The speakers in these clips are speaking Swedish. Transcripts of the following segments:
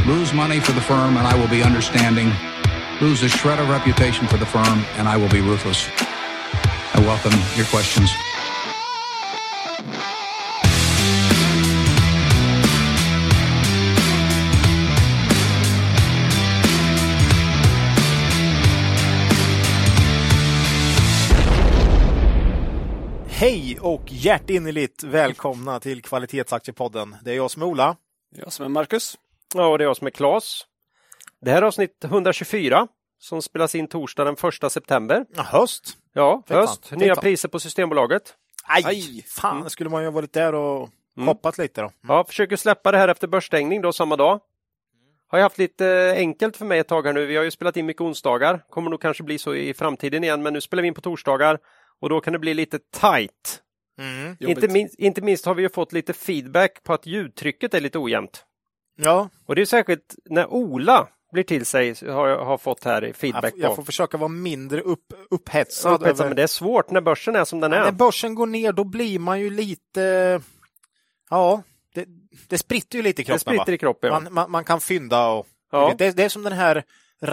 Lose money for the firm and I will be understanding. Lose a shred of reputation for the firm and I will be ruthless. I welcome your questions. Hej och hjärtinnerligt välkomna till Kvalitetsaktiepodden. Det är jag som är Ola. Jag som är Marcus. Ja, och det är jag som är Claes. Det här är avsnitt 124 som spelas in torsdag den 1 september. Ja, höst. Ja, höst. Nya priser på Systembolaget. Aj, fan, skulle man ju ha varit där och hoppat lite då. Ja, försöker släppa det här efter börsstängning då samma dag. Har jag haft lite enkelt för mig ett tag här nu. Vi har ju spelat in mycket onsdagar. Kommer nog kanske bli så i framtiden igen, men nu spelar vi in på torsdagar. Och då kan det bli lite tight. Inte minst har vi ju fått lite feedback på att ljudtrycket är lite ojämnt. Ja. Och det är särskilt när Ola blir till sig har fått här feedback på. Jag får försöka vara mindre upphetsad. Men det är svårt när börsen är som den är. När börsen går ner då blir man ju lite... Ja, det spritter ju lite i kroppen. Det spritter i kroppen, ja. Man kan fynda och... Ja. Det är som den här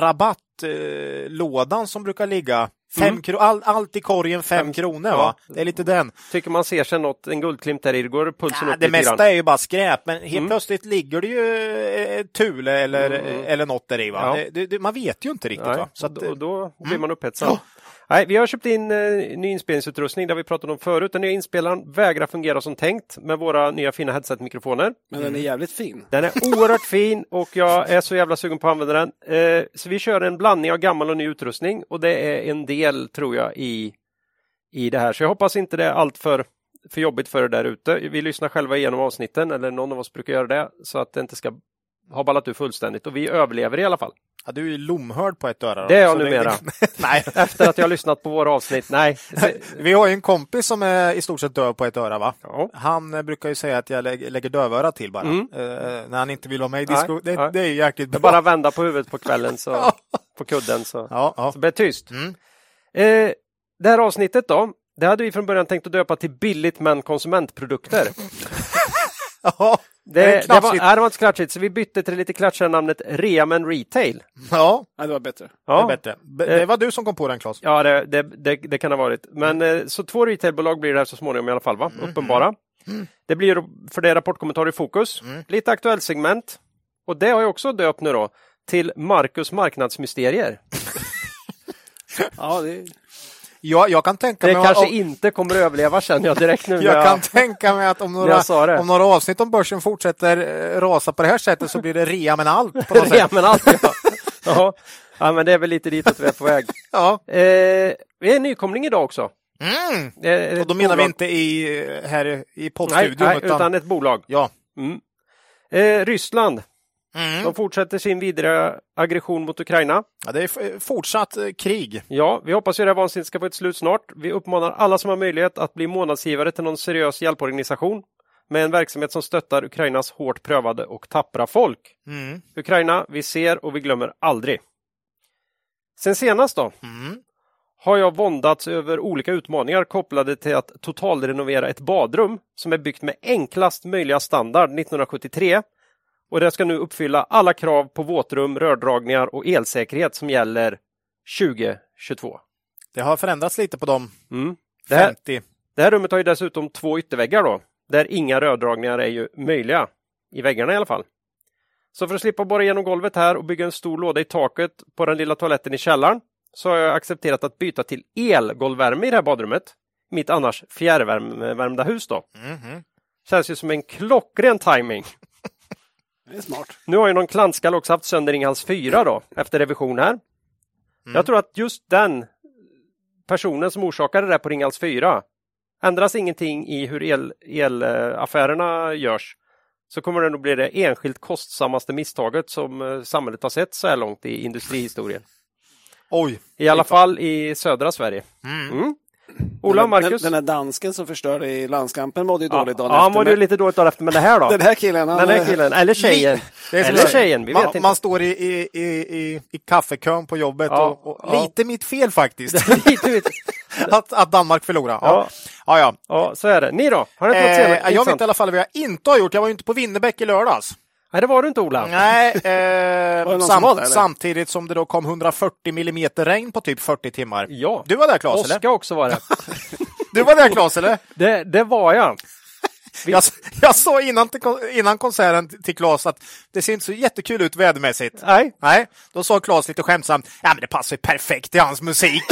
rabattlådan som brukar ligga 5 kronor, allt i korgen 5 kronor, va? Det är lite den. Tycker man ser sig en guldklimp där i, det går pulsen upp det lite mesta grann. är ju bara skräp, men helt plötsligt ligger det ju Thule eller något där i, va? Ja. Man vet ju inte riktigt. Nej, va? Så att, då blir man upphetsad. Nej, vi har köpt in ny inspelningsutrustning där vi pratade om förut. Den nya inspelaren vägrar fungera som tänkt med våra nya fina headset-mikrofoner. Men den är jävligt fin. Den är oerhört fin och jag är så jävla sugen på att använda den. Så vi kör en blandning av gammal och ny utrustning och det är en del, tror jag, i det här. Så jag hoppas inte det är allt för jobbigt för er där ute. Vi lyssnar själva igenom avsnitten, eller någon av oss brukar göra det, så att det inte ska ha ballat ur fullständigt. Och vi överlever i alla fall. Ja, du är ju lomhörd på ett öra. Det är jag numera. Nej. Efter att jag har lyssnat på våra avsnitt. Nej. Vi har ju en kompis som är i stort sett döv på ett öra, va? Ja. Han brukar ju säga att jag lägger dövöra till bara. När han inte vill vara med i disco. Det är ju jäkligt bra. Bara vända på huvudet på kvällen så, på kudden så blir det tyst. Det här avsnittet då, det hade vi från början tänkt att döpa till billigt men konsumentprodukter. Ja. Det var inte klatschigt, så vi bytte till lite klatschigare namnet Rea men Retail. Ja, det var bättre. Ja. Det var bättre. Det var du som kom på den, Claes. Ja, det kan ha varit. Men så 2 retailbolag blir det här så småningom i alla fall, va? Uppenbara. Det blir för det rapportkommentarer i fokus. Lite aktuellt segment. Och det har jag också döpt nu då till Marcus marknadsmysterier. Ja, det... Jag kan tänka mig... Det kanske inte kommer att överleva, känner jag direkt nu. Jag kan tänka mig att om några avsnitt om börsen fortsätter rasa på det här sättet så blir det rea men allt. På rea men allt, ja. Ja, men det är väl lite dit att vi är på väg. Ja. Vi är en nykomling idag också. Och då menar vi inte här i poddstudion. Nej, utan ett bolag. Ja. Ryssland. De fortsätter sin vidare aggression mot Ukraina. Ja, det är fortsatt krig. Ja, vi hoppas ju det vansinnigt ska få ett slut snart. Vi uppmanar alla som har möjlighet att bli månadsgivare till någon seriös hjälporganisation med en verksamhet som stöttar Ukrainas hårt prövade och tappra folk. Ukraina, vi ser och vi glömmer aldrig. Sen senast då har jag våndats över olika utmaningar kopplade till att totalrenovera ett badrum som är byggt med enklast möjliga standard 1973. Och det ska nu uppfylla alla krav på våtrum, rördragningar och elsäkerhet som gäller 2022. Det har förändrats lite på de 50. Det här rummet har ju dessutom 2 ytterväggar då, där inga rördragningar är ju möjliga. I väggarna i alla fall. Så för att slippa borra igenom golvet här och bygga en stor låda i taket på den lilla toaletten i källaren så har jag accepterat att byta till elgolvvärme i det här badrummet. Mitt annars fjärrvärmda hus då. Känns ju som en klockren timing. Det är smart. Nu har ju någon klanskall också haft sönder Ringhals 4 då, efter revision här. Jag tror att just den personen som orsakade det där på Ringhals 4 ändras ingenting i hur elaffärerna görs, så kommer det nog bli det enskilt kostsammaste misstaget som samhället har sett så här långt i industrihistorien. Oj. I alla fall i södra Sverige. Ola och Marcus. Den här dansken som förstörde i landskampen mådde ju dåligt dagen efter. Ja, han mådde ju lite dåligt dagen efter, men det här då? Den här killen. Eller tjejen. Eller tjejen, vi vet inte. Man står i kaffekön på jobbet och lite mitt fel faktiskt. att Danmark förlorar. Ja, så är det. Ni då? Har ni något senare? Jag vet i alla fall vad jag inte har gjort. Jag var ju inte på Winnerbäck i lördags. Nej, det var du inte, Ola. Nej, där, samtidigt som det då kom 140 millimeter regn på typ 40 timmar. Ja. Du var där, Claes, Oskar eller? också var det. Du var där, Claes, eller? Det var jag. Jag sa innan konserten till Claes att det ser inte så jättekul ut vädermässigt. Nej, då sa Claes lite skämtsamt, ja men det passar ju perfekt i hans musik.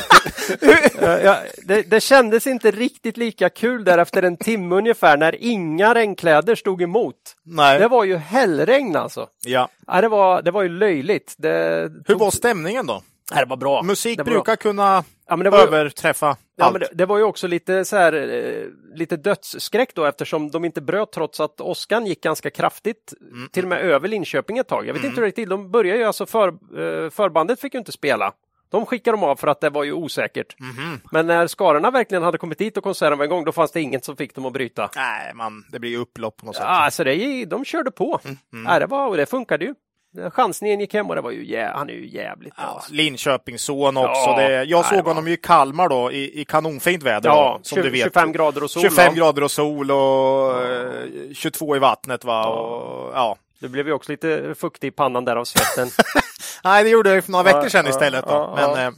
Det kändes inte riktigt lika kul där efter en timme ungefär när inga regnkläder stod emot. Nej. Det var ju hällregn alltså. Ja. Ja, det var ju löjligt. Hur var stämningen då? Det var bra. Musik det var brukar kunna Ja, överträffa allt. men det var ju också lite så här, lite dödsskräck då eftersom de inte bröt trots att åskan gick ganska kraftigt till och med över Linköping ett tag. Jag vet inte hur det gick till. De började ju alltså förbandet fick ju inte spela. De skickade dem av för att det var ju osäkert. Men när skarorna verkligen hade kommit dit och konserten var igång, då fanns det inget som fick dem att bryta. Nej, det blir ju upplopp på något sätt. Ja, alltså de körde på. Ja, det funkade ju. Chansningen gick hem och det var ju han är ju jävligt bra. Ja, Linköpingsson också. Ja, jag såg honom ju i Kalmar då i kanonfint väder. Ja, som du vet. 25 grader och sol. 25 grader och sol och 22 i vattnet, va? Och, ja. Det blev ju också lite fuktig i pannan där av svetten. Nej, det gjorde jag för några veckor sedan istället. Då. Men,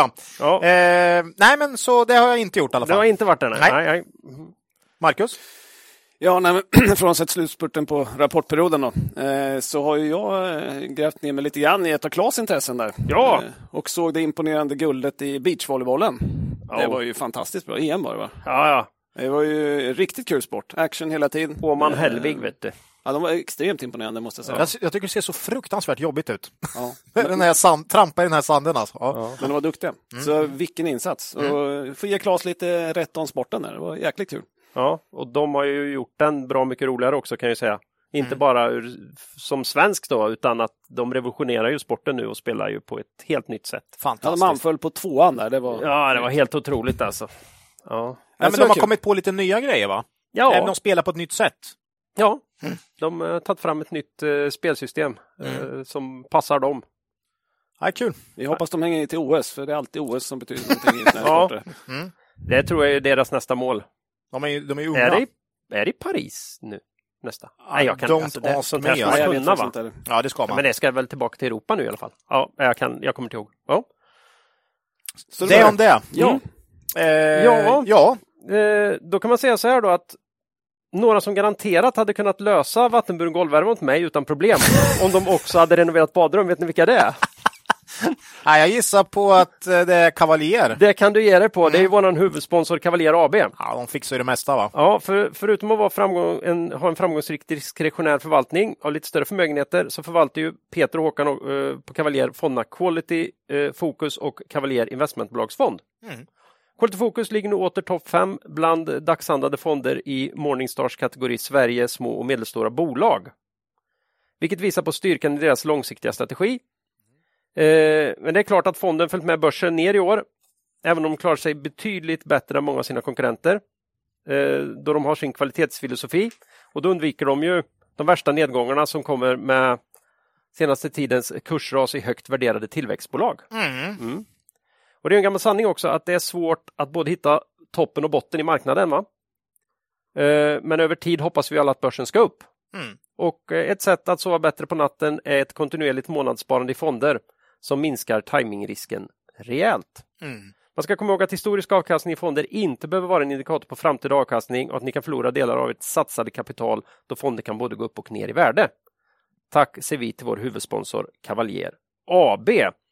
nej, men så det har jag inte gjort i alla fall. Det har inte varit det, nej. Marcus? Ja, frånsett slutspurten på rapportperioden då, så har ju jag grävt ner mig lite grann i ett av Claes intressen där. Ja. Och såg det imponerande guldet i beachvolleybollen. Det var ju fantastiskt bra. EM var det, va? Ja. Det var ju riktigt kul sport. Action hela tiden. Åman Hellvig, vet du. Ja, de var extremt imponerande, måste jag säga. Jag tycker det ser så fruktansvärt jobbigt ut. Ja. Den här trampa i den här sanden alltså. Ja. Men de var duktiga. Så vilken insats. Och får ge Claes lite rätt om sporten där. Det var jäkligt kul. Ja, och de har ju gjort den bra mycket roligare också, kan jag säga. Inte bara som svensk då, utan att de revolutionerar ju sporten nu och spelar ju på ett helt nytt sätt. Fantastiskt. Ja, man föll på 2:an där. Det var helt otroligt alltså. Ja. Men de har kommit på lite nya grejer, va? Ja. Även de spelar på ett nytt sätt. Ja, de har tagit fram ett nytt spelsystem som passar dem. Ja, kul. Vi hoppas de hänger till OS, för det är alltid OS som betyder någonting i sporter. Det tror jag är deras nästa mål. De är ju unga. Är det i Paris nu nästa? Nej, jag kan det sånt här ska man kunna, va? Ja, det ska man. Men det ska väl tillbaka till Europa nu i alla fall. Ja, jag kommer inte ihåg. Ja. Så det om det. Ja. Då kan man säga så här då att några som garanterat hade kunnat lösa vattenburen golvvärme åt mig utan problem om de också hade renoverat badrum. Vet ni vilka det är? Nej, jag gissar på att det är Cavalier. Det kan du ge dig på. Det är ju vår huvudsponsor Cavalier AB. Ja, de fixar ju det mesta, va? Ja, förutom att ha en framgångsrik diskretionär förvaltning av lite större förmögenheter så förvaltar ju Peter och Håkan på Cavalier fonderna Quality Focus och Cavalier Investmentbolagsfond. Quality Focus ligger nu åter topp 5 bland dagshandlade fonder i Morningstars kategori Sverige, små och medelstora bolag. Vilket visar på styrkan i deras långsiktiga strategi. Men det är klart att fonden följt med börsen ner i år, även om de klarar sig betydligt bättre än många av sina konkurrenter, då de har sin kvalitetsfilosofi, och då undviker de ju de värsta nedgångarna som kommer med senaste tidens kursras i högt värderade tillväxtbolag. Och det är en gammal sanning också att det är svårt att både hitta toppen och botten i marknaden, va? Men över tid hoppas vi alla att börsen ska upp. Och ett sätt att sova bättre på natten är ett kontinuerligt månadssparande i fonder som minskar timingrisken rejält. Man ska komma ihåg att historisk avkastning i fonder inte behöver vara en indikator på framtida avkastning och att ni kan förlora delar av ett satsade kapital då fonder kan både gå upp och ner i värde. Tack säger vi till vår huvudsponsor Cavalier AB.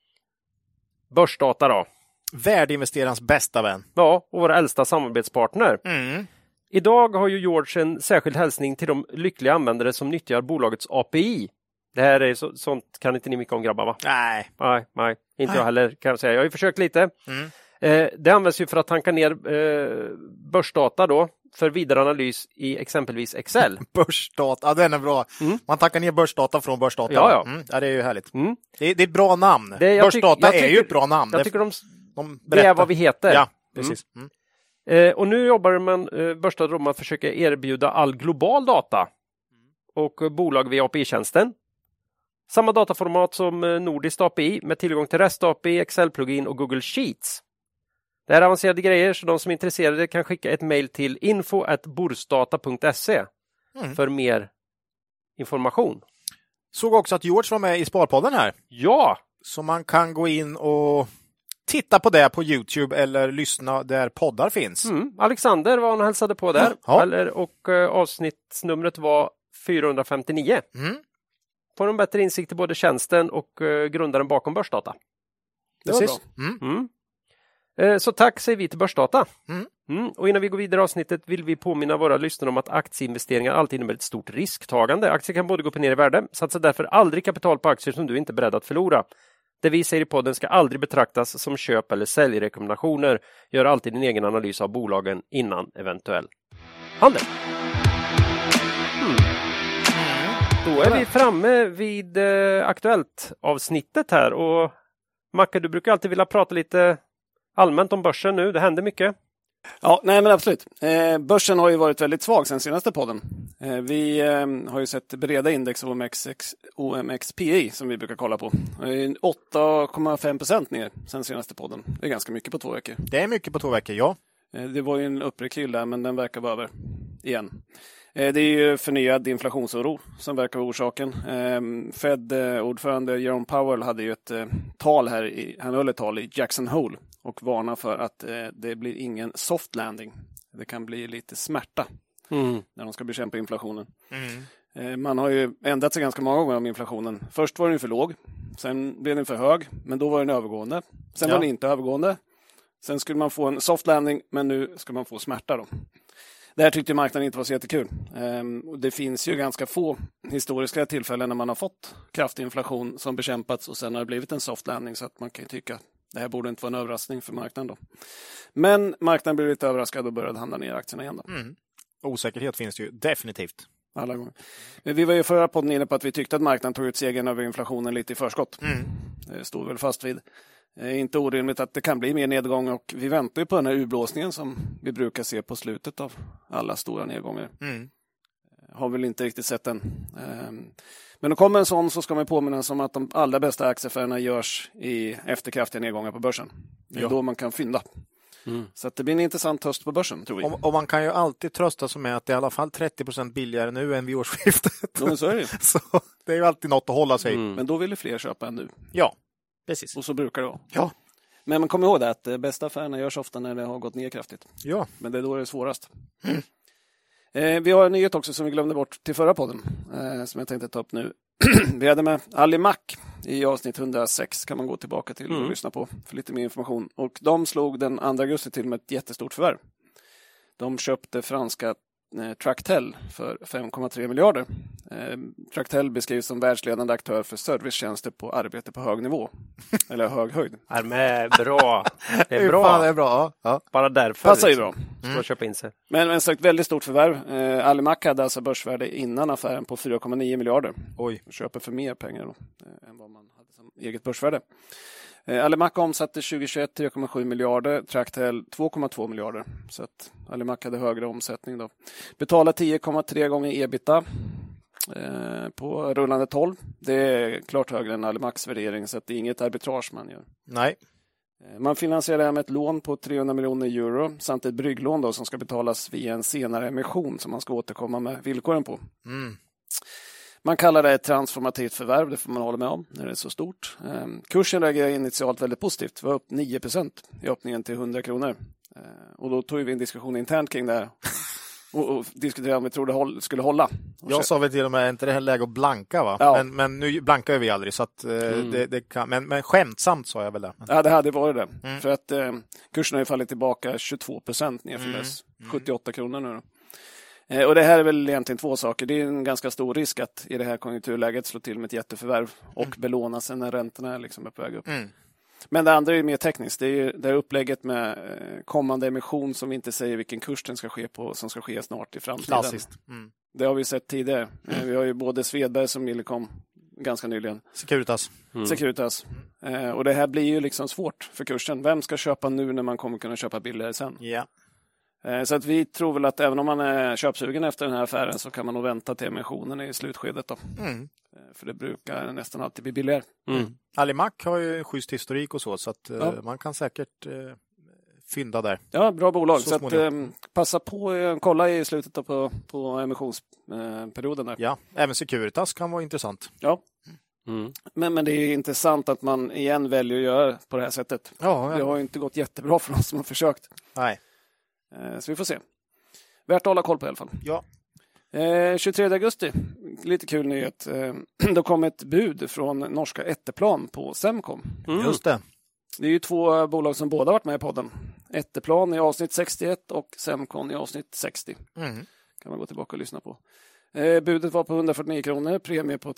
Börsdata då. Värdeinvesterarens bästa vän. Ja, och våra äldsta samarbetspartner. Idag har ju George en särskild hälsning till de lyckliga användare som nyttjar bolagets API. Det här är sånt kan inte ni mycket om, grabbar, va? Nej. Inte jag heller, kan jag säga. Jag har ju försökt lite. Det används ju för att tanka ner börsdata då för vidare analys i exempelvis Excel. Börsdata, ja, den är bra. Man tankar ner börsdata från börsdata. Ja. Ja, det är ju härligt. Det är ett bra namn. Börsdata är ju ett bra namn. Jag tycker det är vad vi heter. Ja, precis. Och nu jobbar man börsdata om att försöka erbjuda all global data och bolag via API-tjänsten. Samma dataformat som Nordiskt API med tillgång till REST API, Excel-plugin och Google Sheets. Det här är avancerade grejer, så de som är intresserade kan skicka ett mejl till info@borsdata.se för mer information. Såg också att George var med i Sparpodden här. Ja! Så man kan gå in och titta på det på YouTube eller lyssna där poddar finns. Alexander var han hälsade på där. Ja. Och avsnittsnumret var 459. Får en bättre insikt i både tjänsten och grundaren bakom Börsdata. Det var Precis. bra. Så tack säger vi till Börsdata. Och innan vi går vidare i avsnittet vill vi påminna våra lyssnare om att aktieinvesteringar alltid innebär ett stort risktagande. Aktier kan både gå upp och ner i värde. Satsa därför aldrig kapital på aktier som du inte är beredd att förlora. Det vi säger i podden ska aldrig betraktas som köp- eller säljrekommendationer. Gör alltid din egen analys av bolagen innan eventuell handel. Då är vi framme vid aktuellt avsnittet här. Och Macke, du brukar alltid vilja prata lite allmänt om börsen nu. Det händer mycket. Ja, nej men absolut. Börsen har ju varit väldigt svag sen senaste podden. Vi har ju sett breda index OMXPI som vi brukar kolla på. 8,5% ner sen senaste podden. Det är ganska mycket på 2 veckor. Det är mycket på 2 veckor, ja. Det var ju en upprekyl där, men den verkar vara över igen. Det är ju förnyad inflationsoro som verkar vara orsaken. Fed-ordförande Jerome Powell hade ju ett tal här, han höll ett tal i Jackson Hole och varnar för att det blir ingen soft landing. Det kan bli lite smärta när de ska bekämpa inflationen. Man har ju ändrat sig ganska många gånger om inflationen. Först var den för låg, sen blev den för hög, men då var den övergående. Sen var den inte övergående. Sen skulle man få en soft landing, men nu ska man få smärta då. Det här tyckte marknaden inte var så jättekul. Det finns ju ganska få historiska tillfällen när man har fått kraftig inflation som bekämpats och sen har det blivit en soft landing, så att man kan ju tycka att det här borde inte vara en överraskning för marknaden då. Men marknaden blev lite överraskad och började handla ner aktierna igen då. Osäkerhet finns det ju definitivt. Alla gånger. Vi var ju förra podden inne på att vi tyckte att marknaden tog ut segern över inflationen lite i förskott. Det stod väl fast vid. Inte orimligt att det kan bli mer nedgång, och vi väntar ju på den här urblåsningen som vi brukar se på slutet av alla stora nedgångar. Har väl inte riktigt sett den. Men om kommer en sån så ska man påminnas om att de allra bästa aktieaffärerna görs efter kraftiga nedgångar på börsen. Det är då man kan fynda. Så att det blir en intressant höst på börsen, tror vi. Och man kan ju alltid trösta sig med att det är i alla fall 30% billigare nu än vid årsskiftet. Ja, men så är det. Så det är ju alltid något att hålla sig. Men då vill fler köpa än nu. Ja, precis. Och så brukar det vara. Ja. Men man kommer ihåg det, att bästa affärerna görs ofta när det har gått ner kraftigt. Ja. Men det är då det är svårast. Vi har en nyhet också som vi glömde bort till förra podden, som jag tänkte ta upp nu. Vi hade med Alimak i avsnitt 106, kan man gå tillbaka till och lyssna på för lite mer information. Och de slog den 2 augusti till med ett jättestort förvärv. De köpte franska Tractel för 5,3 miljarder. Tractel beskrivs som världsledande aktör för servicetjänster på arbete på hög nivå. Eller hög höjd. Är med bra. Det är bra. Fan, det är bra. Ja. Bara därför. Passar ju bra. Ska man köpa in sig. Men ett väldigt stort förvärv. Alimak hade alltså börsvärde innan affären på 4,9 miljarder. Oj. Köper för mer pengar då, än vad man hade som eget börsvärde. Alimak omsatte 2021 3,7 miljarder, Tractel 2,2 miljarder. Så att Alimak hade högre omsättning då. Betalar 10,3 gånger ebita på rullande 12. Det är klart högre än Alimaks värdering, så att det är inget arbitrage man gör. Nej. Man finansierar det här med ett lån på 300 miljoner euro samt ett brygglån då, som ska betalas via en senare emission som man ska återkomma med villkoren på. Man kallar det ett transformativt förvärv, det får man hålla med om när det är så stort. Kursen reagerar initialt väldigt positivt, var upp 9% i öppningen till 100 kronor. Och då tog vi en diskussion internt kring det här och diskuterade om vi tror det skulle hålla. Jag sa väl till och med, inte det här läge att blanka va? Ja. Men nu blankar vi aldrig, så att det kan, men skämtsamt sa jag väl det. Ja, det hade varit det. För att kursen har ju fallit tillbaka 22% ner från dess 78 kronor nu då. Och det här är väl egentligen 2 saker. Det är en ganska stor risk att i det här konjunkturläget slå till med ett jätteförvärv och belåna sig när räntorna liksom är på väg upp. Men det andra är mer tekniskt. Det är det här upplägget med kommande emission som inte säger vilken kurs den ska ske på, som ska ske snart i framtiden. Klassiskt. Det har vi sett tidigare. Vi har ju både Svedberg som Millicom ganska nyligen. Securitas. Och det här blir ju liksom svårt för kursen. Vem ska köpa nu när man kommer kunna köpa billigare sen? Ja. Så att vi tror väl att även om man är köpsugen efter den här affären så kan man nog vänta till emissionen i slutskedet då. För det brukar nästan alltid bli billigare. Alimak har ju en schysst historik och så att man kan säkert fynda där. Ja, bra bolag. Så Så att, passa på kolla i slutet på emissionsperioden där. Ja, även Securitas kan vara intressant. Ja. Men det är intressant att man igen väljer att göra på det här sättet. Ja. Det har ju inte gått jättebra för oss som har försökt. Nej. Så vi får se. Värt att hålla koll på i alla fall. Ja. 23 augusti, lite kul nyhet. Då kom ett bud från norska Etteplan på Semcon. Just det. Det är ju 2 bolag som båda varit med i podden. Etteplan i avsnitt 61 och Semcon i avsnitt 60. Kan man gå tillbaka och lyssna på. Budet var på 149 kronor, premie på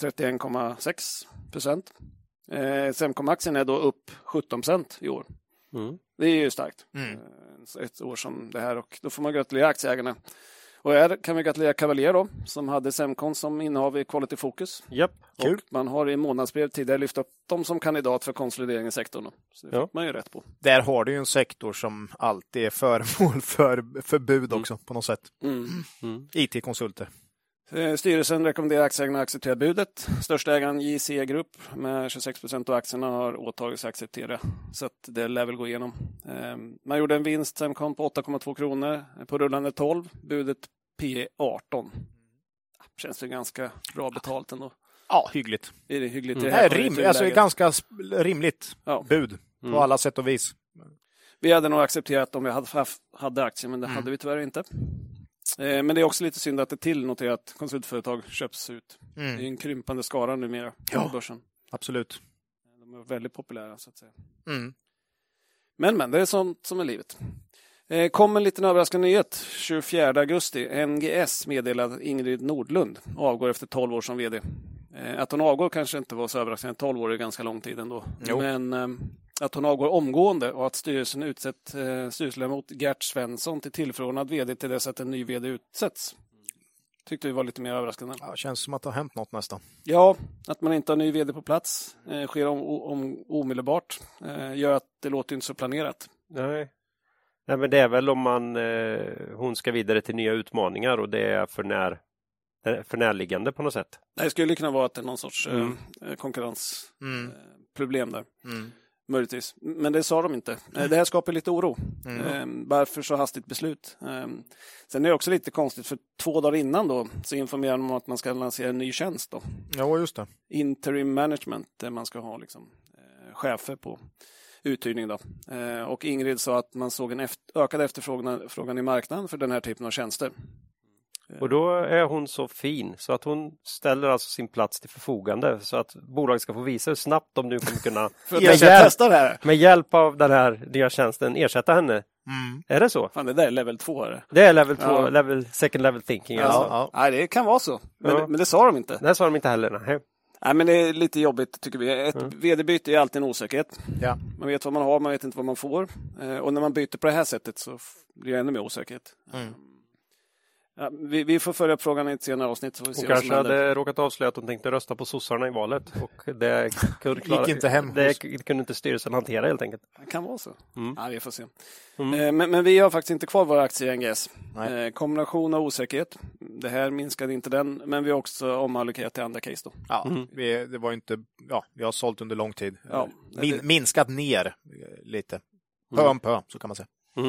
31,6%. Semcon-aktien är då upp 17% i år. Det är ju starkt. Ett år som det här, och då får man gratulera aktieägarna. Och här kan vi gratulera Cavalier då, som hade Semcon som innehav i Quality Focus. Japp, kul. Och man har i månadsbrev tidigare lyft upp dem som kandidat för konsolidering i sektorn. Så det fick man ju rätt på. Där har du ju en sektor som alltid är föremål för förbud också på något sätt. IT-konsulter. Styrelsen rekommenderar aktieägarna att acceptera budet. Största ägaren JC Group med 26% av aktierna har åtagit sig att acceptera. Så att det lär väl gå igenom. Man gjorde en vinst Semcon på 8,2 kronor på rullande 12. Budet P18. Känns det ganska bra betalt ändå. Ja, hyggligt. Är det hyggligt? Det är alltså ganska rimligt bud på alla sätt och vis. Vi hade nog accepterat om vi hade aktier, men det hade vi tyvärr inte. Men det är också lite synd att det tillnoterat konsultföretag köps ut. Det är en krympande skara numera på börsen. Absolut. De är väldigt populära så att säga. Men det är sånt som är livet. Kom en liten överraskande nyhet. 24 augusti. NGS meddelade Ingrid Nordlund avgår efter 12 år som vd. Att hon avgår kanske inte var så överraskande. 12 år är ganska lång tid ändå. Men att hon avgår omgående och att styrelsen utsett styrelseledamot Gert Svensson till tillförordnad vd till dess att en ny vd utsätts. Tyckte vi var lite mer överraskande. Ja, känns som att det har hänt något nästan. Ja, att man inte har ny vd på plats sker omedelbart. Gör att det låter inte så planerat. Nej, men det är väl om hon ska vidare till nya utmaningar och det är för närliggande på något sätt. Det skulle kunna vara att det är någon sorts konkurrensproblem där. Möjligtvis. Men det sa de inte. Det här skapar lite oro. Varför så hastigt beslut? Sen är det också lite konstigt, för 2 dagar innan då så informerar de om att man ska lansera en ny tjänst då. Ja, just det. Interim management, där man ska ha liksom chefer på uthyrning då. Och Ingrid sa att man såg en ökad efterfrågan i marknaden för den här typen av tjänster. Och då är hon så fin så att hon ställer alltså sin plats till förfogande så att bolaget ska få visa hur snabbt de nu kommer kunna med hjälp av den här nya tjänsten ersätta henne. Är det så? Fan, det där är level 2. Det är level 2, second level thinking. Ja. Nej, det kan vara så. Men det sa de inte. Det sa de inte heller. Nej, men det är lite jobbigt tycker vi. Ett vd-byte är alltid en osäkerhet. Ja. Man vet vad man har, man vet inte vad man får. Och när man byter på det här sättet så blir det ännu mer osäkerhet. Ja, vi får följa upp frågan i ett senare avsnitt. Så vi se och kanske hade råkat avslöja att de tänkte rösta på sossarna i valet. Och det gick inte hem. Det kunde inte styrelsen hantera helt enkelt. Det kan vara så. Ja, vi får se. Men vi har faktiskt inte kvar våra aktier i NGS. Kombination av osäkerhet. Det här minskade inte den. Men vi har också omallokerat till andra case då. Ja, det var inte... Ja, vi har sålt under lång tid. Ja, minskat ner lite. Pö om pö, så kan man säga.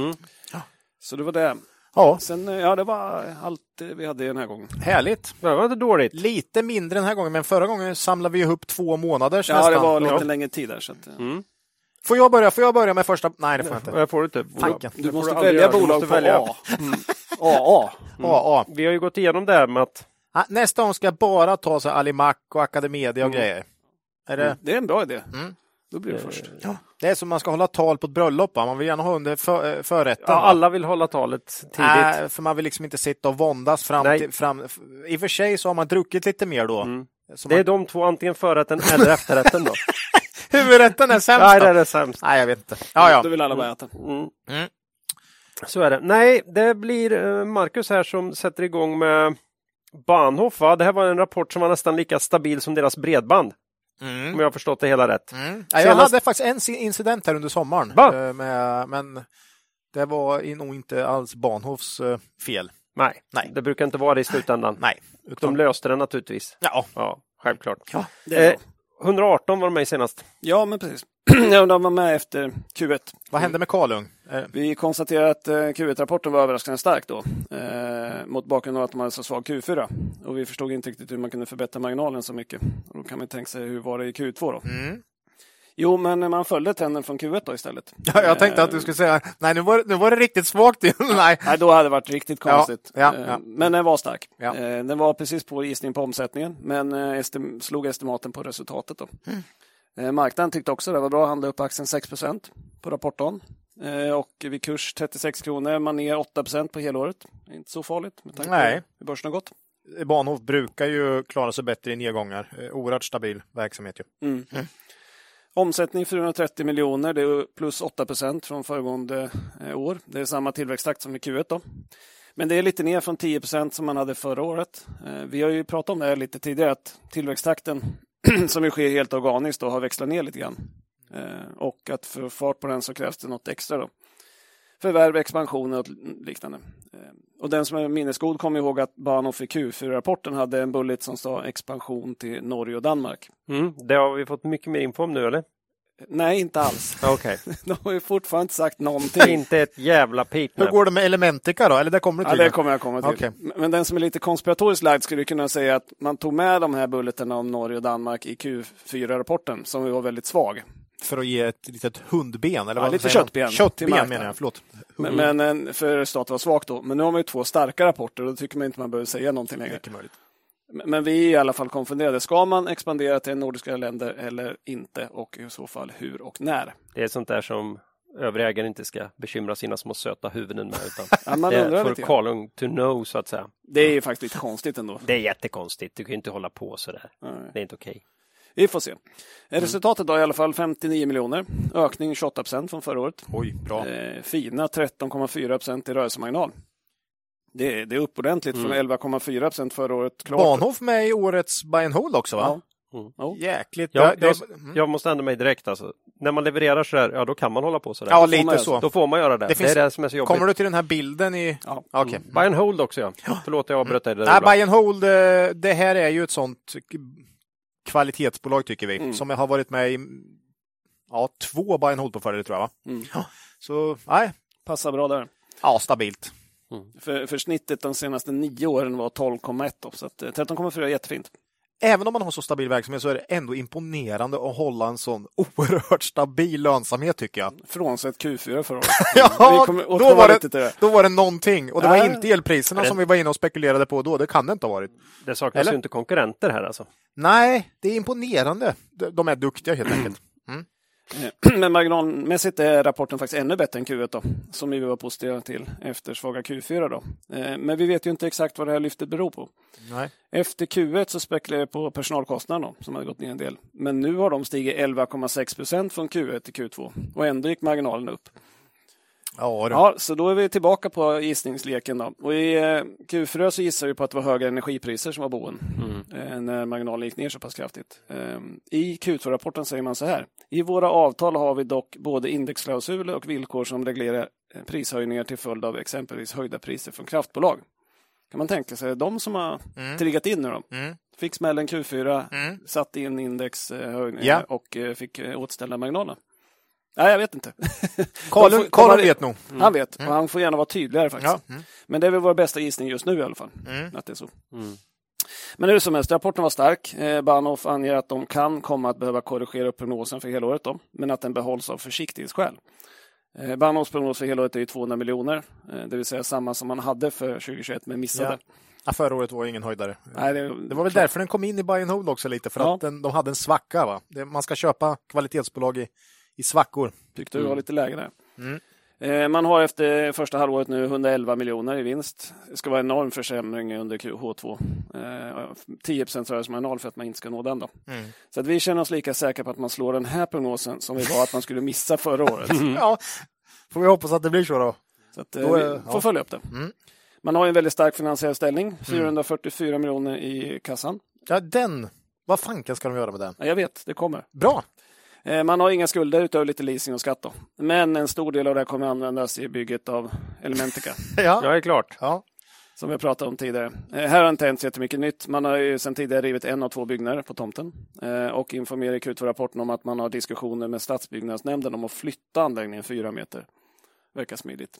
Så det var det. Ja. Sen, det var allt vi hade den här gången. Härligt. Det var inte dåligt. Lite mindre den här gången, men förra gången samlade vi ihop 2 månader nästan. Ja, det var lite längre tid där. Så att, Får jag börja med första? Nej, det får jag inte. Jag får inte. Du måste välja bolag på A. A. Vi har ju gått igenom det här med att... Nästa gång ska jag bara ta sig Alimak och Academedia och grejer. Är det... Det är en bra idé. Då blir det först. Ja. Det är som man ska hålla tal på ett bröllop. Man vill gärna ha under förrätten. Ja, alla vill hålla talet tidigt. För man vill liksom inte sitta och våndas fram. I och för sig så har man druckit lite mer då. Det är de 2, antingen förrätten eller efterrätten då. Huvudrätten är sämst. Nej, det är det sämst. Nej, jag vet inte. Ja. Då vill alla bara äta. Så är det. Nej, det blir Marcus här som sätter igång med Bahnhof. Va? Det här var en rapport som var nästan lika stabil som deras bredband. Om jag har förstått det hela rätt. Jag hade faktiskt en incident här under sommaren. Men det var nog inte alls Bahnhofs fel. Nej, det brukar inte vara det i slutändan. Nej. De löste det naturligtvis. Ja, självklart. Ja, 118 var de med senast. Ja, men precis. Ja, de var med efter Q1. Vad hände med Karlung? Vi konstaterar att Q1-rapporten var överraskande stark då. Mot bakgrund av att de hade så svag Q4. Och vi förstod inte riktigt hur man kunde förbättra marginalen så mycket. Och då kan man tänka sig hur var det i Q2 då. Jo, men man följde trenden från Q1 då istället. Ja, jag tänkte att du skulle säga, nej nu var det riktigt svagt. Nej, då hade det varit riktigt konstigt. Ja. Men den var stark. Ja. Den var precis på gissning på omsättningen, men slog estimaten på resultatet då. Marknaden tyckte också det var bra, handlade upp aktien 6% på rapporten. Och vid kurs 36 kronor, man ner 8% på helåret. Inte så farligt med tanke på hur börsen har gått. Bahnhof brukar ju klara sig bättre i nedgångar. Oerhört stabil verksamhet ju. Omsättning 430 miljoner, det är plus 8% från föregående år. Det är samma tillväxttakt som i Q1 då. Men det är lite ner från 10% som man hade förra året. Vi har ju pratat om det här lite tidigare, att tillväxttakten som ju sker helt organiskt då har växlat ner lite grann. Och att för fart på den så krävs det något extra då. Förvärv, expansioner och liknande. Och den som är minnesgod kommer ihåg att Bahnhof i Q4-rapporten hade en bullet som sa expansion till Norge och Danmark. Det har vi fått mycket mer info om nu, eller? Nej, inte alls. Okej. De har ju fortfarande inte sagt någonting. Inte ett jävla pip. Hur går det med Elementica då? Eller det kommer du till? Ja, det kommer jag komma till. Okay. Men den som är lite konspiratoriskt lagd skulle kunna säga att man tog med de här bulleterna om Norge och Danmark i Q4-rapporten som var väldigt svag. För att ge ett litet hundben? Eller lite köttben. Köttben menar jag, förlåt. Men för stat var svagt då. Men nu har man ju 2 starka rapporter och då tycker man inte man behöver säga någonting längre. Men vi är i alla fall konfunderade. Ska man expandera till nordiska länder eller inte? Och i så fall hur och när? Det är sånt där som övriga ägare inte ska bekymra sina små söta huvuden med. Utan man det är för Karlung to know, så att säga. Det är ju faktiskt lite konstigt ändå. Det är jättekonstigt. Du kan ju inte hålla på så där. Det är inte okej. Vi får se. Resultatet då i alla fall 59 miljoner. Ökning 28% från förra året. Oj, bra. Fina 13,4% i rörelsemarginal. Det är upp ordentligt från 11,4% förra året. Bahnhof med i årets buy and hold också, va? Ja. Jäkligt. Jag måste ändå mig direkt alltså. När man levererar så där, då kan man hålla på så där. Ja, lite så. Då får man göra det. Det är det som är så jobbigt. Kommer du till den här bilden i... Ja. Okay. Buy and hold också, ja. Förlåt, jag avbröt dig. Nej, buy and hold, det här är ju ett sånt kvalitetsbolag tycker vi. Som har varit med i 2 buy and hold på förra, tror jag, va? Så, nej. Passar bra där. Ja, stabilt. För snittet de senaste 9 åren var 12,1. Så att 13,4 är jättefint. Även om man har så stabil verksamhet så är det ändå imponerande att hålla en sån oerhört stabil lönsamhet, tycker jag. Frånsett Q4 förra året. Ja, då var det någonting. Och det var inte elpriserna som vi var inne och spekulerade på då. Det kan det inte ha varit. Det saknas ju inte konkurrenter här alltså. Nej, det är imponerande. De är duktiga helt enkelt. Men marginalmässigt är rapporten faktiskt ännu bättre än Q1 då, som vi var positiva till efter svaga Q4 då. Men vi vet ju inte exakt vad det här lyftet beror på. Nej. Efter Q1 så spekulerar vi på personalkostnaderna som hade gått ner en del. Men nu har de stigit 11,6% från Q1 till Q2 och ändå gick marginalen upp. Ja, så då är vi tillbaka på gissningsleken då. Och i Q4 så gissar vi på att det var höga energipriser som var boen när marginalen gick ner så pass kraftigt. I Q2-rapporten säger man så här: i våra avtal har vi dock både indexklausuler och villkor som reglerar prishöjningar till följd av exempelvis höjda priser från kraftbolag. Kan man tänka sig, de som har triggat in nu då, fick smällen Q4, satt in indexhöjningar och fick återställa marginalerna. Nej, jag vet inte. Karl vet nog. Han vet, och han får gärna vara tydligare faktiskt. Ja. Men det är väl vår bästa gissning just nu i alla fall. Att det är så. Men hur som helst, rapporten var stark. Bahnhof anger att de kan komma att behöva korrigera upp prognosen för hela året då, men att den behålls av försiktighetsskäl. Bahnhofs prognos för hela året är ju 200 miljoner, det vill säga samma som man hade för 2021 men missade. Ja, förra året var ingen höjdare. Nej, det var väl därför den kom in i buy and hold också lite, för att de hade en svacka, va? Man ska köpa kvalitetsbolag i svackor. Tyckte du var lite lägre där. Man har efter första halvåret nu 111 miljoner i vinst. Det ska vara en enorm försämring under H2. 10% rörelsemarginal för att man inte ska nå den då. Så att vi känner oss lika säkra på att man slår den här prognosen som vi var att man skulle missa förra året. Ja, får vi hoppas att det blir så då. Så att, vi får följa upp det. Man har en väldigt stark finansiell ställning. 444 miljoner i kassan. Ja, vad fanken ska de göra med den? Ja, jag vet, det kommer. Bra. Man har inga skulder utöver lite leasing och skatt då. Men en stor del av det kommer användas i bygget av Elementica. Ja, det är klart. Ja. Som vi pratade om tidigare. Här har inte hänt jättemycket nytt. Man har ju sedan tidigare rivit 1 av 2 byggnader på tomten. Och informerar i Q2-rapporten om att man har diskussioner med stadsbyggnadsnämnden om att flytta anläggningen 4 meter. Verkar smidigt.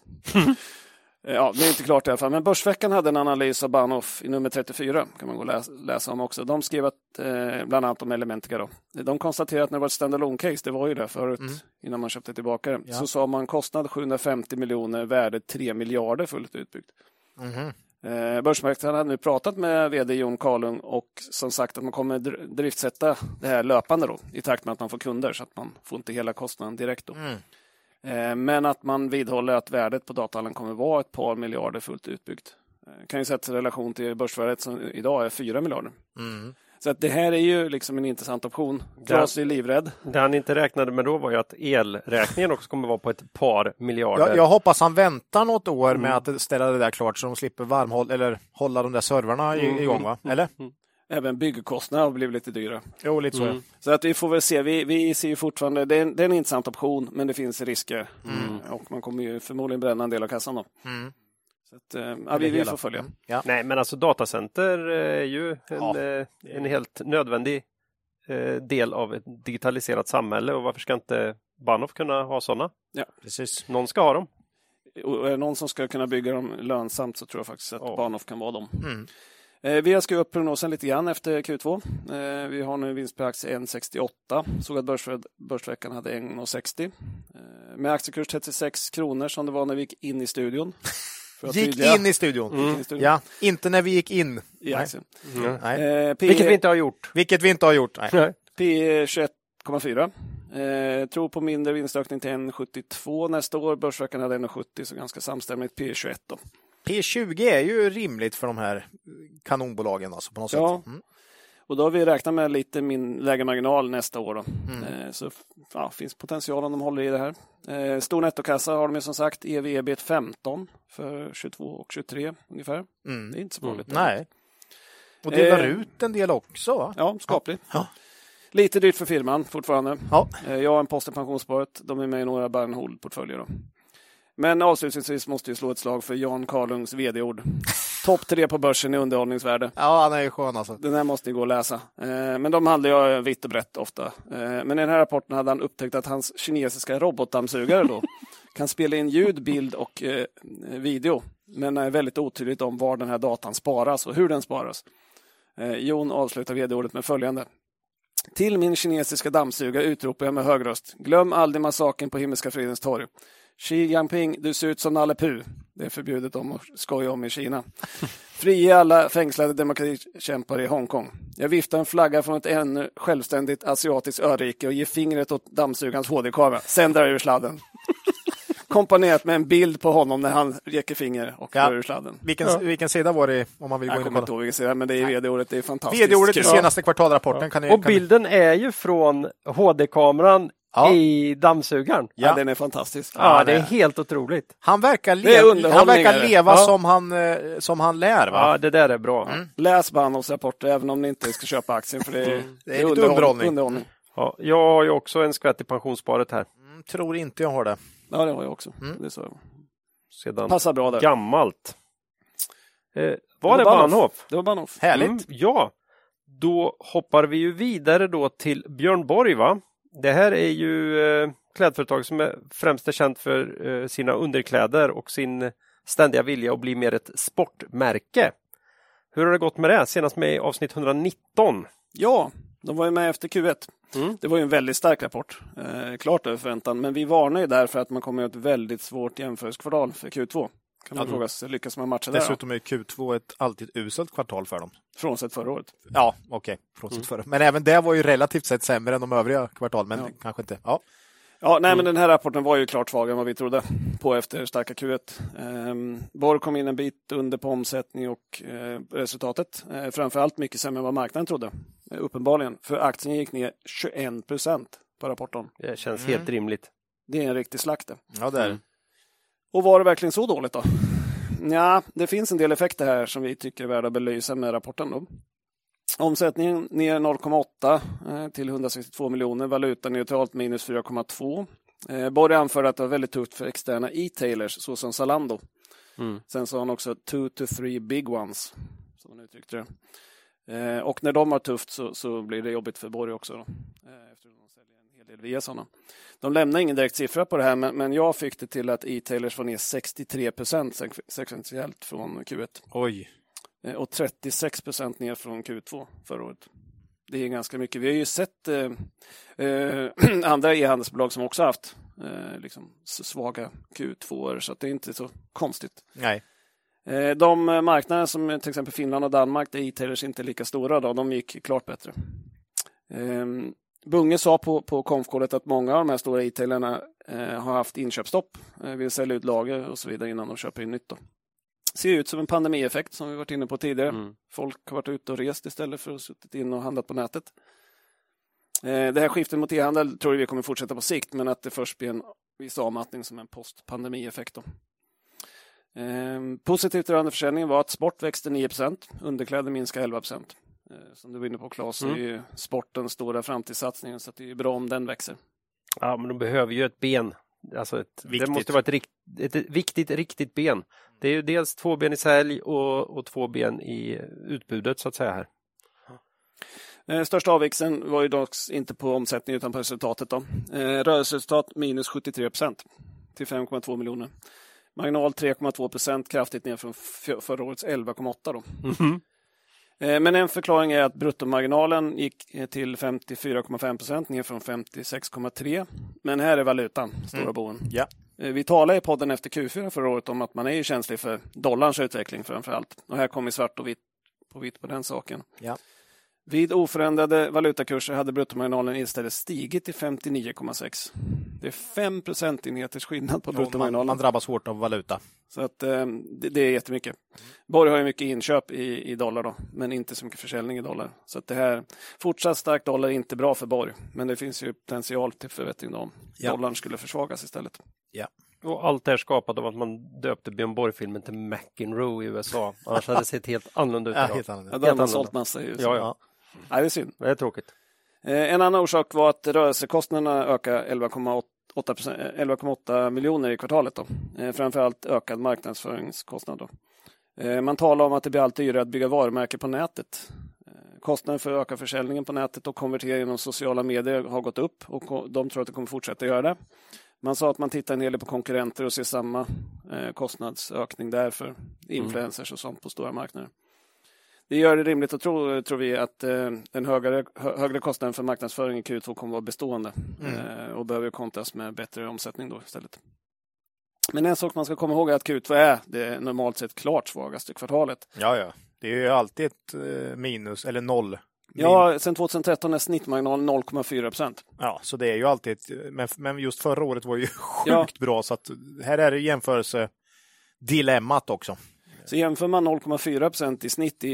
Ja, det är inte klart i alla fall. Men Börsveckan hade en analys av Bahnhof i nummer 34. Kan man gå och läsa om också. De skrev att, bland annat om Elementica då. De konstaterade att när det var ett standalone case, det var ju det förut innan man köpte tillbaka det. Ja. Så sa man kostnad 750 miljoner, värde 3 miljarder fullt utbyggt. Börsmarknaden hade nu pratat med vd Jon Karlung och som sagt att man kommer driftsätta det här löpande då, i takt med att man får kunder så att man får inte hela kostnaden direkt då. Men att man vidhåller att värdet på datahallen kommer vara ett par miljarder fullt utbyggt. Kan ju sätta i relation till börsvärdet som idag är 4 miljarder. Så att det här är ju liksom en intressant option. Klas är livrädd. Det han inte räknade med då var ju att elräkningen också kommer vara på ett par miljarder. Jag hoppas han väntar något år med att ställa det där klart så de slipper eller hålla de där servrarna igång, va? Eller? Även byggkostnader har blivit lite dyra. Jo, lite så. Så att vi får väl se. Vi ser ju fortfarande, det är en intressant option, men det finns risker. Och man kommer ju förmodligen bränna en del av kassan då. Så att, vi får följa. Ja. Nej, men alltså datacenter är ju en helt nödvändig del av ett digitaliserat samhälle. Och varför ska inte Bahnhof kunna ha sådana? Ja, precis. Någon ska ha dem. Och är det någon som ska kunna bygga dem lönsamt så tror jag faktiskt att Bahnhof kan vara dem. Vi har skrivit upp prognosen lite grann efter Q2. Vi har nu vinst per aktie 1,68. Såg att Börsveckan hade 1,60. Med aktiekurs 36 kronor som det var när vi gick in i studion. Gick in i studion. Ja, inte när vi gick in i aktien. Nej. Vilket vi inte har gjort. Nej. P 21,4. Tror på mindre vinstökning till 1,72 nästa år. Börsveckan hade 1,70 så ganska samstämmigt. P 21 då. P20 är ju rimligt för de här kanonbolagen alltså, på något sätt. Och då har vi räknat med lite lägre marginal nästa år då. Så finns potential om de håller i det här. Stor nettokassa har de ju som sagt. EV/EBIT 15 för 22 och 23 ungefär. Det är inte så vanligt. Nej. Och delar ut en del också, va? Ja, skapligt. Ja. Lite dyrt för firman fortfarande. Ja. Jag har en Posten Pensionssparet. De är med i några Buy and Hold-portföljer då. Men avslutningsvis måste vi slå ett slag för Jan Karlungs vd-ord. Topp 3 på börsen i underhållningsvärde. Ja, han är ju skön alltså. Den här måste ni gå och läsa. Men de handlar jag vitt och brett ofta. Men i den här rapporten hade han upptäckt att hans kinesiska robotdammsugare då kan spela in ljud, bild och video. Men är väldigt otydligt om var den här datan sparas och hur den sparas. Jon avslutar vd-ordet med följande. Till min kinesiska dammsugare utropar jag med hög röst. Glöm aldrig massakern på Himmelska fridens torg. Xi Jinping, du ser ut som Nalle Puh. Det är förbjudet att skoja om i Kina. Frige alla fängslade demokratikämpare i Hongkong. Jag viftar en flagga från ett ännu självständigt asiatiskt örike och ger fingret åt dammsugans HD-kamera. Sen drar jag ur sladden. Komponerat med en bild på honom när han räcker finger och drar ur sladden. Vilken sida var det om man vill gå in och kolla? Jag kommer inte ihåg vilken sida, men det är vd-ordet. Det är fantastiskt. Vd-ordet i senaste kvartalrapporten. Och bilden är ju från HD-kameran. I dammsugaren. Ja, den är fantastisk. Ja, det är helt otroligt. Han verkar leva som han lär, va? Ja, det där är bra. Läs Bahnhofs rapporter även om ni inte ska köpa aktien för det är lite underhållning. Ja, jag har ju också en skvätt i pensionssparet här. Tror inte jag har det. Ja, det har jag också. Det är så. Sedan passar bra där. Gammalt. Var det Bahnhof? Det var Bahnhof. Härligt. Ja, då hoppar vi ju vidare då till Björn Borg, va? Det här är ju klädföretag som är främst känt för sina underkläder och sin ständiga vilja att bli mer ett sportmärke. Hur har det gått med det? Senast med i avsnitt 119. Ja, de var ju med efter Q1. Det var ju en väldigt stark rapport. Klart över förväntan. Men vi varnar ju där för att man kommer att ha ett väldigt svårt jämförelsekvartal för Q2. Kan man fråga sig, lyckas man matcha det? Dessutom är Q2 alltid ett uselt kvartal för dem. Frånsett förra året. Ja, okej. Frånsett förra. Men även det var ju relativt sett sämre än de övriga kvartal, men kanske inte. Ja, men den här rapporten var ju klart svagare än vad vi trodde på efter starka Q1. Borg kom in en bit under på omsättning och resultatet. Framförallt mycket sämre än vad marknaden trodde. Uppenbarligen. För aktien gick ner 21% på rapporten. Det känns helt rimligt. Det är en riktig slakt. Ja, det är. Och var det verkligen så dåligt då? Ja, det finns en del effekter här som vi tycker är värda att belysa med rapporten då. Omsättningen ner 0,8 till 162 miljoner, valuta neutralt minus 4,2. Borg anför att det var väldigt tufft för externa e-tailers såsom Zalando. Sen så har han också 2 to 3 big ones, som han uttryckte det. Och när de har tufft så blir det jobbigt för Borg också då, eftersom de säljer en hel del via sådana. De lämnar ingen direkt siffra på det här, men jag fick det till att e-tailers var ner 63% sekventiellt från Q1. Oj. Och 36% ner från Q2 förra året. Det är ganska mycket. Vi har ju sett andra e-handelsbolag som också haft liksom svaga Q2, så att det är inte så konstigt. Nej. De marknader som till exempel Finland och Danmark, där e-tailers inte är lika stora, de gick klart bättre. Bunge sa på konfkålet att många av de här stora e-tailerna har haft inköpsstopp, vill sälja ut lager och så vidare innan de köper in nytt då. Ser ut som en pandemieffekt som vi varit inne på tidigare. Folk har varit ute och rest istället för att suttit in och handlat på nätet. Det här skiftet mot e-handel tror vi kommer fortsätta på sikt, men att det först blir en viss avmattning som en post-pandemieffekt då. Positivt rörande försäljningen var att sport växte 9%, underkläder minskade 11%. Som du var inne på, Claes, så är ju sportens stora framtidssatsning, så att det är bra om den växer. Ja, men de behöver ju ett ben. Alltså det måste vara ett viktigt, riktigt ben. Det är ju dels 2 ben i sälj och 2 ben i utbudet så att säga här. Största avvikelsen var ju dock inte på omsättning utan på resultatet då. Rörelseresultat minus 73% till 5,2 miljoner. Marginal 3,2%, kraftigt ner från förra årets 11,8 då. Men en förklaring är att bruttomarginalen gick till 54,5%, ner från 56,3%. Men här är valutan, stora boen. Ja. Vi talade i podden efter Q4 förra året om att man är ju känslig för dollarns utveckling framför allt. Och här kommer svart och vitt på den saken. Ja. Vid oförändrade valutakurser hade bruttomarginalen istället stigit till 59,6%. Det är 5 procentenheters skillnad på bruttomarginalen. Man drabbas hårt av valuta. Så att det är jättemycket. Borg har ju mycket inköp i dollar då, men inte så mycket försäljning i dollar. Så att det här, fortsatt stark dollar är inte bra för Borg, men det finns ju potential till förbättring då om dollarn skulle försvagas istället. Ja. Och allt det här skapat av att man döpte Björn Borg-filmen till McEnroe i USA. Annars hade det sett helt annorlunda ut. Helt annorlunda. Ja, de har sålt massa i USA. Ja. Nej, det är synd. Det är tråkigt. En annan orsak var att rörelsekostnaderna ökade 11,8 miljoner i kvartalet då. Framförallt ökad marknadsföringskostnad då. Man talar om att det blir allt dyrare att bygga varumärken på nätet. Kostnaden för att öka försäljningen på nätet och konvertera genom sociala medier har gått upp, och de tror att det kommer fortsätta göra det. Man sa att man tittar en hel del på konkurrenter och ser samma kostnadsökning där för influencers och sånt på stora marknader. Det gör det rimligt att tror vi att den högre kostnaden för marknadsföring i Q2 kommer vara bestående och behöver kontas med bättre omsättning då istället. Men en sak man ska komma ihåg är att Q2 är det normalt sett klart svagaste kvartalet. Ja. Det är ju alltid ett minus eller noll. Ja, sen 2013 är snittmarginalen 0,4%. Ja, så det är ju alltid men just förra året var ju sjukt bra, så att här är det jämförelsedilemmat också. Så jämför man 0,4% i snitt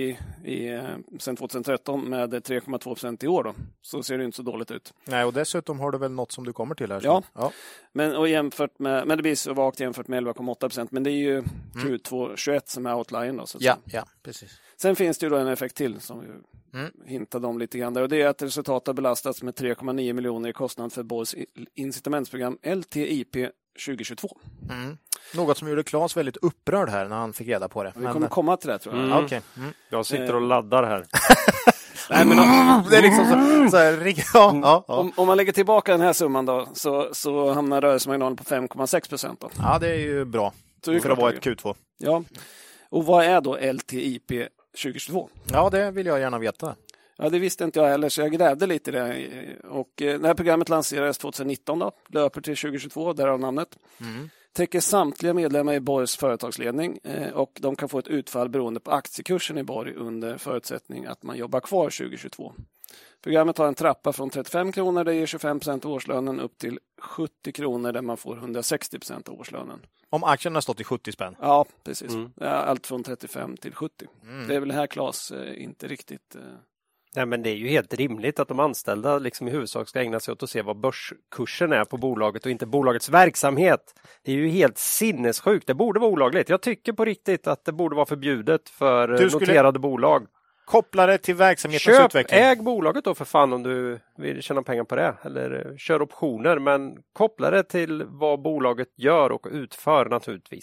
sen 2013 med 3,2% i år då, så ser det inte så dåligt ut. Nej, och dessutom har du väl något som du kommer till här. Ja. Men det blir så vagt jämfört med 11,8%, men det är ju Q2 21 som är outline då. Så ja, precis. Sen finns det ju då en effekt till som vi hintade om lite grann där, och det är att resultatet har belastats med 3,9 miljoner i kostnad för Borgs incitamentsprogram LTIP 2022. Något som gjorde Claes väldigt upprörd här när han fick reda på det. Vi kommer komma till det, tror jag. Okay. Jag sitter och laddar här. Nej, men det är liksom så här, om man lägger tillbaka den här summan då, så hamnar rörelsemarginalen på 5,6% då. Ja, det är ju bra för att vara ett Q2. Ja, och vad är då LTIP 2022? Ja, det vill jag gärna veta. Ja, det visste inte jag heller, så jag grävde lite i det. Och det här programmet lanserades 2019 då, löper till 2022, därav namnet. Täcker samtliga medlemmar i Borgs företagsledning, och de kan få ett utfall beroende på aktiekursen i Borg under förutsättning att man jobbar kvar 2022. Programmet har en trappa från 35 kronor, det ger 25% av årslönen, upp till 70 kronor där man får 160% av årslönen. Om aktien har stått i 70 spänn? Ja, precis. Allt från 35 till 70. Det är väl här Claes inte riktigt... Nej, men det är ju helt rimligt att de anställda liksom i huvudsak ska ägna sig åt att se vad börskursen är på bolaget och inte bolagets verksamhet. Det är ju helt sinnessjukt. Det borde vara olagligt. Jag tycker på riktigt att det borde vara förbjudet för noterade bolag. Koppla det till verksamhetens utveckling. Äg bolaget då för fan om du vill tjäna pengar på det. Eller kör optioner, men koppla det till vad bolaget gör och utför naturligtvis.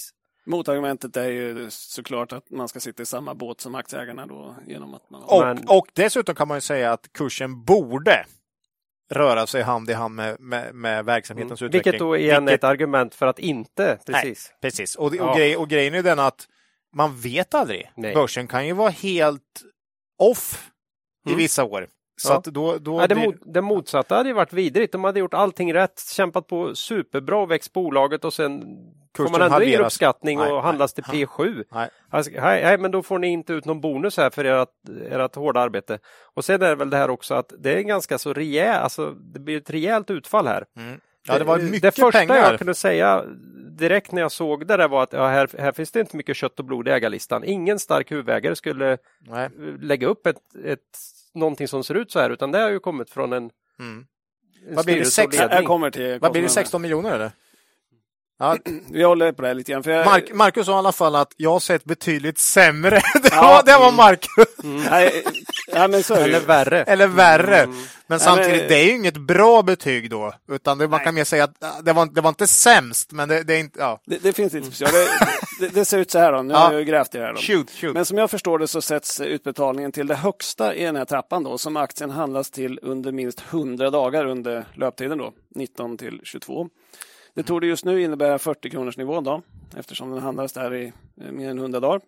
Motargumentet är ju såklart att man ska sitta i samma båt som aktieägarna då, genom att man... Och dessutom kan man ju säga att kursen borde röra sig hand i hand med verksamhetens utveckling. Vilket då är ett argument för att inte, precis. Nej, precis. Och grejen är den att man vet aldrig. Nej. Börsen kan ju vara helt off i vissa år. Så att det motsatta hade ju varit vidrigt. De hade gjort allting rätt, kämpat på superbra och växt bolaget och sen får man ändå ingen uppskattning och handlas till P7. Nej, men då får ni inte ut någon bonus här för ert hårda arbete. Och sen är det väl det här också att det är ganska så rejält, alltså det blir ett rejält utfall här. Ja, det var mycket det första pengar. Jag kunde säga direkt när jag såg det där var att här finns det inte mycket kött och blod i ägarlistan. Ingen stark huvudägare skulle lägga upp någonting som ser ut så här, utan det har ju kommit från en vad blir det? Vad blir det, 16 miljoner eller? Ja. Vi håller på det lite grann. För Marcus sa i alla fall att jag har sett betydligt sämre. det var Marcus. Nej, men så är det. Eller värre. Men samtidigt, det är ju inget bra betyg då. Utan man kan mer säga att det var inte sämst, men det är inte... Ja. Det finns lite speciellt. Det ser ut så här då. Nu har jag grävt i det här då. Shoot. Men som jag förstår det så sätts utbetalningen till det högsta i den här trappan då, som aktien handlas till under minst 100 dagar under löptiden då, 19 till 22. Det tog det just nu innebära 40 kronors nivå då, eftersom den handlades där i mer än 100 dagar.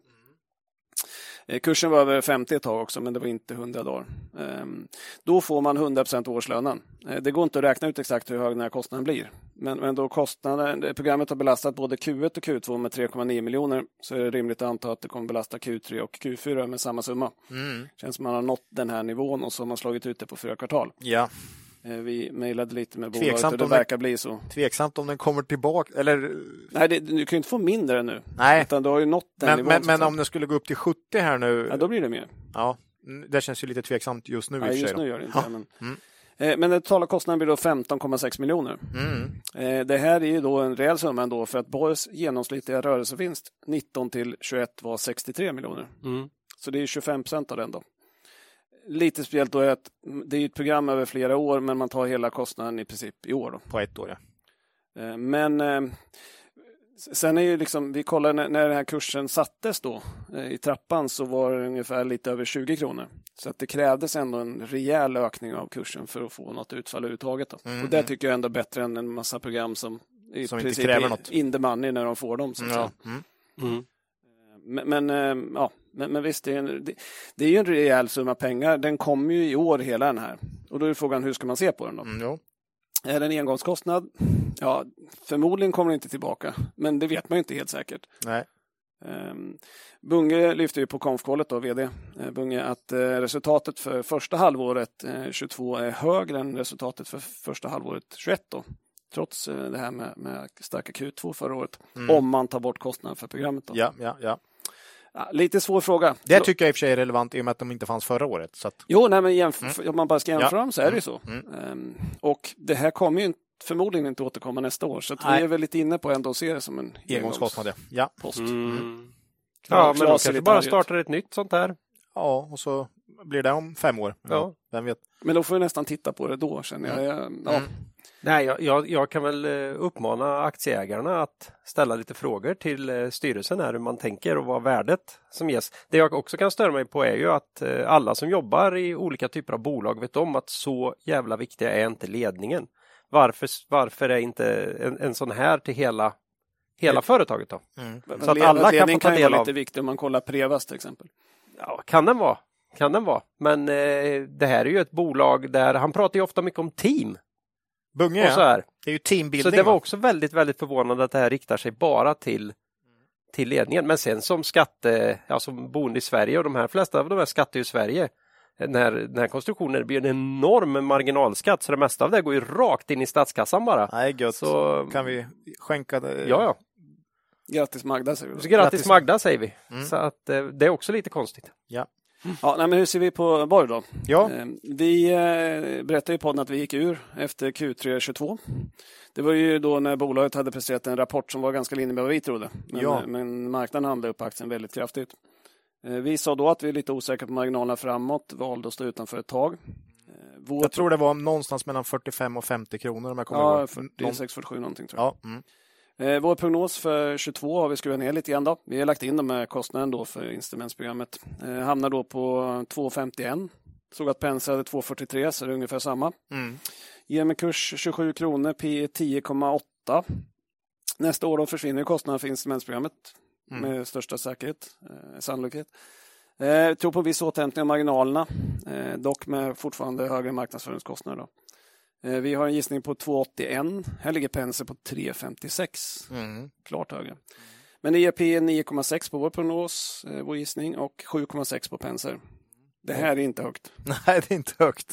Kursen var över 50 ett tag också, men det var inte 100 dagar. Då får man 100% årslönen. Det går inte att räkna ut exakt hur hög den här kostnaden blir. Men då programmet har belastat både Q1 och Q2 med 3,9 miljoner, så är det rimligt att anta att det kommer belasta Q3 och Q4 med samma summa. Känns som man har nått den här nivån och så har man slagit ut det på 4 kvartal. Ja. Vi mejlade lite med bolaget och det verkar bli så. Tveksamt om den kommer tillbaka, eller... Nej, du kan ju inte få mindre nu. Nej. Utan du har ju nått den nivån. Men om den skulle gå upp till 70 här nu... Ja, då blir det mer. Ja, det känns ju lite tveksamt just nu. Ja, just nu gör det inte. Men den totala kostnaden blir då 15,6 miljoner. Det här är ju då en rejäl summa ändå, för att Borgs genomsnittliga rörelsevinst 19 till 21 var 63 miljoner. Så det är 25% av den då. Lite speciellt då är att det är ett program över flera år, men man tar hela kostnaden i princip i år då. På ett år, ja. Men sen är ju liksom, vi kollar när den här kursen sattes då i trappan, så var det ungefär lite över 20 kronor. Så att det krävdes ändå en rejäl ökning av kursen för att få något utfall överhuvudtaget då. Och det tycker jag ändå är bättre än en massa program som i som princip inte kräver något. In the money när de får dem. Men visst, det är ju en rejäl summa pengar. Den kommer ju i år hela den här. Och då är frågan, hur ska man se på den då? Är det en engångskostnad? Ja, förmodligen kommer den inte tillbaka. Men det vet man ju inte helt säkert. Nej. Bunge lyfter ju på konfkålet då, vd Bunge, att resultatet för första halvåret 22 är högre än resultatet för första halvåret 21 då. Trots det här med starka Q2 förra året. Om man tar bort kostnaden för programmet då. Ja. Ja, lite svår fråga. Det tycker jag i och för sig är relevant i och med att de inte fanns förra året. Så att... Jo, nej, men om man bara ska jämföra dem så är det ju så. Och det här kommer ju förmodligen inte återkomma nästa år. Så att vi är väl lite inne på ändå att se det som en engångskostnad. Ja. Post. Ja, men de kanske bara startar ett nytt sånt här. Ja, och så blir det om 5 år. Ja. Vem vet. Men då får vi nästan titta på det då, känner jag. Nej, jag kan väl uppmana aktieägarna att ställa lite frågor till styrelsen här, hur man tänker och vad värdet som ges. Det jag också kan störa mig på är ju att alla som jobbar i olika typer av bolag vet om att så jävla viktiga är inte ledningen. Varför är inte en sån här till hela företaget då? Så att alla kan få ta del av. Lite viktigt om man kollar Prevas till exempel. Ja, kan den vara. Men det här är ju ett bolag där han pratar ju ofta mycket om team. Bunge, så här. Det är ju teambuilding. Så det var också väldigt, väldigt förvånande att det här riktar sig bara till ledningen. Men sen som som boende i Sverige, och de här flesta av de här skattar i Sverige, den här konstruktionen blir en enorm marginalskatt, så det mesta av det går ju rakt in i statskassan bara. Nej, gött. Så kan vi skänka det. Ja. Grattis Magda, säger vi. Så grattis Magda, säger vi. Så att det är också lite konstigt. Ja. Ja, men hur ser vi på Borg då? Ja. Vi berättade i podden att vi gick ur efter Q3 22. Det var ju då när bolaget hade presterat en rapport som var ganska linje med vad vi trodde. Men marknaden handlade upp aktien väldigt kraftigt. Vi sa då att vi är lite osäkra på marginalerna framåt, valde att stå utanför ett tag. Jag tror det var någonstans mellan 45 och 50 kronor om jag kommer ihåg. 46-47 någonting tror jag. Ja. Vår prognos för 22 har vi skruvat ner lite grann då. Vi har lagt in de här kostnaden då för instrumentsprogrammet. Hamnar då på 2,51. Såg att Penser hade 2,43 så det är ungefär samma. Ger med kurs 27 kronor, P 10,8. Nästa år då försvinner kostnaden för instrumentsprogrammet med största säkerhet, sannolikhet. Tror på viss återhämtning av marginalerna, dock med fortfarande högre marknadsföringskostnader då. Vi har en gissning på 2,81. Här ligger Penser på 3,56. Klart högre. Men det ger P 9,6 på vår prognos, vår gissning, och 7,6 på Penser. Det här är inte högt. Nej, det är inte högt.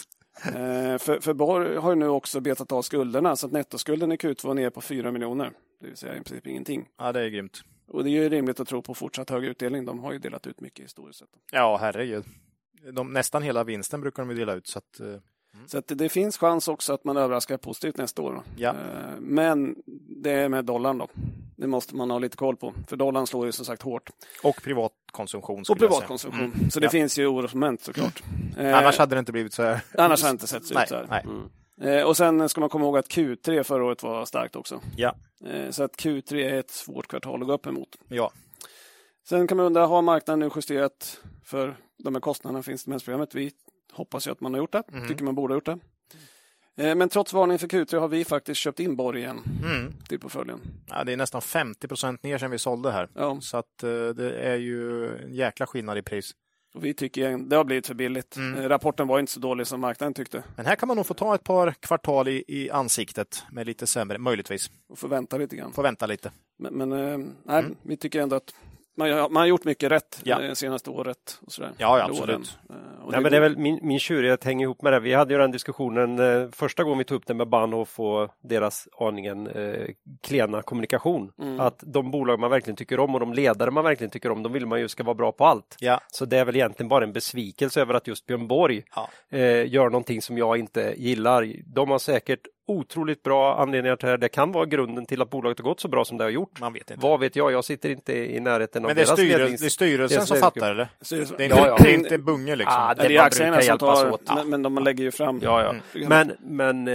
För Borg har ju nu också betat av skulderna, så att nettoskulden i Q2 var ner på 4 miljoner. Det vill säga i princip ingenting. Ja, det är grymt. Och det är ju rimligt att tro på fortsatt hög utdelning. De har ju delat ut mycket historiskt sett. Ja, herregud. Nästan hela vinsten brukar de ju dela ut. Så att det finns chans också att man överraskar positivt nästa år. Ja. Men det är med dollarn då. Det måste man ha lite koll på. För dollarn slår ju som sagt hårt. Och privatkonsumtion. Och privatkonsumtion. Så det finns ju orosmoment såklart. Annars hade det inte blivit så här. Annars hade det inte sett ut så här. Nej. Och sen ska man komma ihåg att Q3 förra året var starkt också. Ja. Så att Q3 är ett svårt kvartal att gå upp emot. Ja. Sen kan man undra, har marknaden nu justerat för de här kostnaderna för instrumentsprogrammet? Vi hoppas ju att man har gjort det. Tycker man borde ha gjort det. Men trots varning för Q3 har vi faktiskt köpt in Borg igen till portföljen. Ja, det är nästan 50% ner sedan vi sålde här. Ja. Så att det är ju en jäkla skillnad i pris. Och vi tycker det har blivit för billigt. Rapporten var inte så dålig som marknaden tyckte. Men här kan man nog få ta ett par kvartal i ansiktet med lite sämre, möjligtvis. Och få vänta lite grann. Få vänta lite. Men vi tycker ändå att man har gjort mycket rätt senaste året. Och sådär. Ja, absolut. Nej, men det är väl min tjurighet hänger ihop med det. Vi hade ju den diskussionen första gången vi tog upp det med Ban och få deras aningen klena kommunikation. Att de bolag man verkligen tycker om och de ledare man verkligen tycker om, de vill man ju ska vara bra på allt. Ja. Så det är väl egentligen bara en besvikelse över att just Björn Borg gör någonting som jag inte gillar. De har säkert otroligt bra anledningar till det. Det kan vara grunden till att bolaget har gått så bra som det har gjort. Man vet inte. Vad vet jag? Jag sitter inte i närheten av men det är styrelsen som fattar, eller? Det är inte Bunge liksom. Det är aktierna som tar, men de lägger ju fram. Men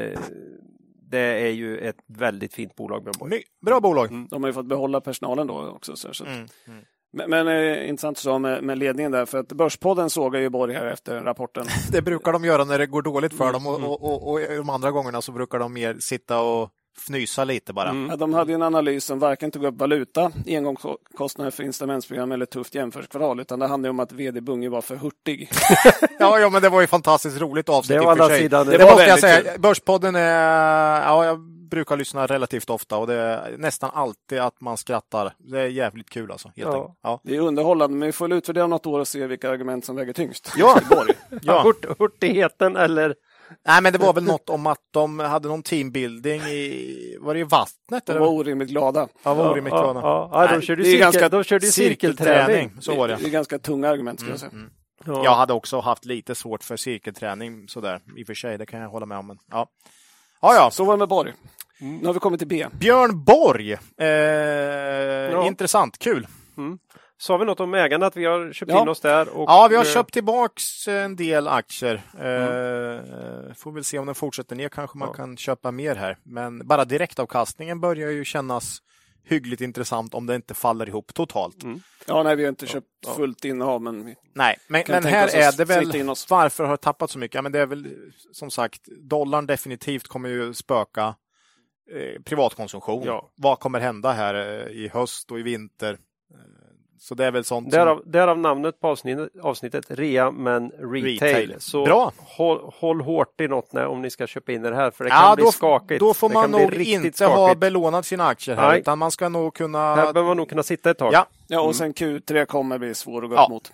det är ju ett väldigt fint bolag. Bra bolag. De har ju fått behålla personalen då också. Så. Men intressant så med ledningen där, för att Börspodden sågar ju Borg här efter rapporten. Det brukar de göra när det går dåligt för dem och de andra gångerna så brukar de mer sitta och fnysa lite bara. Ja, de hade ju en analys som varken tog upp valuta, engångskostnader för instrumentsprogram eller tufft jämförelsekvartal, utan det handlade om att vd Bunge var för hurtig. ja, men det var ju fantastiskt roligt avsnitt. Det var alla sidan. Det måste jag säga. Börspodden är, jag brukar lyssna relativt ofta och det är nästan alltid att man skrattar. Det är jävligt kul alltså. Helt enkelt. Ja. Det är underhållande, men vi får utvärdera något år och se vilka argument som väger tyngst. Ja. Hurtigheten eller... Nej, men det var väl något om att de hade någon teambuilding var det i vattnet? De var orimligt glada. Ja, var orimligt glada. Ja, de körde cirkelträning. Så var det. Det är ganska tunga argument, skulle jag säga. Ja. Jag hade också haft lite svårt för cirkelträning sådär. I och för sig, det kan jag hålla med om. Men, ja. Så var det med Borg. Nu har vi kommit till B. Björn Borg. Intressant, kul. Sa vi något om ägarna att vi har köpt in oss där? Och, vi har köpt tillbaks en del aktier. Får väl se om den fortsätter ner. Kanske man kan köpa mer här. Men bara direktavkastningen börjar ju kännas hyggligt intressant om det inte faller ihop totalt. Ja, nej, vi har inte köpt fullt innehav. Men men här är det väl varför har tappat så mycket? Ja, men det är väl som sagt, dollarn definitivt kommer ju spöka privatkonsumtion. Ja. Vad kommer hända här i höst och i vinter? Så det är väl sånt därav namnet på avsnittet Rea men retail. Så bra. Håll hårt i något om ni ska köpa in det här, för det kan bli skakigt. Då får man nog inte ha belånat sina aktier här. Nej. Utan man ska nog kunna... Här behöver man nog kunna sitta ett tag. Ja, och sen Q3 kommer bli svår att gå upp mot.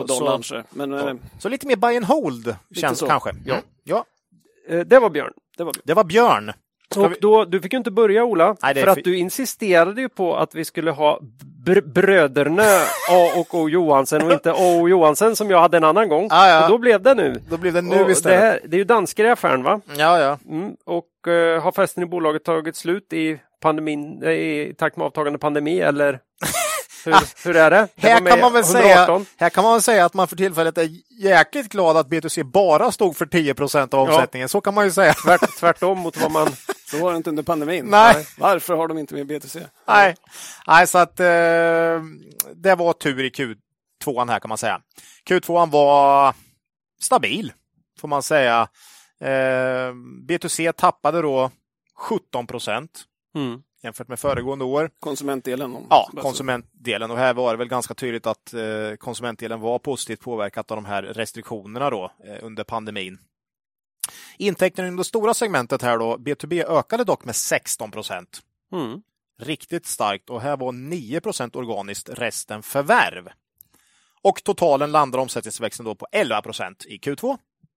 Så lite mer buy and hold känns kanske. Ja. Det var Björn. Det var Björn. Och då, du fick ju inte börja, Ola, för att du insisterade ju på att vi skulle ha bröderna A och O Johansen och inte O Johansen som jag hade en annan gång. Och då blev det nu. Då blev det nu istället. Det är ju danskar i affären, va? Ja. Och har festen i bolaget tagit slut i pandemin, i takt med avtagande pandemi, eller... Hur är det? Här kan man väl säga att man för tillfället är jäkligt glad att B2C bara stod för 10% av omsättningen. Så kan man ju säga. Tvärtom mot vad man Så var det inte under pandemin. Nej. Varför har de inte med BTC? Nej, så att det var tur i Q2 här kan man säga. Q2 var stabil får man säga. B2C tappade då 17% jämfört med föregående år. Konsumentdelen? Ja, konsumentdelen. Och här var det väl ganska tydligt att konsumentdelen var positivt påverkat av de här restriktionerna då under pandemin. Intäkterna i det stora segmentet här då, B2B ökade dock med 16%. Riktigt starkt och här var 9% organiskt, resten förvärv. Och totalen landar omsättningsväxten då på 11% i Q2.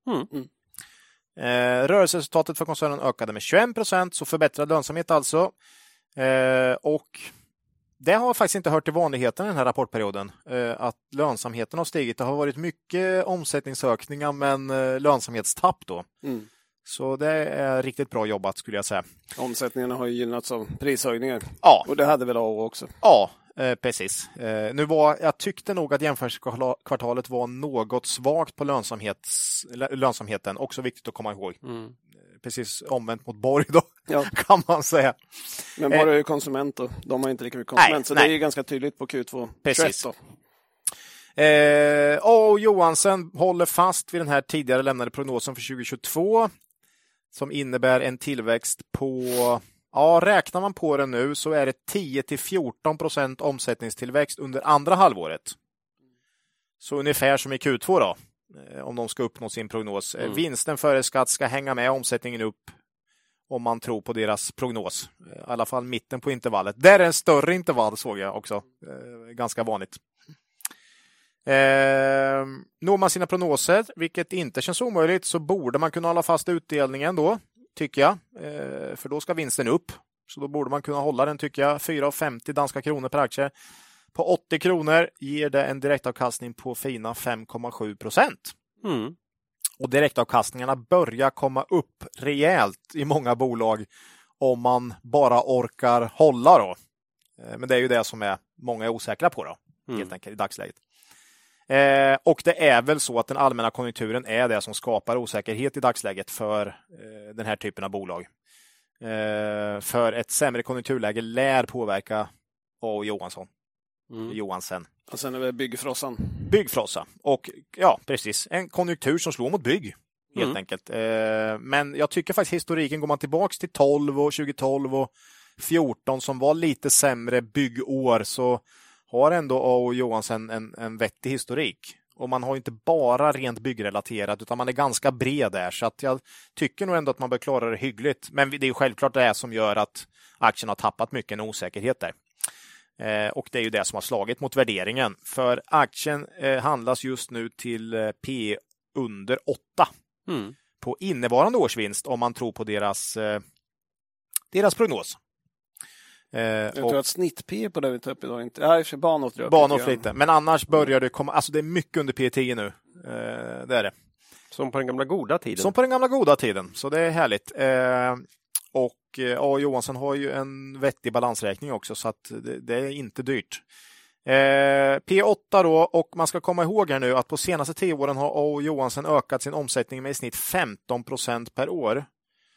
Rörelseresultatet för koncernen ökade med 21%, så förbättrad lönsamhet alltså. Och det har faktiskt inte hört till vanligheten i den här rapportperioden att lönsamheten har stigit. Det har varit mycket omsättningsökningar men lönsamhetstapp då. Så det är riktigt bra jobbat skulle jag säga. Omsättningarna har ju gynnats av prishöjningar. Ja. Och det hade väl AO också. Ja, precis. Jag tyckte nog att jämförelsekvartalet var något svagt på lönsamheten. Också viktigt att komma ihåg. Precis omvänt mot Borg då, kan man säga. Men Borg är ju konsument och de har inte lika mycket konsument. Så det är ju ganska tydligt på Q2. Precis. Och Johansen håller fast vid den här tidigare lämnade prognosen för 2022 som innebär en tillväxt på, räknar man på det nu så är det 10-14% omsättningstillväxt under andra halvåret. Så ungefär som i Q2 då, om de ska uppnå sin prognos. Vinsten före skatt ska hänga med omsättningen upp om man tror på deras prognos. I alla fall mitten på intervallet. Där är en större intervall såg jag också. Ganska vanligt. Når man sina prognoser, vilket inte känns omöjligt, så borde man kunna hålla fast utdelningen då, tycker jag. För då ska vinsten upp. Så då borde man kunna hålla den, tycker jag. 4,50 danska kronor per aktie. På 80 kronor ger det en direktavkastning på fina 5,7%. Och direktavkastningarna börjar komma upp rejält i många bolag om man bara orkar hålla då. Men det är ju det som många är osäkra på då, helt enkelt i dagsläget. Och det är väl så att den allmänna konjunkturen är det som skapar osäkerhet i dagsläget för den här typen av bolag. För ett sämre konjunkturläge lär påverka A.O. Johansen. Och sen är det Byggfrossa. Och ja, precis. En konjunktur som slår mot bygg. Helt enkelt. Men jag tycker faktiskt historiken, går man tillbaka till 12 och 2012 och 14 som var lite sämre byggår, så har ändå A.O. Johansen en vettig historik. Och man har inte bara rent byggrelaterat utan man är ganska bred där. Så att jag tycker nog ändå att man bör klara det hyggligt. Men det är självklart det som gör att aktien har tappat mycket, en osäkerhet där. Och det är ju det som har slagit mot värderingen. För aktien handlas just nu till P under 8 på innevarande årsvinst om man tror på deras prognos. Jag tror att snitt-P på det vi tar upp idag inte. Ja, i och för sig Bahnhof lite. Men annars börjar det komma, alltså det är mycket under P10 nu. Det är det. Som på den gamla goda tiden. Som på den gamla goda tiden. Så det är härligt. Och A.O. Johansen har ju en vettig balansräkning också, så att det är inte dyrt. P8 då, och man ska komma ihåg här nu att på senaste 10 åren har A.O. Johansen ökat sin omsättning med i snitt 15% per år.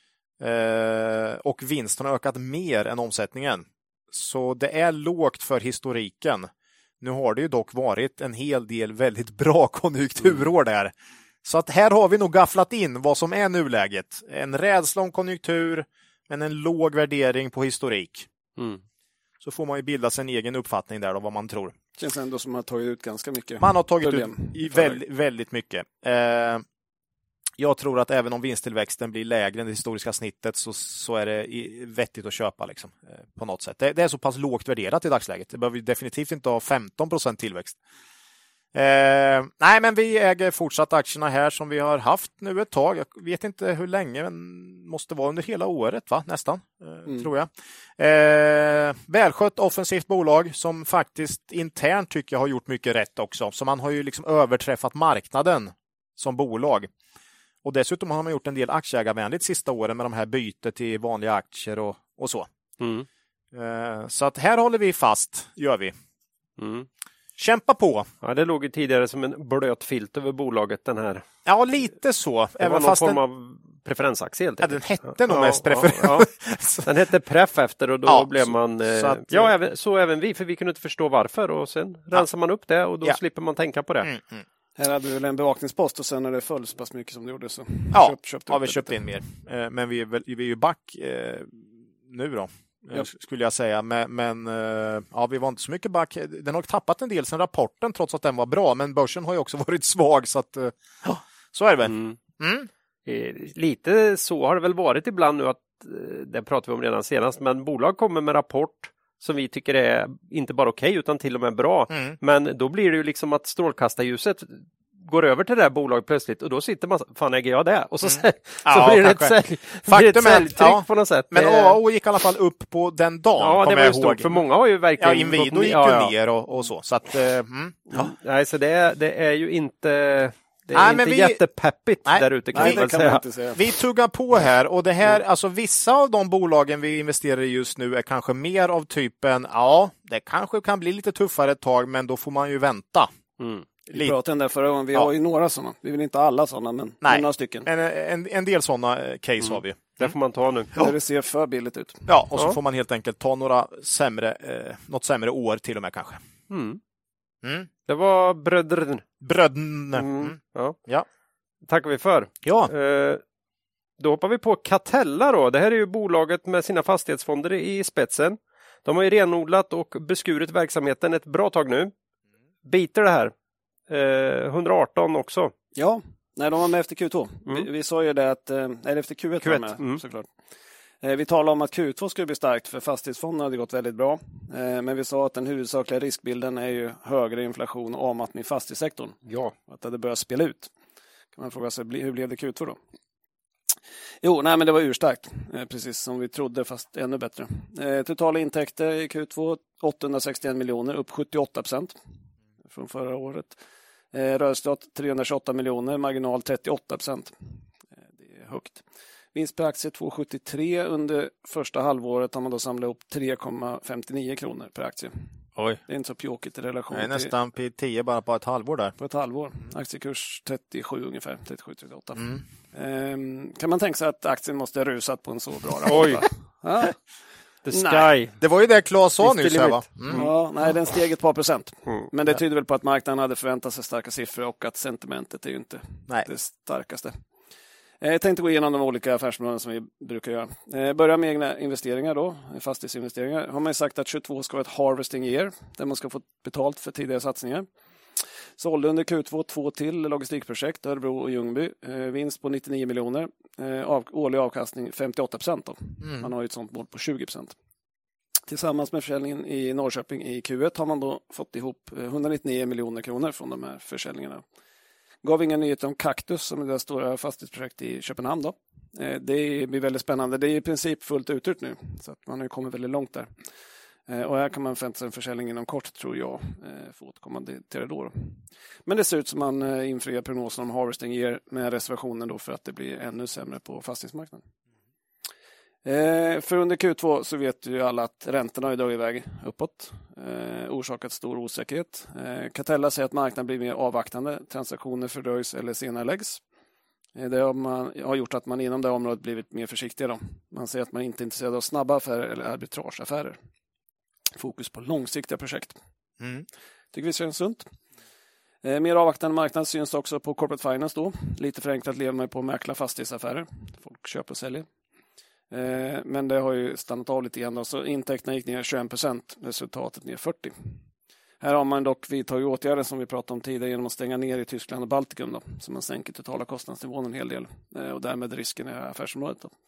Och vinsten har ökat mer än omsättningen. Så det är lågt för historiken. Nu har det ju dock varit en hel del väldigt bra konjunkturår där. Så att här har vi nog gafflat in vad som är nuläget. En rädsla om konjunktur, men en låg värdering på historik. Så får man ju bilda sin egen uppfattning där då, vad man tror. Det känns ändå som att man har tagit ut ganska mycket. Man har tagit ut väldigt mycket. Jag tror att även om vinsttillväxten blir lägre än det historiska snittet så är det vettigt att köpa liksom, på något sätt. Det är så pass lågt värderat i dagsläget. Det behöver definitivt inte ha 15% tillväxt. Nej, men vi äger fortsatt aktierna här som vi har haft nu ett tag. Jag vet inte hur länge, men måste vara under hela året, va? Nästan, tror jag. Välskött offensivt bolag som faktiskt internt tycker jag har gjort mycket rätt också. Så man har ju liksom överträffat marknaden som bolag. Och dessutom har man gjort en del aktieägarvänligt sista åren med de här bytet till vanliga aktier och så. Så att här håller vi fast, gör vi. Kämpa på. Ja, det låg ju tidigare som en blöt filt över bolaget den här. Ja, lite så. Det var någon form av preferensaktie helt enkelt. Den hette nog mest preferens. Den hette Pref efter och då blev man... Så även vi, för vi kunde inte förstå varför och sen rensar man upp det och då slipper man tänka på det. Här hade du väl en bevakningspost och sen när det föll så pass mycket som det gjorde så vi köpte in mer. Men vi är ju back nu då. Skulle jag säga, men vi var inte så mycket back. Den har tappat en del sen rapporten trots att den var bra, men börsen har ju också varit svag så att så är det väl. Lite så har det väl varit ibland nu att det pratade vi om redan senast, men bolag kommer med rapport som vi tycker är inte bara okej utan till och med bra, men då blir det ju liksom att strålkastarljuset går över till det här bolaget plötsligt och då sitter man, fan äger jag det? Och så blir det ett säljtryck på något sätt. Men AO gick i alla fall upp på den dagen. Ja, det var ju stort, för många har ju verkligen... Inwido gick ju ner och så. Så att, Nej, så det är ju inte... Det är inte jättepeppigt där ute kan man säga. Vi tuggar på här och det här, alltså vissa av de bolagen vi investerar i just nu är kanske mer av typen, det kanske kan bli lite tuffare ett tag, men då får man ju vänta. Vi pratade om det förra gången, vi har ju några sådana. Vi vill inte alla sådana, men några stycken. En del sådana case har vi. Det får man ta nu. Där det ser för billigt ut. Ja, och så får man helt enkelt ta något sämre år till och med kanske. Det var bröderna. Ja. Tackar vi för. Ja. Då hoppar vi på Catella då. Det här är ju bolaget med sina fastighetsfonder i spetsen. De har ju renodlat och beskurit verksamheten ett bra tag nu. Biter det här. 118 också. Ja, nej, de var med efter Q2. Vi sa ju det att, eller efter Q1 var med, såklart. Vi talade om att Q2 skulle bli starkt för fastighetsfonderna hade gått väldigt bra. Men vi sa att den huvudsakliga riskbilden är ju högre inflation och avmattning i fastighetssektorn. Ja. Att det börjar spela ut. Kan man fråga sig, hur blev det Q2 då? Jo, nej men det var urstarkt. Precis som vi trodde, fast ännu bättre. Totala intäkter i Q2 861 miljoner, upp 78% från förra året. Rörelseresultat 328 miljoner, marginal 38%. Det är högt. Vinst per aktie 2,73 under första halvåret har man då samlat upp 3,59 kronor per aktie. Oj. Det är inte så pjåkigt i relation till... Det är nästan P10 bara på ett halvår där. På ett halvår. Aktiekurs 37 ungefär, 37-38. Kan man tänka sig att aktien måste ha rusat på en så bra rapport? Oj! The sky. Nej. Det var ju det Claes sa nyss här, va? Ja, nej, den steg ett par procent. Men det tyder väl på att marknaden hade förväntat sig starka siffror och att sentimentet är ju inte det starkaste. Jag tänkte gå igenom de olika affärsområden som vi brukar göra. Börja med egna investeringar då, fastighetsinvesteringar. Har man ju sagt att 22 ska vara ett harvesting year, där man ska få betalt för tidigare satsningar. Sålde under Q2 2 till logistikprojekt, Örebro och Ljungby. Vinst på 99 miljoner. Årlig avkastning 58% då. Man har ju ett sånt mål på 20%. Tillsammans med försäljningen i Norrköping i Q1 har man då fått ihop 199 miljoner kronor från de här försäljningarna. Gav inga nyheter om Kaktus som är det stora fastighetsprojekt i Köpenhamn då. Det blir väldigt spännande. Det är i princip fullt utryrt nu så att man har kommit väldigt långt där. Och här kan man förvänta sig en försäljning inom kort tror jag. Får återkomma till det då. Men det ser ut som man infriar prognosen om harvesting year med reservationen då för att det blir ännu sämre på fastighetsmarknaden. För under Q2 så vet ju alla att räntorna har dragit iväg uppåt. Orsakat stor osäkerhet. Catella säger att marknaden blir mer avvaktande. Transaktioner fördröjs eller senare läggs. Det har gjort att man inom det området blivit mer försiktiga. Då. Man säger att man inte är intresserad av snabba affärer eller arbitrageaffärer. Fokus på långsiktiga projekt. Tycker vi känns sunt. Mer avvaktande marknad syns också på corporate finance då. Lite förenklat lever man på mäkla fastighetsaffärer. Folk köper och säljer. Men det har ju stannat av lite igen då. Så intäkterna gick ner 21%, resultatet ner 40%. Här har man dock vidtagit åtgärder som vi pratade om tidigare genom att stänga ner i Tyskland och Baltikum då. Så man sänker totala kostnadsnivån en hel del. Och därmed risken i affärsområdet då.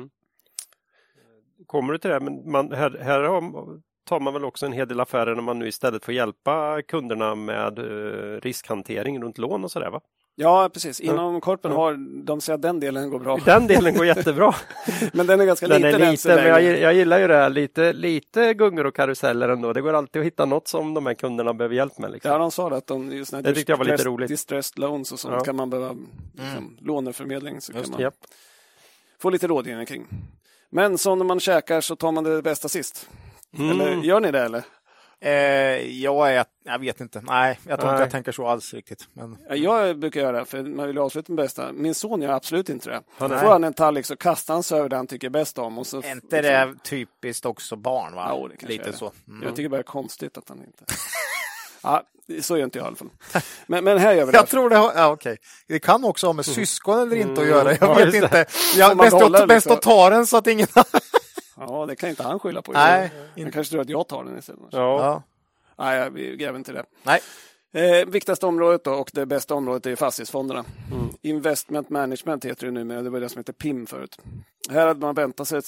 Kommer du till det? Men här tar man väl också en hel del affärer när man nu istället får hjälpa kunderna med riskhantering runt lån och sådär va? Ja, precis. Inom korpen har de säger att den delen går bra. Den delen går jättebra. Men den är ganska liten. Men jag gillar ju det här. Lite gungor och karuseller ändå. Det går alltid att hitta något som de här kunderna behöver hjälp med. Liksom. Ja, de sa det att det tyckte jag var lite roligt. Distressed loans och sånt kan man behöva låneförmedling så kan man få lite rådgivning kring. Men som när man käkar så tar man det bästa sist. Eller gör ni det eller? Jag vet inte. Nej, jag tror inte jag tänker så alls riktigt. Men... Jag brukar göra det, för man vill avsluta med bästa. Min son gör absolut inte det. Får han en tallrik så kastar han sig över det han tycker bäst om. Och så, är inte det typiskt också barn, va? Ja, det lite så. Jag tycker bara det är konstigt att han inte... Ja, så gör inte jag i alla fall. Men här gör vi det. Jag tror det har... Ja, okej. Det kan också ha med syskon eller inte att göra. Jag vet inte. Bäst att ta den så att ingen... Ja, det kan inte han skylla på. Nej. Han kanske tror att jag tar den istället. Ja. Nej, vi gräver inte det. Nej. Viktigaste området då, och det bästa området är fastighetsfonderna. Investment Management heter det numera. Det var det som heter PIM förut. Här hade man väntat sig ett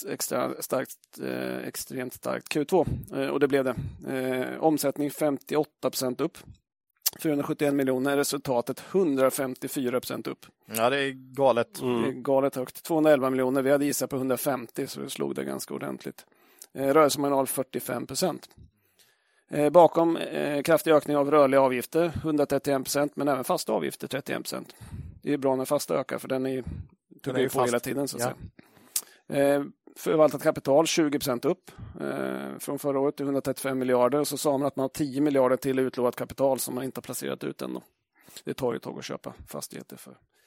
extremt starkt Q2 och det blev det. Omsättning 58% upp. 471 miljoner, resultatet 154% upp. Ja, det är galet. Det är galet högt. 211 miljoner, vi hade gissat på 150 så det slog det ganska ordentligt. Rörelsemarginal 45%. Bakom kraftig ökning av rörliga avgifter 131%, men även fasta avgifter 31%. Det är bra när fasta ökar, för den är ju på hela tiden så att säga. Förvaltat kapital 20% upp från förra året till 135 miljarder, och så sa man att man har 10 miljarder till utlovat kapital som man inte har placerat ut än. Det tar ju ett tag att köpa fastigheter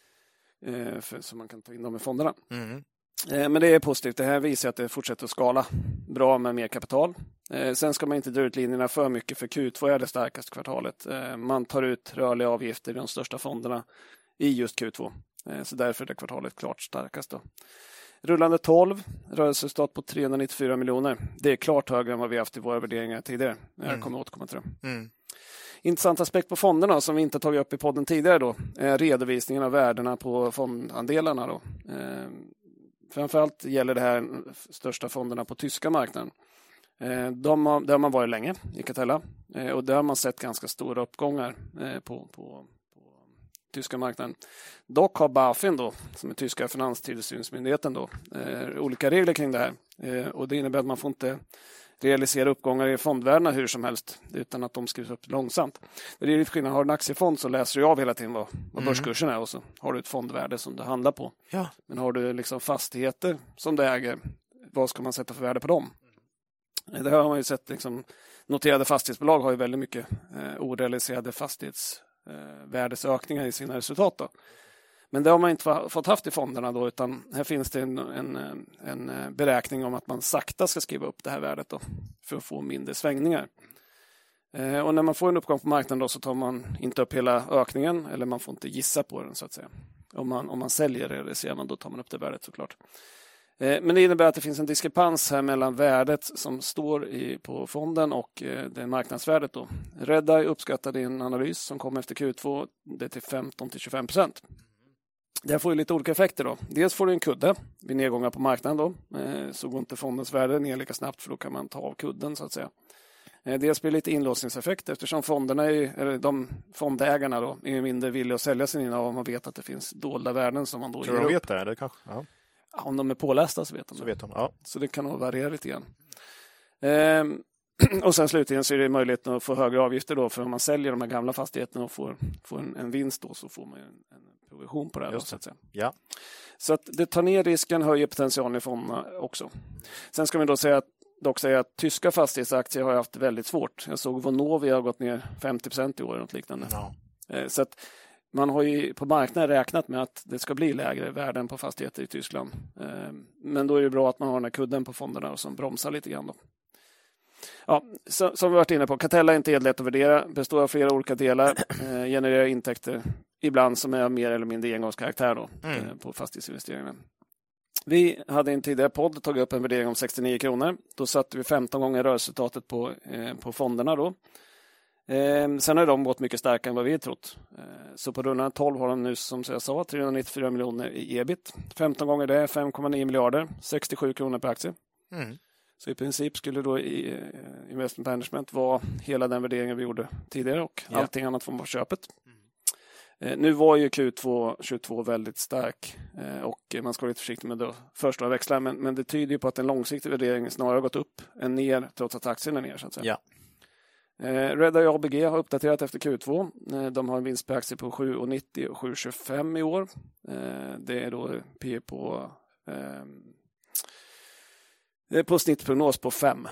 för så man kan ta in dem i fonderna. Men det är positivt. Det här visar att det fortsätter att skala bra med mer kapital. Sen ska man inte dra ut linjerna för mycket, för Q2 är det starkaste kvartalet. Man tar ut rörliga avgifter i de största fonderna i just Q2. Så därför är det kvartalet klart starkast då. Rullande 12, rörelseresultat på 394 miljoner. Det är klart högre än vad vi haft i våra värderingar tidigare. Jag kommer återkomma till det. Intressant aspekt på fonderna som vi inte tagit upp i podden tidigare då är redovisningen av värdena på fondandelarna då. Framförallt gäller det här största fonderna på tyska marknaden. Där har man varit länge i Catella och där har man sett ganska stora uppgångar på tyska marknaden. Dock har BaFin då, som är tyska finanstillsynsmyndigheten då, olika regler kring det här. Och det innebär att man får inte realisera uppgångar i fondvärdena hur som helst utan att de skrivs upp långsamt. Det är lite skillnad. Har du en aktiefond så läser du av hela tiden vad börskursen är och så har du ett fondvärde som du handlar på. Ja. Men har du liksom fastigheter som du äger, vad ska man sätta för värde på dem? Det har man ju sett, liksom, noterade fastighetsbolag har ju väldigt mycket orealiserade fastighetsvärdesökningar i sina resultat då. Men det har man inte fått haft i fonderna då, utan här finns det en beräkning om att man sakta ska skriva upp det här värdet då, för att få mindre svängningar. Och när man får en uppgång på marknaden då, så tar man inte upp hela ökningen, eller man får inte gissa på den så att säga. Om man säljer realiserar man, då tar man upp det värdet såklart. Men det innebär att det finns en diskrepans här mellan värdet som står på fonden och det marknadsvärdet då. Redeye uppskattade i en analys som kom efter Q2 det till 15-25%. Det här får ju lite olika effekter då. Dels får du en kudde vid nedgångar på marknaden då. Så går inte fondens värde ner lika snabbt, för då kan man ta av kudden så att säga. Dels blir det lite inlåsningseffekt eftersom de fondägarna då är mindre villiga att sälja sin innehav om man vet att det finns dolda värden som man då ger upp. Tror de vet det? Eller kanske? Ja. Om de är pålästa så vet de det. Ja. Så det kan nog variera lite grann. Och sen slutligen så är det möjligt att få högre avgifter då, för om man säljer de här gamla fastigheterna och får en vinst då, så får man en provision på det här då, så att säga. Ja. Så att det tar ner risken, höjer potentialen i fonderna också. Sen ska vi då säga att tyska fastighetsaktier har haft väldigt svårt. Jag såg Vonovia har gått ner 50% i år eller något liknande. Ja. Så att man har ju på marknaden räknat med att det ska bli lägre värden på fastigheter i Tyskland. Men då är det bra att man har den här kudden på fonderna och som bromsar lite grann då. Ja, som vi varit inne på, Catella är inte helt lätt att värdera, består av flera olika delar, genererar intäkter ibland som är mer eller mindre engångskaraktär då, på fastighetsinvesteringarna. Vi hade i en tidigare podd tagit upp en värdering om 69 kronor. Då satte vi 15 gånger rörelseresultatet på fonderna då. Sen har de gått mycket starkare än vad vi trott. Så på rundan 12 har de nu, som jag sa, 394 miljoner i ebit. 15 gånger det, 5,9 miljarder, 67 kronor per aktie. Så i princip skulle då i investment management vara hela den värderingen vi gjorde tidigare och allting annat från köpet. Nu var ju Q2 22 väldigt stark och man ska vara lite försiktig med att första växlar, men det tyder ju på att en långsiktig värdering snarare har gått upp än ner, trots att aktien är ner så att säga. Ja. Redeye ABG har uppdaterat efter Q2. De har en vinst per aktie på 7,90 och 7,25 i år. Det är då på snittprognos på 5.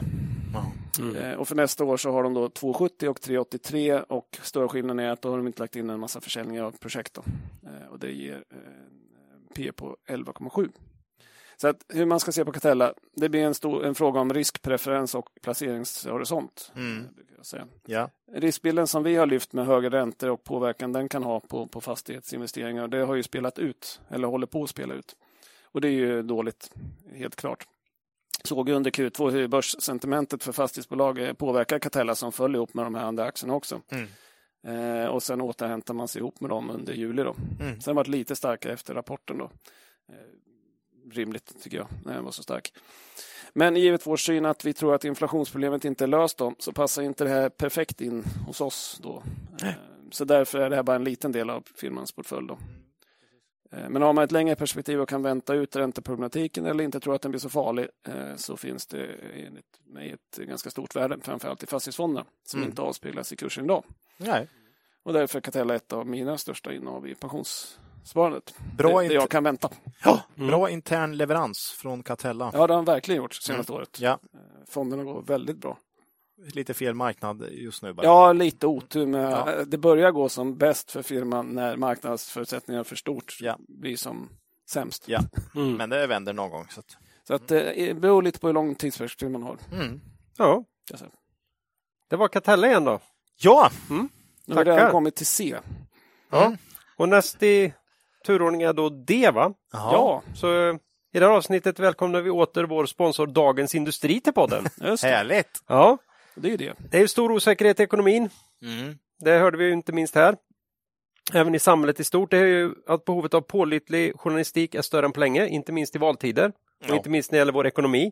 Och för nästa år så har de då 2,70 och 3,83 och större skillnaden är att då har de inte lagt in en massa försäljningar av projekt då. Och det ger P på 11,7. Så att hur man ska se på Catella, det blir en fråga om riskpreferens och placeringshorisont. Jag säga. Ja. Riskbilden som vi har lyft med högre räntor och påverkan den kan ha på fastighetsinvesteringar, det har ju spelat ut, eller håller på att spela ut. Och det är ju dåligt, helt klart. Såg under Q2 hur börssentimentet för fastighetsbolag påverkar Catella som följer ihop med de här andra aktierna också. Och sen återhämtar man sig ihop med dem under juli då. Sen var det lite starkare efter rapporten då. Rimligt tycker jag, när den var så stark. Men givet vår syn att vi tror att inflationsproblemet inte är löst då, så passar inte det här perfekt in hos oss då. Så därför är det här bara en liten del av firmans portfölj då. Men har man ett längre perspektiv och kan vänta ut ränteproblematiken eller inte tror att den blir så farlig, så finns det enligt mig ett ganska stort värde, framförallt i fastighetsfonderna som inte avspeglas i kursen idag. Nej. Och därför är Catella ett av mina största innehav i pensionssparandet. Bra det jag kan vänta. Ja, bra intern leverans från Catella. Ja, det har han verkligen gjort senaste året. Ja. Fonderna går väldigt bra. Lite fel marknad just nu bara. Ja, lite otur med det börjar gå som bäst för firman när marknadsförutsättningarna för stort blir som sämst. Ja, men det vänder någon gång. Så att det beror lite på hur lång tidsperspektiv man har. Ja. Det var Catella igen då. Ja! Nu har det kommit till C. Ja. Och näst i turordning är då D, va? Ja. Så i det här avsnittet välkomnar vi åter vår sponsor Dagens Industri till podden. Just det. Härligt! Ja. Det är ju det. Det är ju stor osäkerhet i ekonomin. Det hörde vi ju inte minst här. Även i samhället i stort. Det är ju att behovet av pålitlig journalistik är större än på länge. Inte minst i valtider. Och inte minst när det gäller vår ekonomi.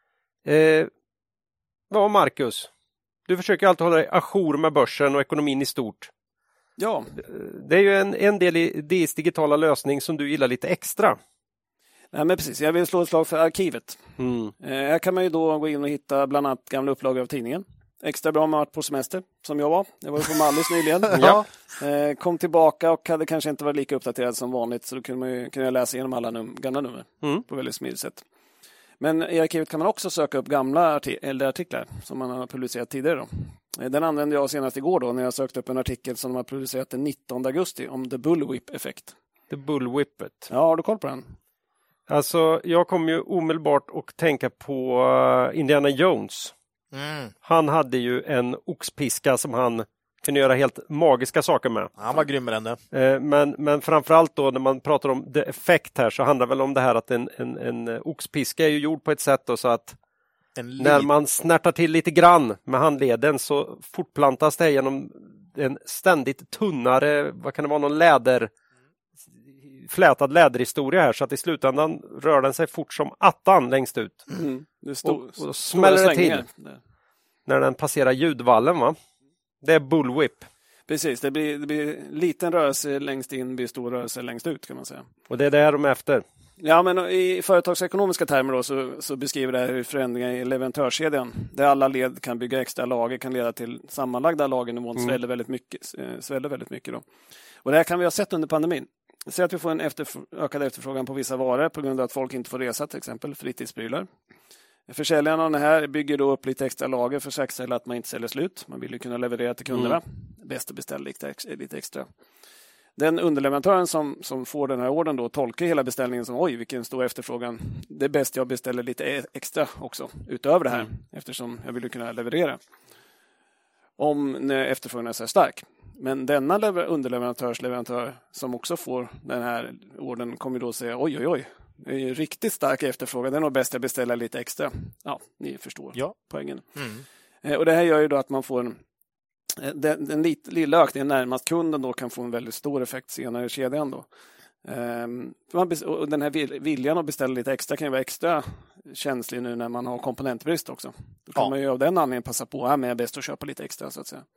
Marcus? Du försöker alltid hålla dig ajour med börsen och ekonomin i stort. Ja. Det är ju en del i DIs digitala lösning som du gillar lite extra. Nej, men precis. Jag vill slå ett slag för arkivet. Här kan man ju då gå in och hitta bland annat gamla upplagor av tidningen. Extra bra om man varit på semester, som jag var. Jag var på Mallis nyligen. Kom tillbaka och hade kanske inte varit lika uppdaterad som vanligt. Så då kunde jag läsa igenom alla gamla nummer på väldigt smidigt sätt. Men i arkivet kan man också söka upp gamla artiklar som man har publicerat tidigare. Då. Den använde jag senast igår då när jag sökte upp en artikel som de har publicerat den 19 augusti om The Bullwhip-effekt. The Bullwhipet. Ja, har du koll på den? Alltså, jag kom ju omedelbart att tänka på Indiana Jones. Han hade ju en oxpiska som han kunde göra helt magiska saker med. Han var grym med den. Men framförallt då när man pratar om the effect här så handlar det väl om det här att en oxpiska är ju gjord på ett sätt då, så att när man snärtar till lite grann med handleden så fortplantas det genom en ständigt tunnare, vad kan det vara, någon flätad läderhistoria här, så att i slutändan rör den sig fort som attan längst ut. Och smäller det till när den passerar ljudvallen, va? Det är bullwhip. Precis, det blir liten rörelse längst in, blir stor rörelse längst ut kan man säga. Och det är det de är efter. Ja, men i företagsekonomiska termer då, så beskriver det här hur förändringar i leverantörskedjan, där alla led kan bygga extra lager, kan leda till sammanlagda lagernivån sväller väldigt mycket då. Och det här kan vi ha sett under pandemin. Säg att vi får en ökad efterfrågan på vissa varor på grund av att folk inte får resa, till exempel fritidsprylar. Försäljaren av det här bygger då upp lite extra lager för att säkerställa att man inte säljer slut. Man vill ju kunna leverera till kunderna. Bäst att beställa lite extra. Den underleverantören som får den här ordern då tolkar hela beställningen som oj, vilken stor efterfrågan. Det är bäst jag beställer lite extra också utöver det här eftersom jag vill ju kunna leverera. Om efterfrågan är så stark. Men denna leverantör som också får den här ordern kommer då säga oj. Det är ju riktigt stark efterfrågan. Det är nog bäst jag beställer lite extra. Ja, ni förstår poängen. Och det här gör ju då att man får den lilla ökningen närmast kunden då kan få en väldigt stor effekt senare i kedjan då. Och den här viljan att beställa lite extra kan ju vara extra känslig nu när man har komponentbrist också. Då kan man ju av den anledningen passa på att det är bäst att köpa lite extra så att säga.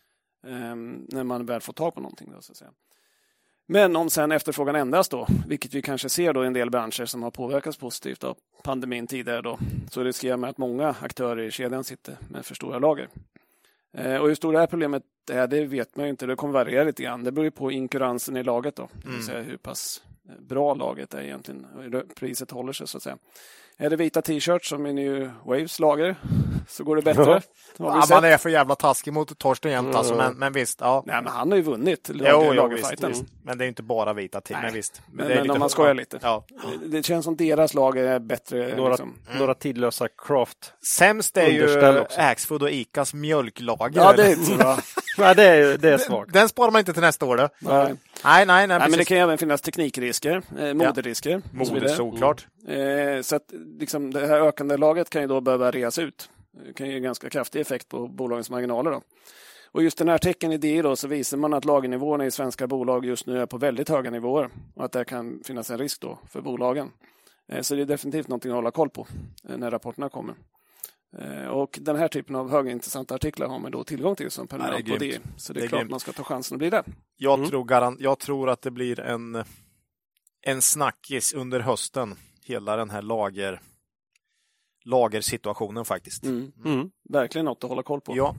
När man väl får tag på någonting då, så att säga. Men om sen efterfrågan ändras då, vilket vi kanske ser då i en del branscher som har påverkats positivt av pandemin tidigare då, så riskerar man att många aktörer i kedjan sitter med för stora lager. Och hur stort det här problemet är, det vet man ju inte. Det kommer variera lite grann. Det beror ju på inkuransen i lagret då. Det vill säga hur pass bra laget är egentligen. Priset håller sig så att säga. Är det vita t-shirts som är New Waves lager så går det bättre. Man är för jävla taskig mot Torsten jämt alltså, men visst. Ja. Nej, men han har ju vunnit lagerfighten. Men det är inte bara vita t-shirts. Men visst. Men om man skojar lite. Ja. Det känns som deras lager är bättre. Några tidlösa craft. Sämst är ju Axfood och Icas mjölklager. Ja, det är inte bra. Nej, det är svagt. Den sparar man inte till nästa år då. Nej, men det kan även finnas teknikrisker, moderisker. Mode, såklart. Så att liksom, det här ökande laget kan ju då behöva reas ut. Det kan ge ganska kraftig effekt på bolagens marginaler då. Och just den här tecken i det då så visar man att lagernivåerna i svenska bolag just nu är på väldigt höga nivåer. Och att det kan finnas en risk då för bolagen. Så det är definitivt någonting att hålla koll på när rapporterna kommer. Och den här typen av högintressanta artiklar har man då tillgång till som prenumerant på det. Så det är klart att man ska ta chansen att bli där. Jag tror att det blir en snackis under hösten. Hela den här lagersituationen faktiskt. Verkligen något att hålla koll på. Ja.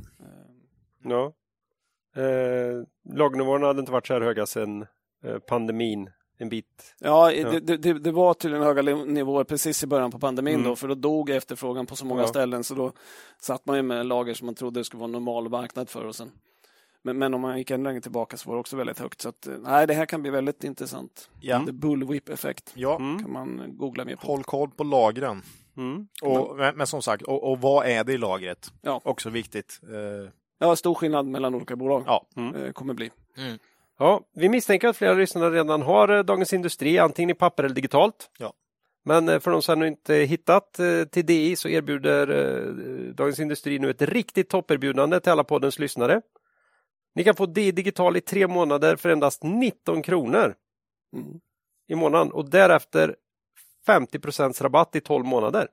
Lagernivåerna hade inte varit så här höga sedan pandemin en bit. Ja, det var tydligen höga nivåer precis i början på pandemin då, för då dog efterfrågan på så många ställen så då satt man ju med lager som man trodde skulle vara normal marknad för och sen. Men om man gick ännu längre tillbaka så var det också väldigt högt. Så att, det här kan bli väldigt intressant. Ja. The bullwhip-effekt kan man googla mer på. Håll koll på lagren. Men som sagt, och vad är det i lagret? Ja. Också viktigt. Ja, stor skillnad mellan olika bolag kommer bli. Ja, vi misstänker att flera lyssnare redan har Dagens Industri, antingen i papper eller digitalt. Ja. Men för de som ännu inte hittat till DI så erbjuder Dagens Industri nu ett riktigt topperbjudande till alla poddens lyssnare. Ni kan få DI digital i 3 månader för endast 19 kronor i månaden och därefter 50% rabatt i 12 månader.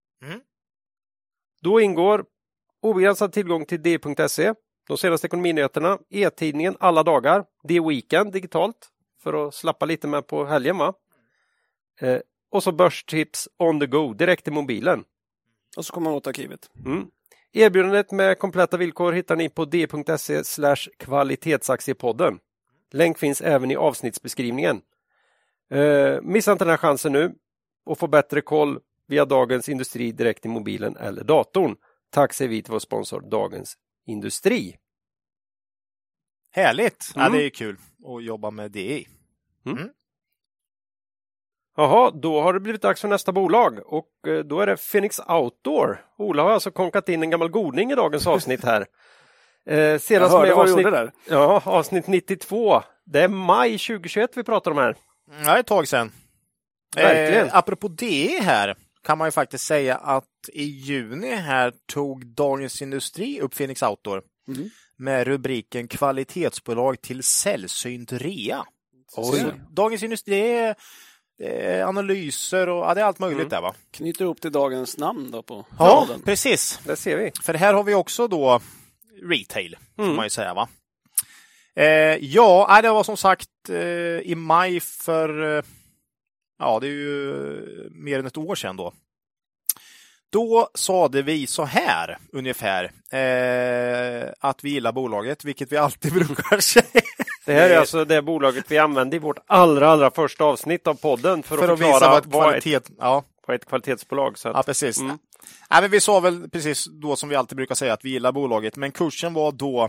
Då ingår obegränsad tillgång till di.se, de senaste ekonominyheterna, e-tidningen alla dagar, D-weekend digitalt för att slappa lite med på helgen va? Och så börstips on the go direkt i mobilen. Och så kommer man åt arkivet. Erbjudandet med kompletta villkor hittar ni på d.se/kvalitetsaktiepodden. Länk finns även i avsnittsbeskrivningen. Missa inte den här chansen nu och få bättre koll via Dagens Industri direkt i mobilen eller datorn. Tack säger vi till vår sponsor Dagens Industri. Härligt! Ja, det är kul att jobba med DI. Jaha, då har det blivit dags för nästa bolag och då är det Phoenix Outdoor. Ola har alltså konkat in en gammal godning i dagens avsnitt här. Senast med avsnitt 92. Det är maj 2021 vi pratar om här. Ja, ett tag sedan. Apropå DI här kan man ju faktiskt säga att i juni här tog Dagens Industri upp Phoenix Outdoor med rubriken kvalitetsbolag till sällsynt rea. Dagens Industri är analyser och det är allt möjligt där va? Knyter upp till dagens namn då på raden. Precis. Det ser vi. För här har vi också då retail, får man ju säga va? Det var som sagt i maj för det är ju mer än ett år sedan då. Då sade vi så här ungefär att vi gillar bolaget, vilket vi alltid brukar säga. Det här är alltså det bolaget vi använde i vårt allra första avsnitt av podden för att förklara vad ett kvalitetsbolag. Så att, ja, precis. Men vi sa väl precis då som vi alltid brukar säga att vi gillar bolaget, men kursen var då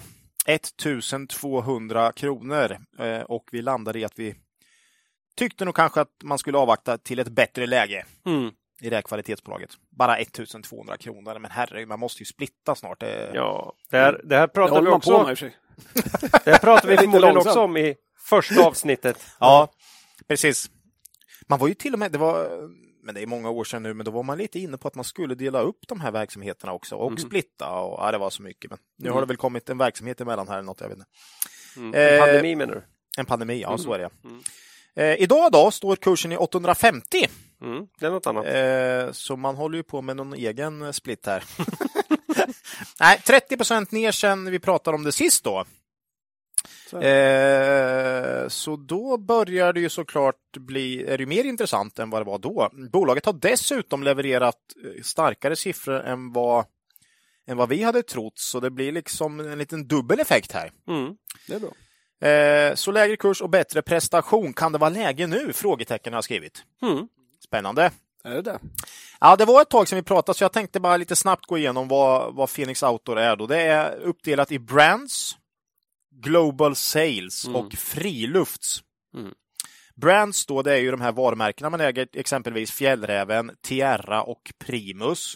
1200 kronor och vi landade i att vi tyckte nog kanske att man skulle avvakta till ett bättre läge i det här kvalitetsbolaget. Bara 1200 kronor, men herregud, man måste ju splitta snart. Ja, det här pratar vi också om. Det här pratar vi förmodligen också om i första avsnittet. Ja, precis. Man var ju till och med, men det är många år sedan nu, men då var man lite inne på att man skulle dela upp de här verksamheterna också och splitta och det var så mycket. Men nu har det väl kommit en verksamhet emellan här eller något, jag vet inte. En pandemi menar du? En pandemi, ja så är det. Idag då står kursen i 850. Det är något annat. Så man håller ju på med någon egen split här. Nej, 30% ner sedan vi pratade om det sist då. Så då börjar det ju såklart är det mer intressant än vad det var då. Bolaget har dessutom levererat starkare siffror än vad vi hade trott, så det blir liksom en liten dubbel effekt här. Det är bra. Så lägre kurs och bättre prestation. Kan det vara läge nu? Frågetecken har jag skrivit. Spännande. Är det? Ja, det var ett tag sedan vi pratade så jag tänkte bara lite snabbt gå igenom vad Phoenix Outdoor är då. Det är uppdelat i brands, global sales och frilufts. Brands då, det är ju de här varumärkena man äger, exempelvis Fjällräven, Tierra och Primus.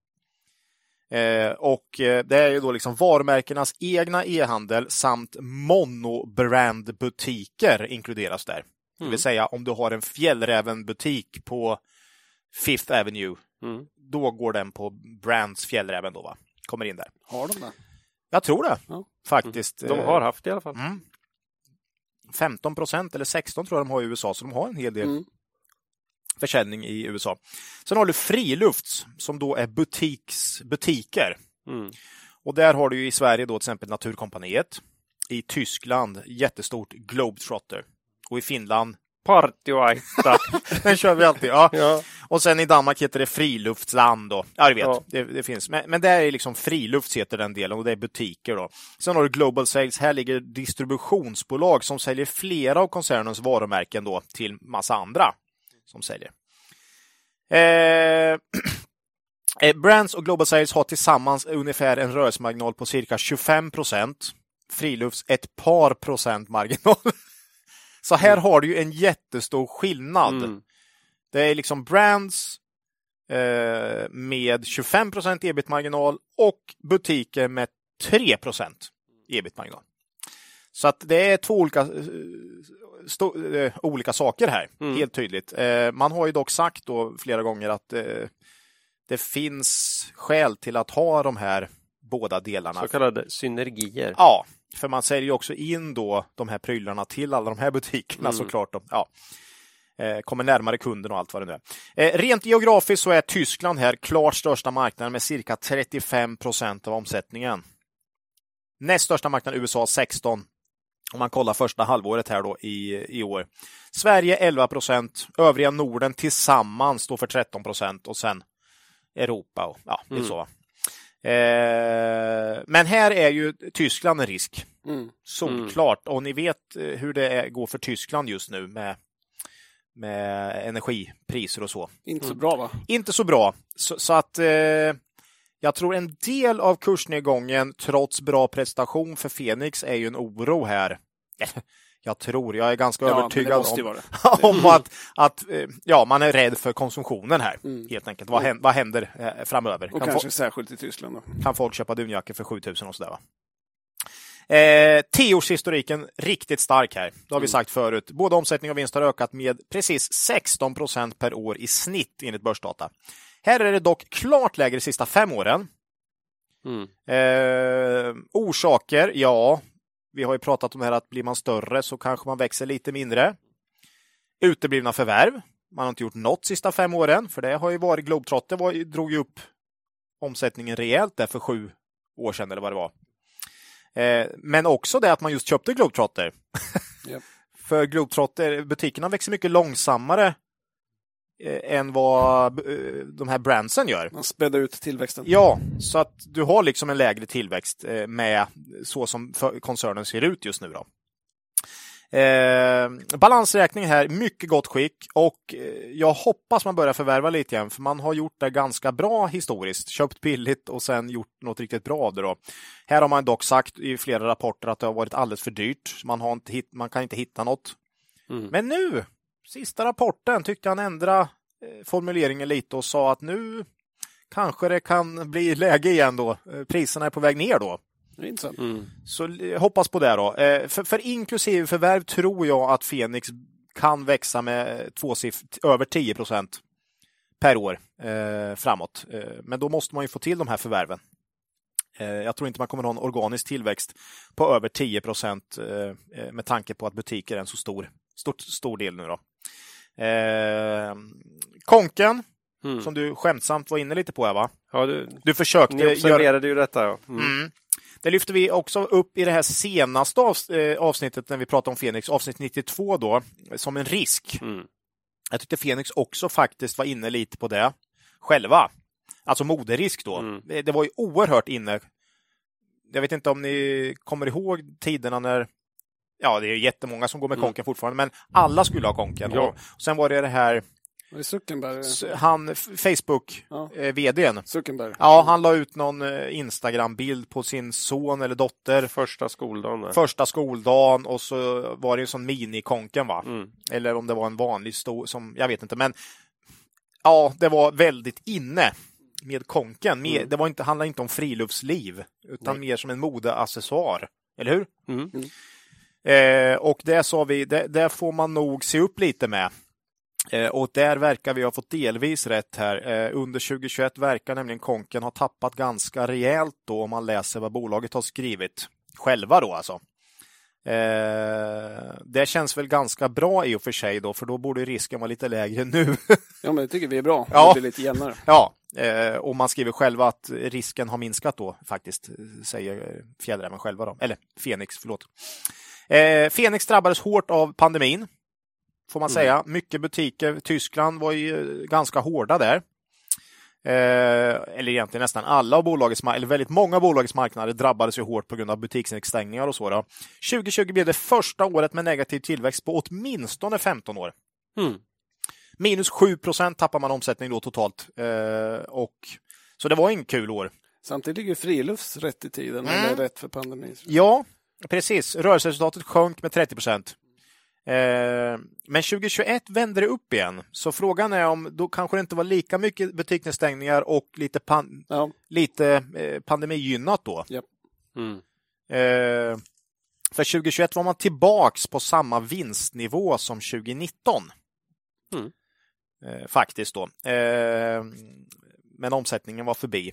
Och det är ju då liksom varumärkenas egna e-handel samt monobrandbutiker inkluderas där. Det vill säga om du har en Fjällräven-butik på Fifth Avenue, då går den på Brands Fjällräven då, va? Kommer in där. Har de det? Jag tror det, faktiskt. De har haft det i alla fall. 15% eller 16% tror jag de har i USA, så de har en hel del försäljning i USA. Sen har du frilufts som då är butiker. Och där har du ju i Sverige då till exempel Naturkompaniet. I Tyskland jättestort Globetrotter. Och i Finland Partyoaita. Den kör vi alltid, ja. Och sen i Danmark heter det Friluftsland då. Ja, jag vet, det finns. Men det är liksom Frilufts heter den delen och det är butiker då. Sen har du Global Sales. Här ligger distributionsbolag som säljer flera av koncernens varumärken då till massa andra som säljer. Brands och Global Sales har tillsammans ungefär en rörelsemarginal på cirka 25%. Frilufts ett par procent marginal. Så här har du ju en jättestor skillnad. Det är liksom brands med 25% ebit-marginal och butiker med 3% ebit-marginal. Så att det är två olika saker här, helt tydligt. Man har ju dock sagt då flera gånger att det finns skäl till att ha de här båda delarna. Så kallade synergier. Ja, för man säljer ju också in då de här prylarna till alla de här butikerna såklart. Då. Ja. Kommer närmare kunden och allt vad det nu är. Rent geografiskt så är Tyskland här klart största marknaden med cirka 35% av omsättningen. Näst största marknaden USA 16%. Om man kollar första halvåret här då i år. Sverige 11%. Övriga Norden tillsammans står för 13%. Och sen Europa och ja, det är så. Men här är ju Tyskland en risk. Solklart. Och ni vet hur det går för Tyskland just nu med energipriser och så. Inte så bra, va? Inte så bra. Så att jag tror en del av kursnedgången trots bra prestation för Phoenix är ju en oro här. Jag är ganska övertygad om att man är rädd för konsumtionen här, helt enkelt. Vad händer framöver? Och kanske särskilt i Tyskland då. Kan folk köpa dunjackor för 7000 och sådär, va? 10-årshistoriken riktigt stark här. Det har vi sagt förut. Både omsättning och vinst har ökat med precis 16% per år i snitt enligt börsdata. Här är det dock klart lägre de sista 5 åren. Orsaker, vi har ju pratat om det här att blir man större så kanske man växer lite mindre. Uteblivna förvärv. Man har inte gjort något sista 5 åren. För det har ju varit Globetrotter drog ju upp omsättningen rejält där för 7 år sedan eller vad det var. Men också det att man just köpte Globetrotter. Yep. För Globetrotter-butikerna växer mycket långsammare än vad de här brandsen gör. Man späder ut tillväxten. Ja, så att du har liksom en lägre tillväxt med så som koncernen ser ut just nu då. Balansräkning här, mycket gott skick och jag hoppas man börjar förvärva lite igen för man har gjort det ganska bra historiskt. Köpt billigt och sen gjort något riktigt bra av det då. Här har man dock sagt i flera rapporter att det har varit alldeles för dyrt. Man kan inte hitta något. Men nu, sista rapporten tyckte han ändra formuleringen lite och sa att nu kanske det kan bli läge igen då. Priserna är på väg ner då. Så hoppas på det då. För inklusive förvärv tror jag att Phoenix kan växa med över 10% per år framåt. Men då måste man ju få till de här förvärven. Jag tror inte man kommer ha en organisk tillväxt på över 10% med tanke på att butiker är en så stor del nu då. Konken som du skämtsamt var inne lite på här, va? Ja, du försökte ni observerade ju detta, ja. Det lyfter vi också upp i det här senaste avsnittet när vi pratar om Phoenix, avsnitt 92 då, som en risk. Jag tyckte Phoenix också faktiskt var inne lite på det själva. Alltså moderisk då. Det var ju oerhört inne. Jag vet inte om ni kommer ihåg tiderna när ja, det är jättemånga som går med konken fortfarande, men alla skulle ha konken. Ja. Och sen var det här Zuckerberg? Han, Facebook-vdn. Zuckerberg. Ja, han la ut någon Instagram-bild på sin son eller dotter. Första skoldagen och så var det en sån mini-konken, va? Eller om det var en vanlig stor, som jag vet inte, men ja, det var väldigt inne med konken. Det var inte, handlade inte om friluftsliv, utan mer som en modeaccessoar. Eller hur? Och det sa vi, där får man nog se upp lite med. Och där verkar vi ha fått delvis rätt här. Under 2021 verkar nämligen konken ha tappat ganska rejält då, om man läser vad bolaget har skrivit själva då alltså. Det känns väl ganska bra i och för sig då, för då borde risken vara lite lägre nu. Ja, men det tycker vi är bra. Ja. Det blir lite jämnare. Ja, och man skriver själva att risken har minskat då faktiskt, säger Fjällräven själva då. Eller Fenix, förlåt. Fenix drabbades hårt av pandemin, får man säga. Mycket butiker, Tyskland var ju ganska hårda där. Eller egentligen nästan alla av bolagets, eller väldigt många av bolagets marknader drabbades ju hårt på grund av butiksstängningar och så då. 2020 blev det första året med negativ tillväxt på åtminstone 15 år. Minus 7% tappar man omsättning då totalt. Och så det var en kul år. Samtidigt ligger frilufts rätt i tiden, eller rätt för pandemin. Ja, precis. Rörelseresultatet sjönk med 30%. Men 2021 vände det upp igen. Så frågan är om då kanske det inte var lika mycket butiksstängningar och lite, lite pandemigynnat då. Yep. För 2021 var man tillbaks på samma vinstnivå som 2019. Faktiskt då. Men omsättningen var förbi.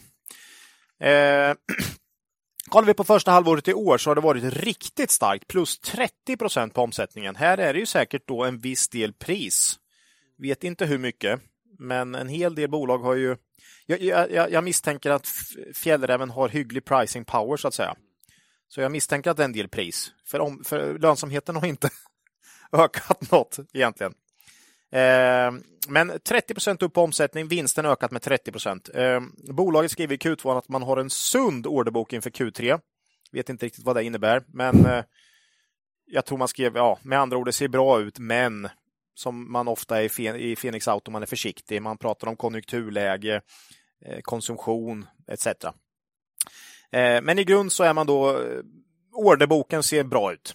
Kollar vi på första halvåret i år så har det varit riktigt starkt, plus 30% på omsättningen. Här är det ju säkert då en viss del pris. Vet inte hur mycket, men en hel del bolag har ju... Jag misstänker att Fjällräven har hygglig pricing power så att säga. Så jag misstänker att det är en del pris. För lönsamheten har inte ökat något egentligen. Men 30% upp på omsättning, vinsten ökat med 30%. Bolaget skriver i Q2 att man har en sund orderbok inför Q3. Vet inte riktigt vad det innebär, men jag tror man skrev, med andra ord, det ser bra ut, men som man ofta är i Fenix Auto, man är försiktig. Man pratar om konjunkturläge, konsumtion etc. Men i grund så är man då, orderboken ser bra ut.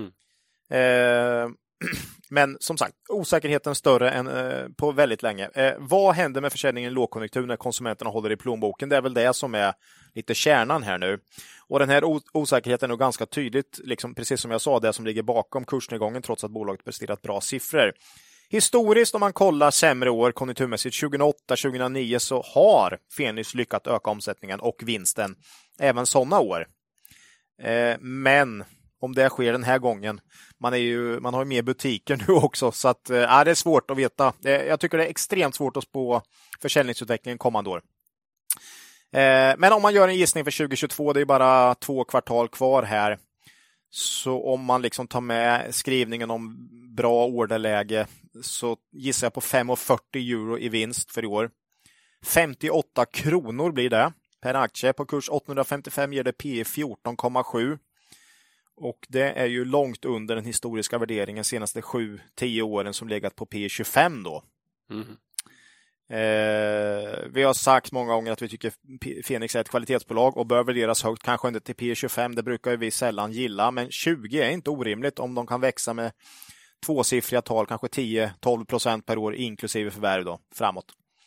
Men som sagt, osäkerheten större än på väldigt länge. Vad händer med försäljningen i lågkonjunktur när konsumenterna håller i plånboken? Det är väl det som är lite kärnan här nu. Och den här osäkerheten är nog ganska tydligt, liksom, precis som jag sa, det som ligger bakom kursnedgången trots att bolaget presterat bra siffror. Historiskt, om man kollar sämre år konjunkturmässigt, 2008-2009, så har Fenix lyckats öka omsättningen och vinsten även sådana år. Men om det sker den här gången, man har ju mer butiker nu också, så att det är svårt att veta. Jag tycker det är extremt svårt att spå försäljningsutvecklingen kommande år. Men om man gör en gissning för 2022, det är bara 2 kvartal kvar här. Så om man liksom tar med skrivningen om bra orderläge, så gissar jag på 5,40 euro i vinst för i år. 58 kronor blir det per aktie. På kurs 855 ger det P/E 14,7. Och det är ju långt under den historiska värderingen senaste 7-10 åren som legat på P/E 25 då. Vi har sagt många gånger att vi tycker Fenix är ett kvalitetsbolag och bör värderas högt, kanske inte till P/E 25, det brukar vi sällan gilla, men 20 är inte orimligt om de kan växa med tvåsiffriga tal, kanske 10-12% per år inklusive förvärv då, framåt.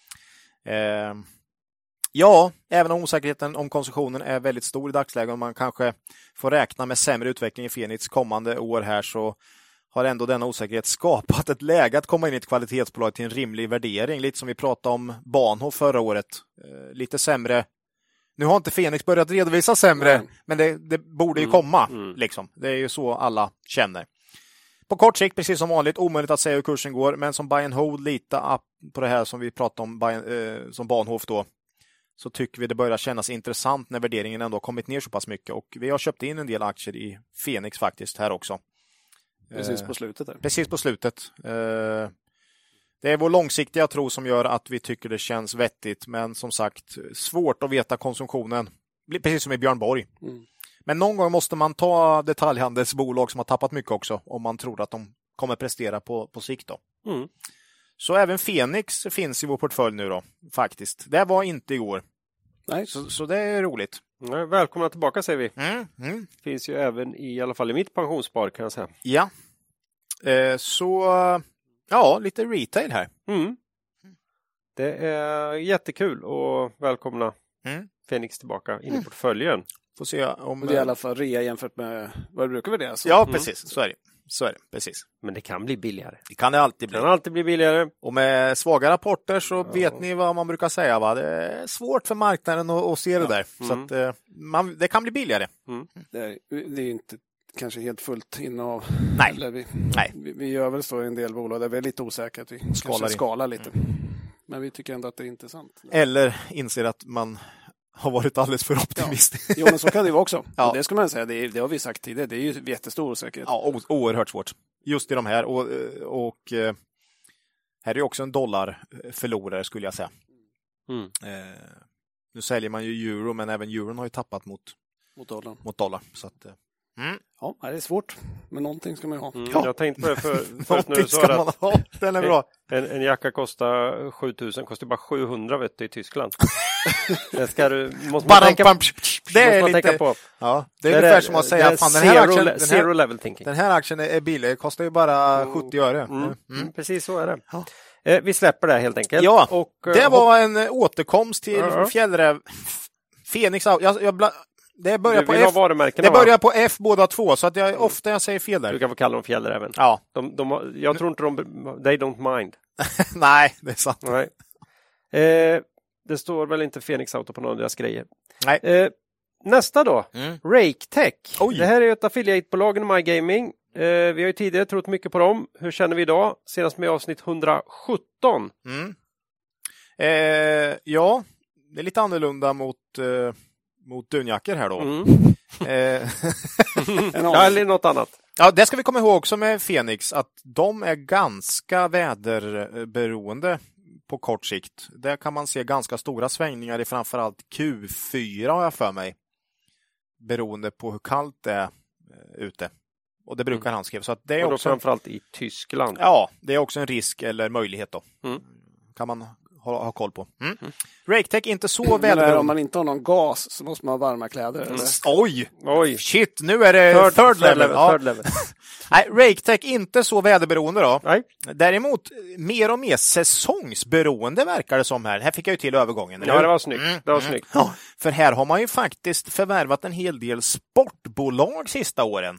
Ja, även om osäkerheten om konsumtionen är väldigt stor i dagsläget och man kanske får räkna med sämre utveckling i Fenix kommande år här, så har ändå denna osäkerhet skapat ett läge att komma in i ett kvalitetsbolag till en rimlig värdering. Lite som vi pratade om Bahnhof förra året. Lite sämre. Nu har inte Fenix börjat redovisa sämre, men det borde ju komma. Liksom. Det är ju så alla känner. På kort sikt, precis som vanligt, omöjligt att säga hur kursen går, men som buy and hold lite på det här som vi pratade om som Bahnhof då, så tycker vi det börjar kännas intressant när värderingen ändå har kommit ner så pass mycket. Och vi har köpt in en del aktier i Fenix faktiskt här också. Precis på slutet. Där. Precis på slutet. Det är vår långsiktiga tro som gör att vi tycker det känns vettigt. Men som sagt, svårt att veta konsumtionen. Precis som i Björn Borg. Men någon gång måste man ta detaljhandelsbolag som har tappat mycket också, om man tror att de kommer prestera på sikt då. Så även Fenix finns i vår portfölj nu då, faktiskt. Det var inte igår. Nej. Så det är roligt. Nej, välkomna tillbaka säger vi. Finns ju även i alla fall i mitt pensionsspar kan jag säga. Ja. Så ja, lite retail här. Det är jättekul och välkomna Fenix tillbaka in i portföljen. Får se om det är i alla fall rea jämfört med vad det brukar vara det. Alltså. Ja, precis. Så är det. Precis. Men det kan bli billigare. Det kan det alltid bli. Det kan alltid bli billigare. Och med svaga rapporter så vet ni vad man brukar säga, va? Det är svårt för marknaden att se det där. Så att det kan bli billigare. Det är inte kanske helt fullt innehav. Nej. Eller Nej. Vi gör väl så i en del bolag där vi är lite osäkra att vi skalar lite. Men vi tycker ändå att det är intressant. Eller inser att man har varit alldeles för optimistisk. Ja. Jo, men så kan det vara också. Ja. Det ska man säga, det har vi sagt tidigare. Det är ju jättestor osäkerhet. Ja, oerhört svårt. Just i de här. Och här är också en dollarförlorare skulle jag säga. Nu säljer man ju euro, men även euron har ju tappat mot dollar. Så att, Ja, det är svårt. Men någonting ska man ju ha. Jag tänkte på det förut när du sa ska man ha. Den är bra. En jacka kostar 7000, kostar bara 700 vet du, i Tyskland. Det måste man tänka på. Ja, det är ungefär som att säga att zero level thinking. Den här aktien är billig, det kostar ju bara 70 öre. Precis så är det. Ja. Vi släpper det helt enkelt. Ja, och, det var en återkomst till fjällräv. Fenix. Det börjar på F båda två, så att jag säger fel där. Du kan få kalla dem fjällräven. Ja. Jag tror inte they don't mind. Nej, det är sant. Nej. Det står väl inte Fenix Auto på någon av deras grejer. Nej. Nästa då, RakeTech. Oj. Det här är ett affiliate-bolag i MyGaming. Vi har ju tidigare trott mycket på dem. Hur känner vi idag? Senast med avsnitt 117. Ja, det är lite annorlunda mot dunjackor här då. Eller något annat. Ja, det ska vi komma ihåg också med Fenix, att de är ganska väderberoende på kort sikt. Där kan man se ganska stora svängningar i framförallt Q4 har jag för mig. Beroende på hur kallt det är ute. Och det brukar han skriva. Så att det är också framförallt i Tyskland. Ja, det är också en risk eller möjlighet då. Kan man ha koll på. RakeTech inte så väderberoende. Om man inte har någon gas så måste man ha varma kläder. Eller? Oj! Shit, nu är det third level. Nej, RakeTech inte så väderberoende då. Nej. Däremot mer och mer säsongsberoende verkar det som här. Här fick jag ju till övergången. Eller? Ja, det var snyggt. Det var snyggt. Ja, för här har man ju faktiskt förvärvat en hel del sportbolag sista åren.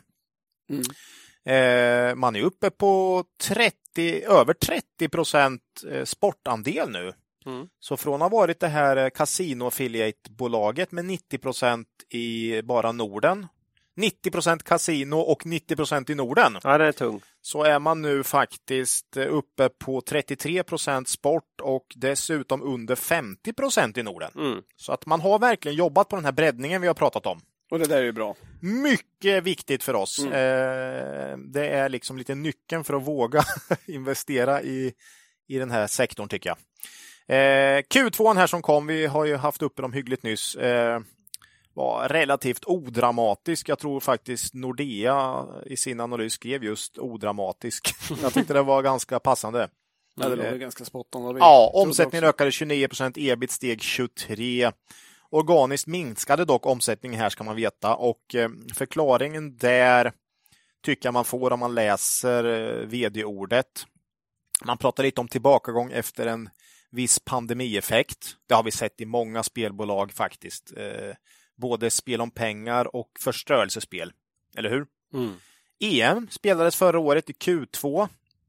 Man är uppe på över 30% sportandel nu. Så från att ha varit det här Casino Affiliate-bolaget med 90% i bara Norden, 90% Casino och 90% i Norden. Ja, det är tung. Så är man nu faktiskt uppe på 33% sport och dessutom under 50% i Norden. Så att man har verkligen jobbat på den här breddningen vi har pratat om. Och det där är ju bra. Mycket viktigt för oss. Det är liksom lite nyckeln för att våga investera i den här sektorn tycker jag. Q2 här som kom, vi har ju haft uppe dem hyggligt nyss, var relativt odramatisk. Jag tror faktiskt Nordea i sin analys skrev just odramatisk. Jag tyckte det var ganska passande. Ja, det låg ganska spot on. Ja, omsättningen ökade 29%, ebit steg 23%. Organiskt minskade dock omsättningen här ska man veta, och förklaringen där tycker jag man får om man läser vd-ordet. Man pratar lite om tillbakagång efter en viss pandemieffekt. Det har vi sett i många spelbolag faktiskt. Både spel om pengar och förstörelsespel. Eller hur? EM spelades förra året i Q2.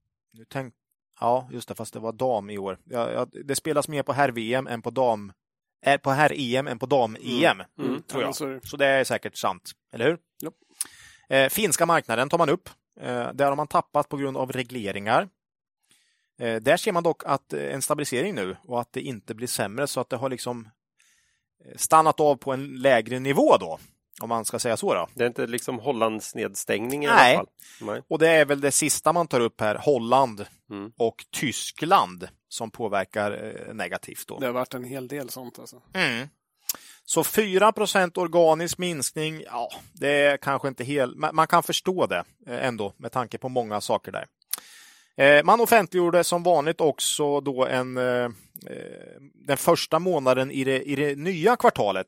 Ja, just det, fast det var dam i år. Det spelas mer på herr-VM än på dam. På herr-EM än på dam-EM, tror jag. Så det är säkert sant, eller hur? Ja. Finska marknaden tar man upp. Där har man tappat på grund av regleringar. Där ser man dock att en stabilisering nu och att det inte blir sämre, så att det har liksom stannat av på en lägre nivå då, om man ska säga så då. Det är inte liksom Hollands nedstängning i alla fall. Nej, och det är väl det sista man tar upp här, Holland och Tyskland som påverkar negativt då. Det har varit en hel del sånt alltså. Så 4% organisk minskning, ja, det är kanske inte helt... Man kan förstå det ändå med tanke på många saker där. Man offentliggjorde som vanligt också då den första månaden i det nya kvartalet.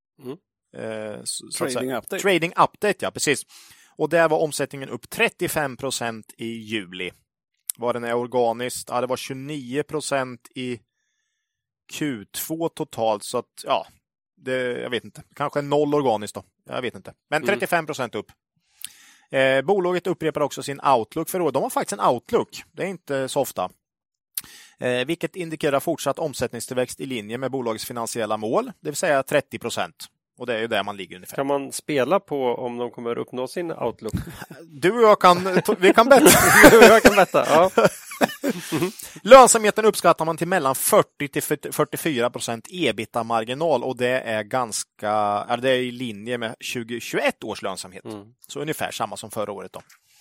Trading update, ja, precis. Och där var omsättningen upp 35% i juli. Var den är organiskt? Ja, det var 29% i Q2 totalt, så att ja, jag vet inte. Kanske 0 organiskt då. Jag vet inte. Men 35% upp. Bolaget upprepar också sin outlook för året. De har faktiskt en outlook. Det är inte så ofta. Vilket indikerar fortsatt omsättningstillväxt i linje med bolagets finansiella mål. Det vill säga 30%. Och det är ju där man ligger ungefär. Kan man spela på om de kommer uppnå sin outlook? Du och jag vi kan betta. Jag kan betta, ja. Lönsamheten uppskattar man till mellan 40-44% ebitda-marginal, och det är det är i linje med 2021 års lönsamhet. Så ungefär samma som förra året då.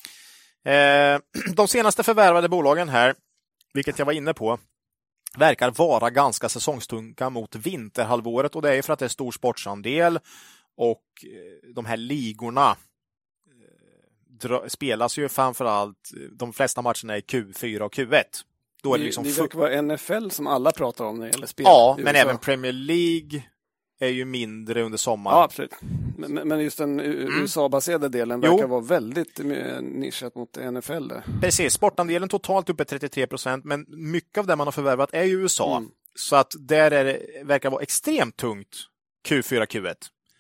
De senaste förvärvade bolagen här, vilket jag var inne på, verkar vara ganska säsongstunga mot vinterhalvåret, och det är för att det är stor sportsandel och de här ligorna spelas ju framförallt, de flesta matcherna i Q4 och Q1. Då är det liksom verkar vara NFL som alla pratar om när det gäller spel. Ja, men även Premier League är ju mindre under sommaren. Ja, absolut. Men just den USA-baserade delen verkar vara väldigt nischat mot NFL. Där. Precis, sportandelen totalt uppe 33%, men mycket av det man har förvärvat är ju USA. Så att där verkar vara extremt tungt Q4, Q1.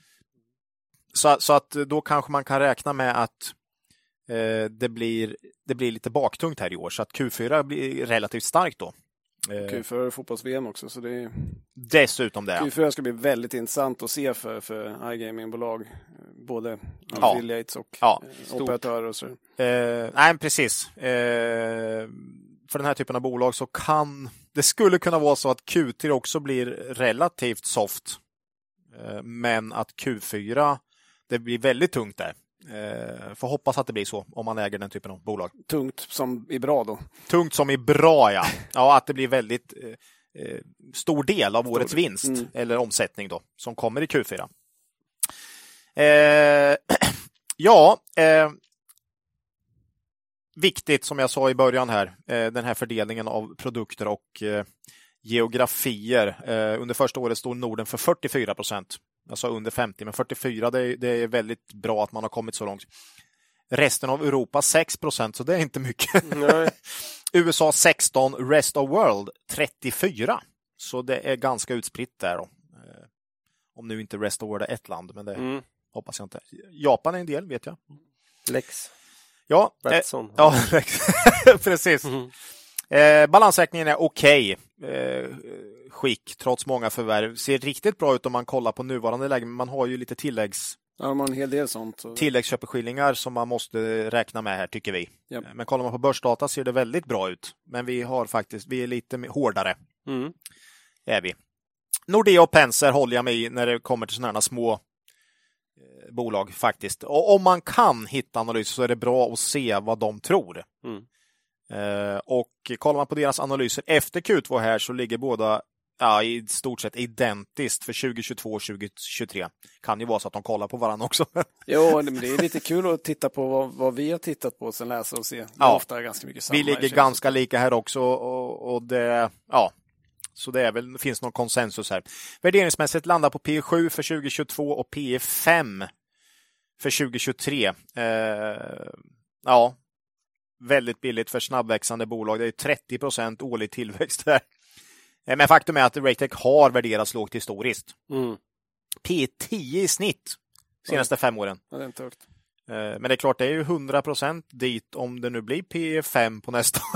Så att då kanske man kan räkna med att det blir lite baktungt här i år, så att Q4 blir relativt starkt då. Q4 är fotbolls-VM också, så det är... Dessutom det. Q4 ska bli väldigt intressant att se för iGaming-bolag, både affiliates och operatörer och så. Nej, precis. För den här typen av bolag så det skulle kunna vara så att Q3 också blir relativt soft, men att Q4 det blir väldigt tungt där. Får hoppas att det blir så om man äger den typen av bolag. Tungt som i bra då? Tungt som i bra, ja. Ja, att det blir väldigt stor del av årets vinst eller omsättning då, som kommer i Q4. Viktigt som jag sa i början här, den här fördelningen av produkter och geografier. Under första året stod Norden för 44%. Jag sa under 50, men 44 det är väldigt bra att man har kommit så långt. Resten av Europa 6%, så det är inte mycket. Nej. USA 16, rest of world 34. Så det är ganska utspritt där då. Om nu inte rest of world är ett land, men det hoppas jag inte. Japan är en del, vet jag. Lex. Ja, Lex. Precis. Balansräkningen är okej. Skick trots många förvärv. Ser riktigt bra ut om man kollar på nuvarande läge, men man har ju lite man har en hel del sånt. Tilläggsköpeskillingar som man måste räkna med här, tycker vi. Yep. Men kollar man på börsdata ser det väldigt bra ut. Men vi är lite hårdare. Är vi. Nordea och Penser håller jag med i när det kommer till sådana här små bolag faktiskt. Och om man kan hitta analyser så är det bra att se vad de tror. Och kollar man på deras analyser efter Q2 här så ligger båda i stort sett identiskt för 2022 och 2023. Kan ju vara så att de kollar på varandra också. Jo, men det är lite kul att titta på vad vi har tittat på och sen läsa och se. Det är ofta ganska mycket samma. Vi ligger ganska lika här också och det, så det är väl, finns någon konsensus här. Värderingsmässigt landar på P7 för 2022 och P5 för 2023. Väldigt billigt för snabbväxande bolag. Det är 30% årlig tillväxt där. Men faktum är att Raketech har värderats lågt historiskt. P10 i snitt senaste 5 åren. Ja, det är inte högt. Men det är klart, det är ju 100% dit om det nu blir P5 på nästa år.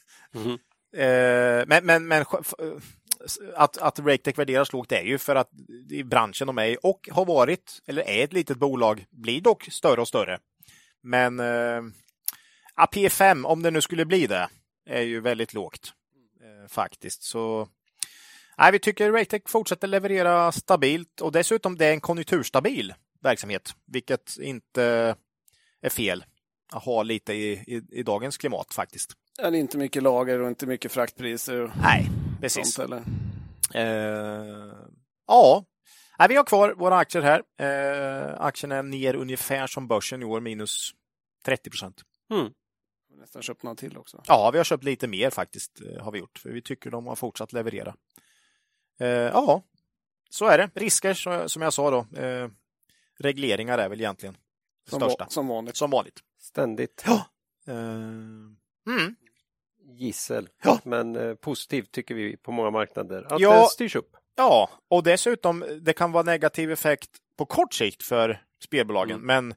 Men att Raketech värderas lågt är ju för att i branschen de är och har varit, eller är ett litet bolag, blir dock större och större. Men P5, om det nu skulle bli det, är ju väldigt lågt faktiskt. Så vi tycker Raketech fortsätter leverera stabilt och dessutom det är en konjunkturstabil verksamhet, vilket inte är fel att ha lite i dagens klimat faktiskt. Det är inte mycket lager och inte mycket fraktpriser. Nej, precis. Sånt, eller? Nej, vi har kvar våra aktier här. Aktien är ner ungefär som börsen i år, minus 30%. Nästan köpt något till också. Ja, vi har köpt lite mer faktiskt, har vi gjort. För vi tycker de har fortsatt leverera. Ja, så är det. Risker, som jag sa då. Regleringar är väl egentligen det största. Som vanligt. Ständigt. Ja. Gissel. Ja. Men positivt tycker vi på många marknader. Att Ja. det styrs upp. Ja, och dessutom det kan vara negativ effekt på kort sikt för spelbolagen. Men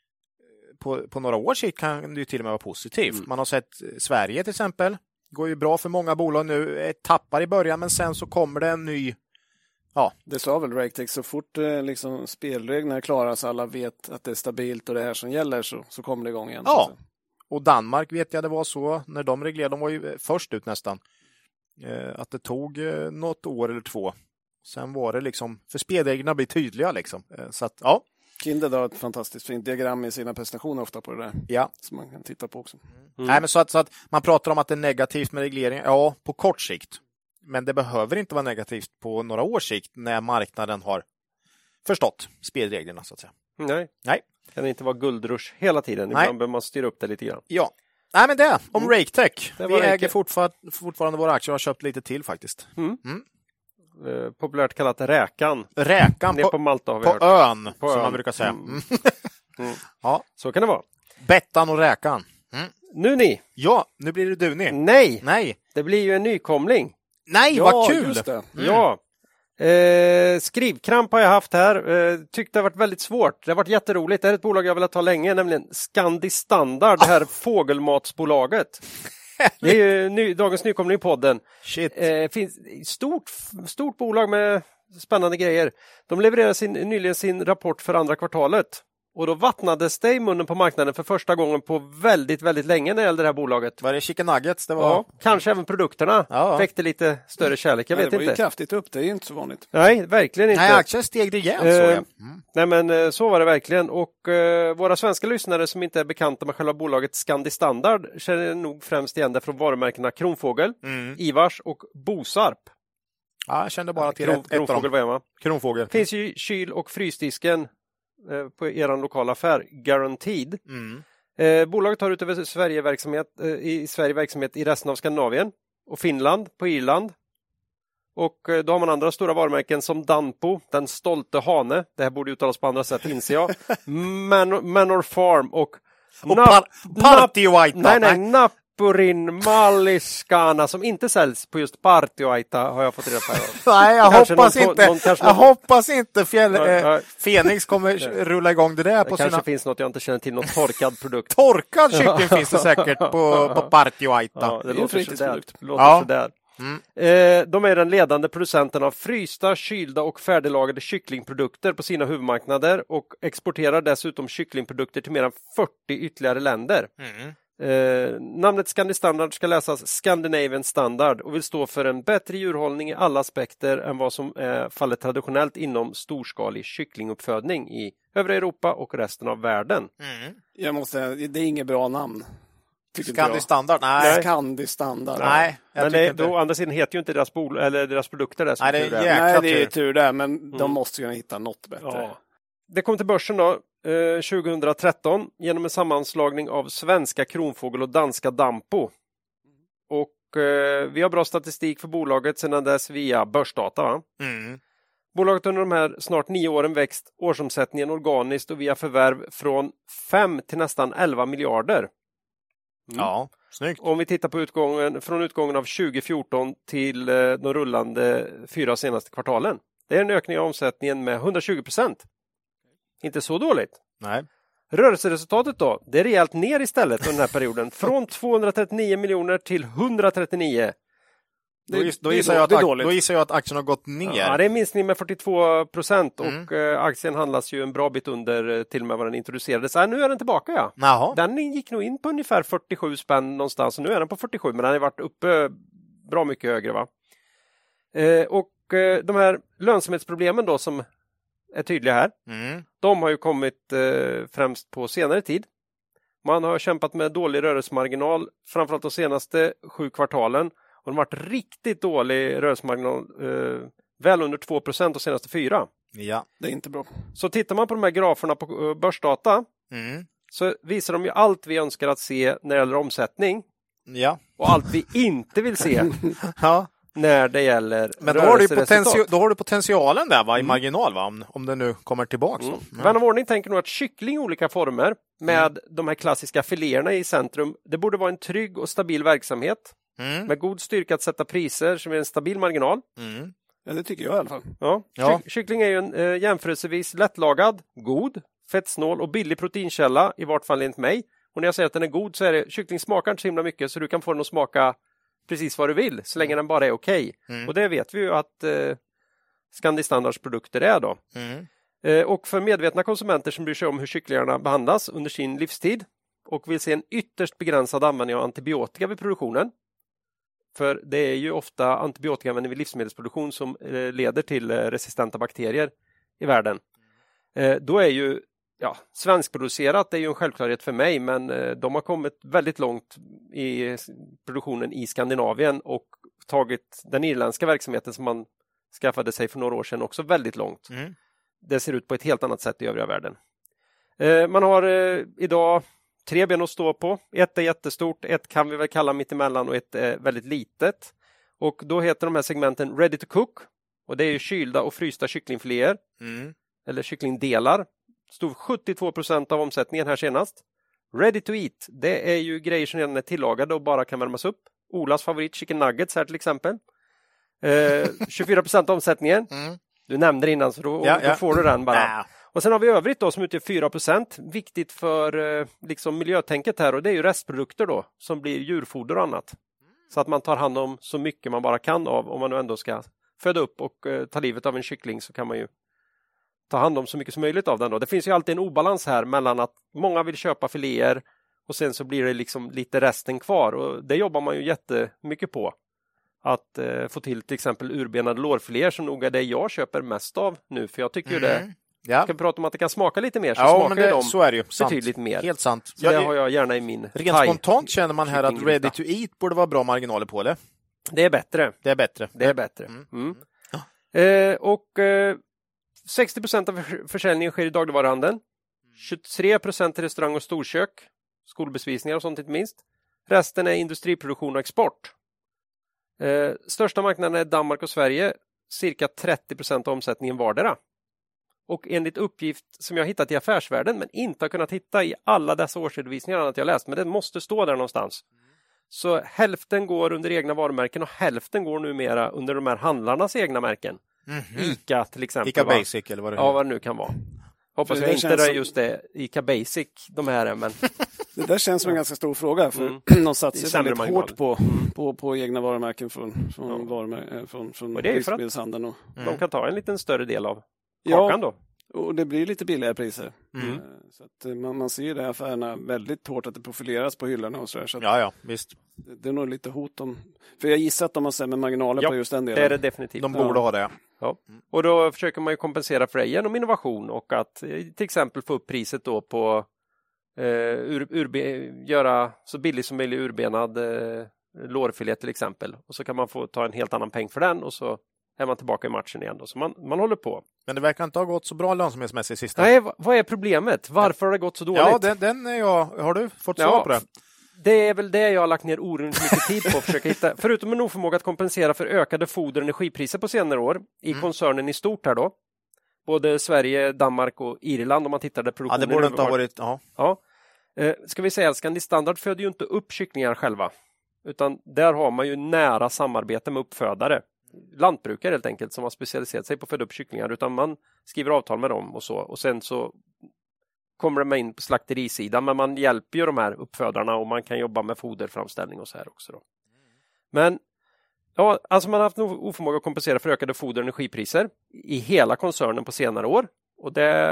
på några års sikt kan det ju till och med vara positivt. Man har sett Sverige till exempel. Går ju bra för många bolag nu. Tappar i början, men sen så kommer det en ny. Ja. Det sa väl Raketech, så fort liksom spelreglerna klaras, alla vet att det är stabilt och det här som gäller, så kommer det igång igen. Ja, och Danmark vet jag det var så. När de reglerade, de var ju först ut nästan. Att det tog något år eller 2. Sen var det liksom, för spelreglerna blir tydliga liksom. Så att, ja. Kindred har ett fantastiskt fint diagram i sina presentationer ofta på det där. Ja. Som man kan titta på också. Nej, men så att man pratar om att det är negativt med reglering. Ja, på kort sikt. Men det behöver inte vara negativt på några års sikt när marknaden har förstått spelreglerna så att säga. Nej. Kan det inte vara guldrush hela tiden? Ibland behöver man styra upp det lite grann. Ja. Nej, men det om Raketech. Vi äger fortfarande våra aktier och har köpt lite till faktiskt. Populärt kallat räkan. Räkan på Malta har vi på ön, som man brukar säga. Ja, så kan det vara. Bettan och räkan. Nu ni. Ja, nu blir det du ni. Nej. Det blir ju en nykomling. Nej, vad kul! Just det. Ja. Skrivkramp har jag haft här. Tyckte det har varit väldigt svårt. Det har varit jätteroligt. Det är ett bolag jag vill ha länge, nämligen Scandi Standard, det här fågelmatsbolaget. Det är ju dagens nykomling i podden. Finns stort bolag med spännande grejer. De levererade nyligen sin rapport för andra kvartalet. Och då vattnades det i munnen på marknaden för första gången på väldigt, väldigt länge när det gällde det här bolaget. Var det chicken nuggets? Det var... Ja, kanske även produkterna väckte lite större kärlek. Jag vet inte. Det var ju kraftigt upp, det är ju inte så vanligt. Nej, verkligen inte. Nej, aktien steg rejält. Nej, men så var det verkligen. Och våra svenska lyssnare som inte är bekanta med själva bolaget Scandi Standard känner nog främst igen det från varumärkena Kronfågel, Ivars och Bosarp. Ja, jag kände bara till Kronfågel var jag med. Kronfågel. Finns ju kyl- och frysdisken på er lokala affär, Guaranteed. Bolaget har utöver Sverige verksamhet i resten av Skandinavien och Finland, på Irland. Och då har man andra stora varumärken som Danpo, den stolte hane. Det här borde uttalas på andra sätt, inser jag. Manor Farm och Partioaita. Nej, Napurin Malliskana som inte säljs på just Partioaita har jag fått reda på. Nej, jag hoppas inte Fenix kommer rulla igång det där på kanske finns något jag inte känner till, någon torkad produkt. Torkad kyckling finns det säkert på Partioaita. Ja, det låter sådär. De är den ledande producenten av frysta, kylda och färdiglagade kycklingprodukter på sina huvudmarknader och exporterar dessutom kycklingprodukter till mer än 40 ytterligare länder. Namnet Scandi Standard ska läsas Scandinavian Standard och vill stå för en bättre djurhållning i alla aspekter än vad som är fallet traditionellt inom storskalig kycklinguppfödning i övriga Europa och resten av världen. Jag måste säga, det är inget bra namn. Scandi Standard? Nej. Scandi Standard. Nej, men å andra sidan heter ju inte deras produkter där. Nej, det är ju tur där, men de måste ju hitta något bättre. Ja. Det kom till börsen då 2013 genom en sammanslagning av svenska Kronfågel och danska Dampo. Och vi har bra statistik för bolaget sedan dess via börsdata. Va? Bolaget under de här snart 9 åren växt årsomsättningen organiskt och via förvärv från 5 till nästan 11 miljarder. Ja, snyggt. Om vi tittar på från utgången av 2014 till de rullande 4 senaste kvartalen. Det är en ökning av omsättningen med 120%. Inte så dåligt. Nej. Rörelseresultatet då, det är rejält ner istället under den här perioden. Från 239 miljoner till 139. Då gissar jag att aktien har gått ner. Ja, det är en minskning med 42% och aktien handlas ju en bra bit under till och med vad den introducerades. Nu är den tillbaka, Jaha. Den gick nog in på ungefär 47 spänn någonstans och nu är den på 47, men den har varit uppe bra mycket högre. Va? Och de här lönsamhetsproblemen då som är tydliga här, de har ju kommit främst på senare tid. Man har kämpat med dålig rörelsemarginal framförallt de senaste 7 kvartalen. Och det har varit riktigt dålig rörelsemarginal, väl under 2% de senaste 4. Ja, det är inte bra. Så tittar man på de här graferna på börsdata så visar de ju allt vi önskar att se när det gäller omsättning. Ja. Och allt vi inte vill se när det gäller men då har du potentialen där, va, i marginal, va, om det nu kommer tillbaka. Vän av ordning tänker nog att kyckling i olika former med de här klassiska filéerna i centrum, det borde vara en trygg och stabil verksamhet med god styrka att sätta priser som är en stabil marginal. Ja, det tycker jag i alla fall. Ja. Kyckling är ju en jämförelsevis lättlagad, god, fettsnål och billig proteinkälla, i vart fall enligt mig. Och när jag säger att den är god så är det, kyckling smakar inte så himla mycket så du kan få den att smaka precis vad du vill så länge den bara är okej. Och det vet vi ju att Scandi Standards produkter är då. Och för medvetna konsumenter som bryr sig om hur kycklingarna behandlas under sin livstid och vill se en ytterst begränsad användning av antibiotika vid produktionen. För det är ju ofta antibiotikaanvändning vid livsmedelsproduktion som leder till resistenta bakterier i världen. Då är ju svenskproducerat, det är ju en självklarhet för mig, men de har kommit väldigt långt i produktionen i Skandinavien och tagit den irländska verksamheten som man skaffade sig för några år sedan också väldigt långt. Det ser ut på ett helt annat sätt i övriga världen. Man har idag 3 ben att stå på. Ett är jättestort, ett kan vi väl kalla mittemellan och ett är väldigt litet. Och då heter de här segmenten Ready to Cook. Och det är ju kylda och frysta kycklingfiléer. Eller kycklingdelar. Stod 72% av omsättningen här senast. Ready to eat, det är ju grejer som redan är tillagade och bara kan värmas upp. Olas favorit chicken nuggets här till exempel. 24% av omsättningen. Du nämnde det innan så då får du den bara. Och sen har vi övrigt då som utgör 4%. Viktigt för liksom miljötänket här och det är ju restprodukter då som blir djurfoder och annat. Så att man tar hand om så mycket man bara kan av om man nu ändå ska föda upp och ta livet av en kyckling så kan man ju ta hand om så mycket som möjligt av den då. Det finns ju alltid en obalans här mellan att många vill köpa filéer och sen så blir det liksom lite resten kvar och det jobbar man ju jättemycket på. Att få till exempel urbenade lårfiléer som nog är det jag köper mest av nu för jag tycker ju det. Jag ska prata om att det kan smaka lite mer så smakar de så är det ju. betydligt mer. Helt sant. Så det har jag gärna i min rent spontant känner man här att ready to eat borde vara bra marginaler på det. Det är bättre. Det är bättre. Och 60% av försäljningen sker i dagligvaruhandeln. 23% i restaurang och storkök. Skolbespisningar och sånt inte minst. Resten är industriproduktion och export. Största marknaden är Danmark och Sverige. Cirka 30% av omsättningen vardera. Och enligt uppgift som jag hittat i affärsvärlden men inte har kunnat hitta i alla dessa årsredovisningar annat jag läst. Men det måste stå där någonstans. Så hälften går under egna varumärken och hälften går numera under de här handlarnas egna märken. ICA till exempel. ICA Basic eller vad det är. Ja, vad det nu kan vara. Hoppas jag inte det är just det. ICA Basic, de här är, men... Det där känns som en ganska stor fråga för de satsar väldigt hårt på egna varumärken från livsmedelshandeln. De kan ta en liten större del av kakan då. Och det blir lite billigare priser. Så att man ser det affärerna väldigt hårt att det profileras på hyllorna och så ja, visst. Det är nog lite hot om... För jag gissar att de har sämre marginaler på just den delen. Det är det definitivt. De borde ha det. Ja. Och då försöker man ju kompensera för det genom innovation och att till exempel få upp priset då på göra så billigt som möjligt urbenad lårfilé till exempel. Och så kan man få ta en helt annan peng för den och så är man tillbaka i matchen igen då. Så man håller på. Men det verkar inte ha gått så bra lönsamhetsmässigt sista. Nej, vad är problemet? Varför har det gått så dåligt? Ja, den är jag... Har du fått svar på det? Det är väl det jag har lagt ner orimligt mycket tid på att försöka hitta. Förutom en oförmåga att kompensera för ökade foder- och energipriser på senare år i koncernen i stort här då. Både Sverige, Danmark och Irland om man tittar där produktionen... Ja, det borde inte ha varit... Ja. Ska vi säga att Scandi Standard föder ju inte upp kycklingar själva. Utan där har man ju nära samarbete med uppfödare. Lantbrukare helt enkelt som har specialiserat sig på att föda upp kycklingar. Utan man skriver avtal med dem och så. Och sen så kommer de in på slakterisidan. Men man hjälper ju de här uppfödarna och man kan jobba med foderframställning och så här också då. Men ja, alltså man har haft oförmåga att kompensera för ökade foder- och energipriser i hela koncernen på senare år. Och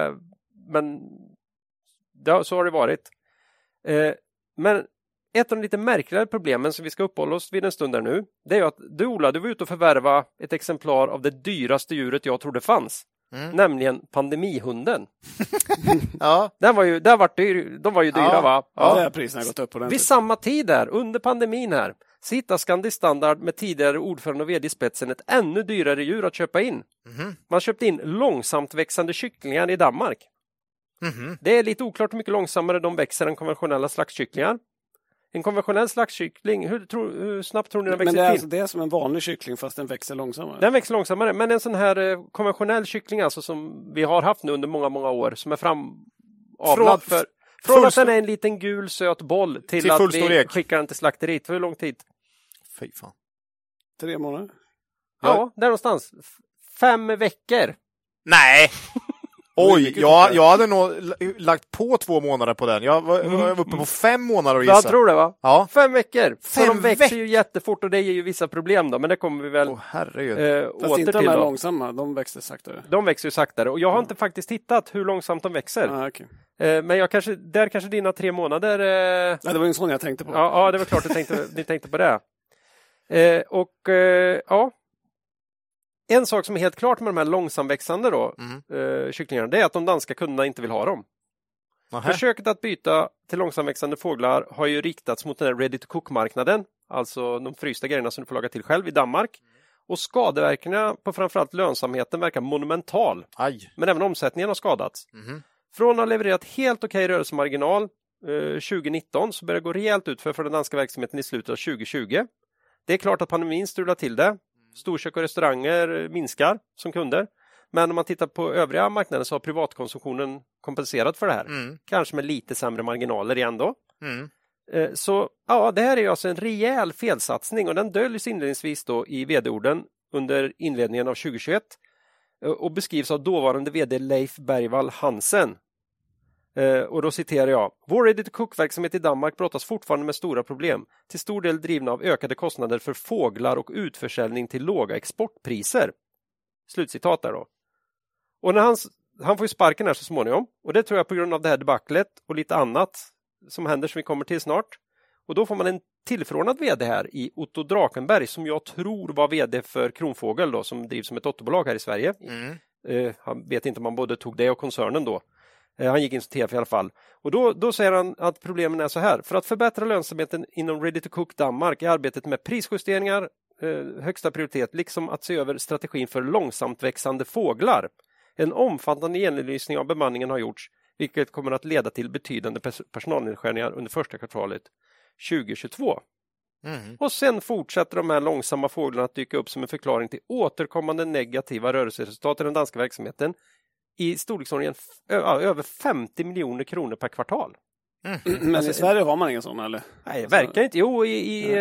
så har det varit. Men ett av de lite märkligare problemen som vi ska uppehålla oss vid en stund där nu, det är ju att du var ute och förvärva ett exemplar av det dyraste djuret jag trodde fanns. Nämligen pandemihunden. Ja. De var ju dyra va? Ja, priserna har gått upp på den. Vid samma tid där, under pandemin här, så hittar Scandi Standard med tidigare ordförande och vd i spetsen ett ännu dyrare djur att köpa in. Man köpte in långsamt växande kycklingar i Danmark. Det är lite oklart hur mycket långsammare de växer än konventionella slaktkycklingar. En konventionell slaktkyckling, hur snabbt tror ni den växer till? Men det är, alltså, det är som en vanlig kyckling fast den växer långsammare. Den växer långsammare, men en sån här konventionell kyckling alltså, som vi har haft nu under många år, som är framavlad från att den är en liten gul söt boll till att vi skickar den till slakteriet. För hur lång tid? Fy fan. 3 månader? Ja, där någonstans. 5 veckor. Nej! Oj, jag hade nog lagt på 2 månader på den. Jag var uppe på 5 månader och gissa. Jag tror det, va? Ja. 5 veckor. Så de växer ju jättefort och det ger ju vissa problem då. Men det kommer vi väl fast inte de är långsamma, de växer saktare. De växer ju saktare. Och jag har inte faktiskt hittat hur långsamt de växer. Okay. Men kanske dina 3 månader... Ja, det var ju en sån jag tänkte på. Ja, det var klart ni tänkte på det. Ja... En sak som är helt klart med de här långsamväxande kycklingarna, det är att de danska kunderna inte vill ha dem. Försöket att byta till långsamväxande fåglar har ju riktats mot den här ready to cook-marknaden, alltså de frysta grejerna som du får laga till själv i Danmark. Och skadeverkningarna på framförallt lönsamheten verkar monumental. Men även omsättningen har skadats. Från att ha levererat helt okej rörelsemarginal 2019 så börjar det gå rejält ut för den danska verksamheten i slutet av 2020. Det är klart att pandemin strular till det. Storkök och restauranger minskar som kunder. Men om man tittar på övriga marknader så har privatkonsumtionen kompenserat för det här. Kanske med lite sämre marginaler igen då. Så ja, det här är ju alltså en rejäl felsatsning och den döljs inledningsvis då i vd-orden under inledningen av 2021 och beskrivs av dåvarande vd Leif Bergvall Hansen. Och då citerar jag: Vår ready to cook-verksamhet i Danmark brottas fortfarande med stora problem, till stor del drivna av ökade kostnader för fåglar och utförsäljning till låga exportpriser. Slutcitat där då. Och när han får ju sparken här så småningom, och det tror jag på grund av det här debaclet och lite annat som händer som vi kommer till snart. Och då får man en tillförordnad vd här i Otto Drakenberg som jag tror var vd för Kronfågel då, som drivs som ett dotterbolag här i Sverige. Han vet inte om man både tog det och koncernen då. Han gick in som TF i alla fall. Och då säger han att problemen är så här. För att förbättra lönsamheten inom Ready to Cook Danmark är arbetet med prisjusteringar högsta prioritet, liksom att se över strategin för långsamt växande fåglar. En omfattande genomlysning av bemanningen har gjorts, vilket kommer att leda till betydande personalnedskärningar under första kvartalet 2022. Och sen fortsätter de här långsamma fåglarna att dyka upp som en förklaring till återkommande negativa rörelseresultat i den danska verksamheten i storleksordningen över 50 miljoner kronor per kvartal. Men alltså, i Sverige har man ingen sån, eller? Nej, verkar inte. Jo, i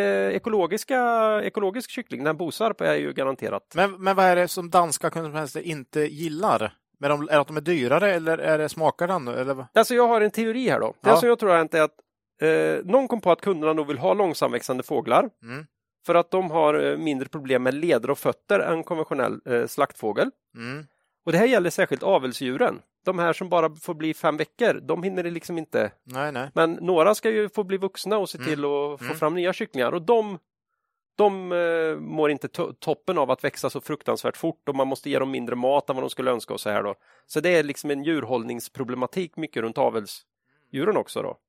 ekologisk kyckling, den Bosarp är ju garanterat. Men vad är det som danska konsumenter inte gillar? Är det att de är dyrare eller är det smakar den? Eller? Alltså jag har en teori här då. Det som jag tror har hänt är att någon kom på att kunderna nog vill ha långsamväxande fåglar. För att de har mindre problem med leder och fötter än konventionell slaktfågel. Och det här gäller särskilt avelsdjuren. De här som bara får bli 5 veckor, de hinner det liksom inte. Nej. Men några ska ju få bli vuxna och se till att få fram nya kycklingar. Och de mår inte toppen av att växa så fruktansvärt fort. Och man måste ge dem mindre mat än vad de skulle önska och så här då. Så det är liksom en djurhållningsproblematik mycket runt avelsdjuren också då.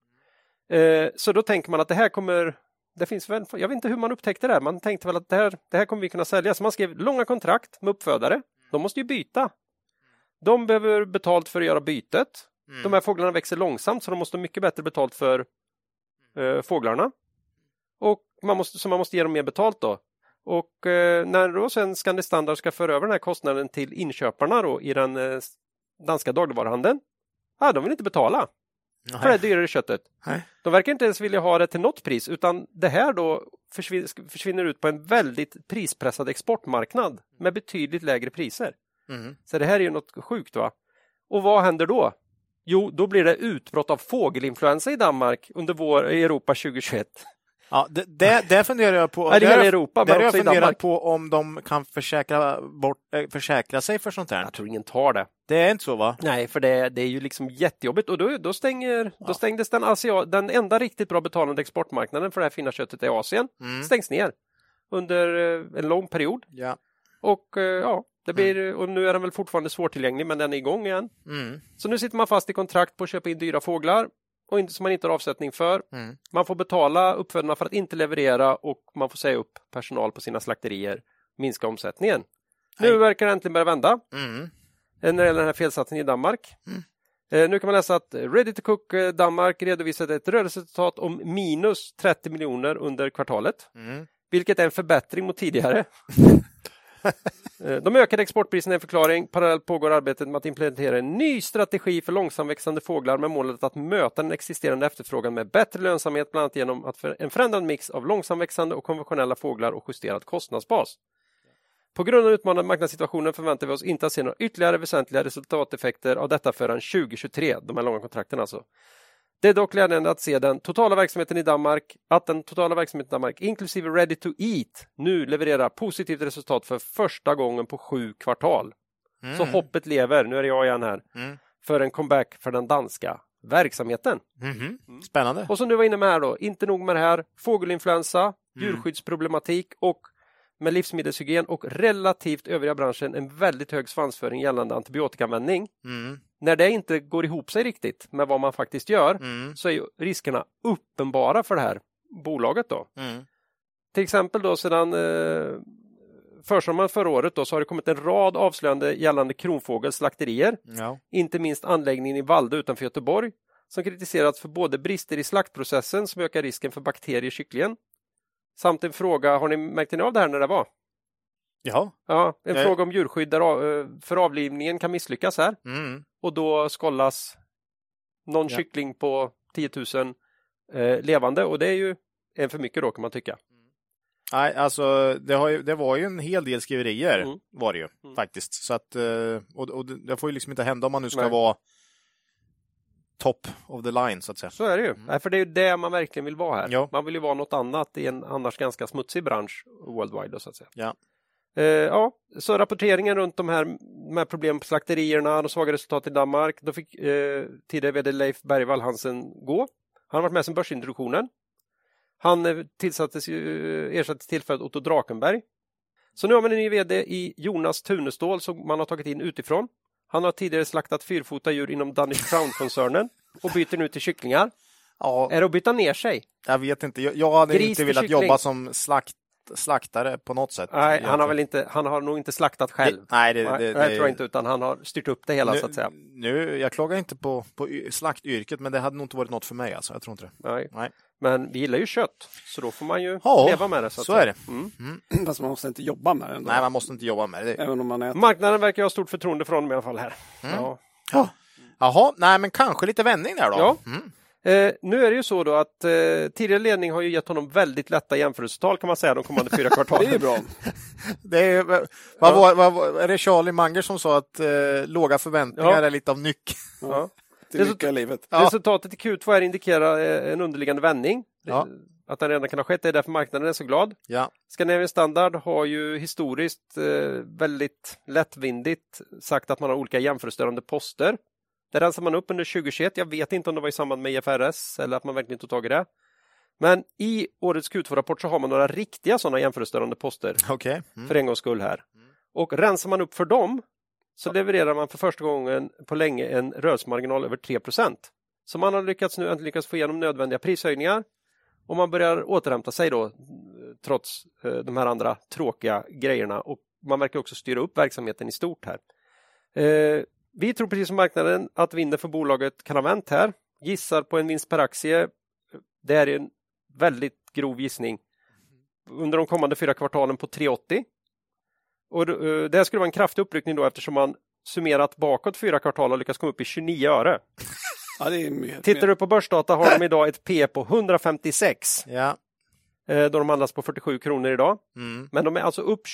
Så då tänker man att det här kommer... Det finns väl, jag vet inte hur man upptäckte det här. Man tänkte väl att det här kommer vi kunna sälja. Så man skrev långa kontrakt med uppfödare. De måste ju byta. De behöver betalt för att göra bytet. De här fåglarna växer långsamt så de måste ha mycket bättre betalt för fåglarna. Och man måste ge dem mer betalt då. Och när då sen Scandi Standard ska föra över den här kostnaden till inköparna då i den danska dagligvaruhandeln. De vill inte betala. För det dyrare köttet. De verkar inte ens vilja ha det till något pris, utan det här då försvinner ut på en väldigt prispressad exportmarknad med betydligt lägre priser. Så det här är ju något sjukt, va? Och vad händer då? Jo, då blir det utbrott av fågelinfluensa i Danmark under Europa 2021. Ja, det funderar jag på. Det gäller Europa, men också i Danmark. På om de kan försäkra sig för sånt här. Jag tror ingen tar det. Det är inte så, va? Nej, för det är ju liksom jättejobbigt. Och då stängdes den enda riktigt bra betalande exportmarknaden för det här fina köttet i Asien. Stängs ner under en lång period. Ja. Och det blir, och nu är den väl fortfarande svårtillgänglig, men den är igång igen. Så nu sitter man fast i kontrakt på att köpa in dyra fåglar. och inte, som man inte har avsättning för. Man får betala uppfödarna för att inte leverera och man får säga upp personal på sina slakterier, minska omsättningen. Nu verkar det äntligen börja vända. När det gäller den här felsatsningen i Danmark. Nu kan man läsa att Ready to Cook Danmark redovisade ett rörelseresultat om minus 30 miljoner under kvartalet. Vilket är en förbättring mot tidigare. De ökade exportpriserna är en förklaring. Parallellt pågår arbetet med att implementera en ny strategi för långsamväxande fåglar med målet att möta den existerande efterfrågan med bättre lönsamhet, bland annat genom att en förändrad mix av långsamväxande och konventionella fåglar och justerad kostnadsbas. På grund av utmanande marknadssituationen förväntar vi oss inte att se några ytterligare väsentliga resultateffekter av detta förrän 2023, de här långa kontrakten alltså. Det är dock glädjande att se att den totala verksamheten i Danmark, inklusive Ready to Eat, nu levererar positivt resultat för första gången på 7 kvartal. Så hoppet lever, nu är det jag igen här, för en comeback för den danska verksamheten. Spännande. Och som du var inne med här då, inte nog med det här, fågelinfluensa, djurskyddsproblematik och med livsmedelshygien och relativt övriga branschen en väldigt hög svansföring gällande antibiotikaanvändning. När det inte går ihop sig riktigt med vad man faktiskt gör så är ju riskerna uppenbara för det här bolaget då. Till exempel då sedan försommaren förra året då, så har det kommit en rad avslöjande gällande Kronfågels slakterier. Inte minst anläggningen i Valde utanför Göteborg som kritiserats för både brister i slaktprocessen som ökar risken för bakterier i kycklingen. Samt en fråga, har ni märkt av det här när det var? Ja. Ja, en fråga om djurskydd där för avlivningen kan misslyckas här. Och då skollas någon kyckling på 10 000 levande och det är ju en för mycket då kan man tycka. Nej, alltså det var ju en hel del skriverier var det ju faktiskt. Så att, och det får ju liksom inte hända om man nu ska vara top of the line så att säga. Så är det ju. Nej, för det är ju det man verkligen vill vara här. Ja. Man vill ju vara något annat i en annars ganska smutsig bransch worldwide så att säga. Ja. Så rapporteringen runt de här problemen på slakterierna, de svaga resultat i Danmark, då fick tidigare vd Leif Bergvall Hansen gå. Han har varit med sedan börsintroduktionen. Han ersattes tillfället Otto Drakenberg. Så nu har man en ny vd i Jonas Tunestål som man har tagit in utifrån. Han har tidigare slaktat fyrfota djur inom Danish Crown-koncernen och byter nu till kycklingar. Ja. Är det att byta ner sig? Jag vet inte. Jag hade inte velat jobba som slaktare på något sätt. Nej, han har nog inte slaktat själv. Nej, det tror jag inte, utan han har styrt upp det hela så att säga. Jag klagar inte på slaktyrket, men det hade nog inte varit något för mig alltså. Jag tror inte det. Nej. Men vi gillar ju kött, så då får man ju leva med det. Så är det. Fast man måste inte jobba med det ändå. Nej, man måste inte jobba med det. Även om man äter. Marknaden verkar ha stort förtroende för honom i alla fall här. Jaha, nej men kanske lite vändning där då. Ja. Nu är det ju så då att tidigare ledning har ju gett honom väldigt lätta jämförelsetal kan man säga de kommande 4 kvartalen. Det är bra. Är det Charlie Munger som sa att låga förväntningar är lite av nyckeln? Ja. Livet. Resultatet i Q2 indikerar en underliggande vändning. Att den redan kan ha skett, det är därför marknaden är så glad. Scandinavian Standard har ju historiskt väldigt lättvindigt sagt att man har olika jämförelsestörande poster. Det rensar man upp under 2021. Jag vet inte om det var i samband med IFRS eller att man verkligen tog tag i det. Men i årets Q2-rapport så har man några riktiga sådana jämförelsestörande poster. För en gångs skull här. Och rensar man upp för dem så levererar man för första gången på länge en rörelsemarginal över 3%. Så man har äntligen lyckats få igenom nödvändiga prishöjningar. Och man börjar återhämta sig då trots de här andra tråkiga grejerna. Och man verkar också styra upp verksamheten i stort här. Vi tror precis som marknaden att vinden för bolaget kan ha vänt här. Gissar på en vinst per aktie. Det är en väldigt grov gissning. Under de kommande 4 kvartalen på 3,80. Och det här skulle vara en kraftig uppryckning då eftersom man summerat bakåt 4 kvartal och lyckas komma upp i 29 öre. Ja, det är Tittar du på börsdata har de idag ett P på 156. Ja. Då de handlas på 47 kronor idag. Men de är alltså upp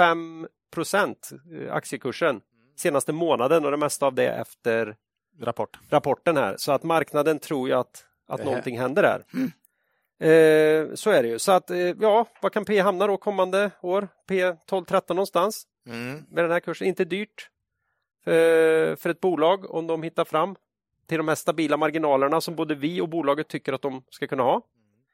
25% aktiekursen senaste månaden och det mesta av det efter rapporten här. Så att marknaden tror ju att någonting händer där. Så är det ju. Så att vad kan P hamna då kommande år? P 12-13 någonstans. Med den här kursen. Inte dyrt för ett bolag om de hittar fram till de här stabila marginalerna som både vi och bolaget tycker att de ska kunna ha.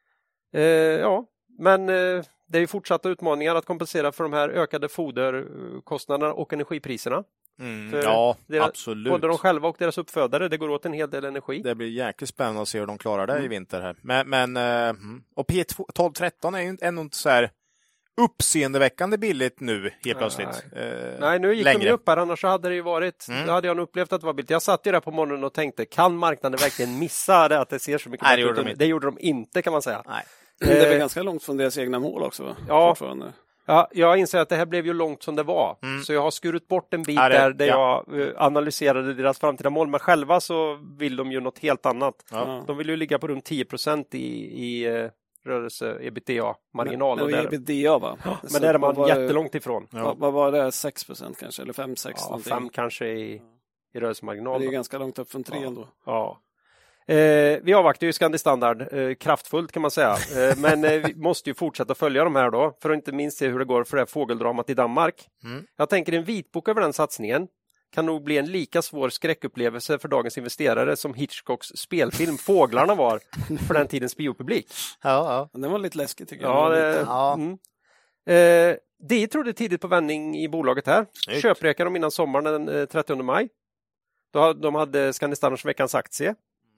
Men det är ju fortsatta utmaningar att kompensera för de här ökade foderkostnaderna och energipriserna. Absolut. Både de själva och deras uppfödare, det går åt en hel del energi. Det blir jäkligt spännande att se hur de klarar det i vinter här. Och P1213 är ju ändå inte så här uppseendeväckande billigt nu helt plötsligt. Nej, nu gick de ju upp här, annars så hade det ju varit, då hade jag nog upplevt att det var billigt. Jag satt ju där på morgonen och tänkte, kan marknaden verkligen missa det att det ser så mycket ut? Det gjorde de inte, kan man säga. Nej. Det är väl ganska långt från deras egna mål också, va? Ja. Ja, jag inser att det här blev ju långt som det var. Så jag har skurit bort en bit där jag analyserade deras framtida mål. Men själva så vill de ju något helt annat. Ja. De vill ju ligga på runt 10% i rörelse ebitda-marginal. Men ebitda, va? Men det är man jättelångt ifrån. Ja. Vad var det? 6% kanske? Eller 5-6? Ja, 5 kanske i rörelsemarginal. Det är ganska långt upp från 3 ändå. Ja. Vi avvaktar ju Scandi Standard kraftfullt kan man säga. Men vi måste ju fortsätta följa de här då. För att inte minst se hur det går för det här fågeldramat i Danmark. Jag tänker en vitbok över den satsningen kan nog bli en lika svår skräckupplevelse för dagens investerare som Hitchcocks spelfilm Fåglarna var för den tidens biopublik. Ja. Den var lite läskig tycker jag. De trodde tidigt på vändning i bolaget här. Köprekade de innan sommaren den 30 maj. De hade Scandi Standards veckans aktie.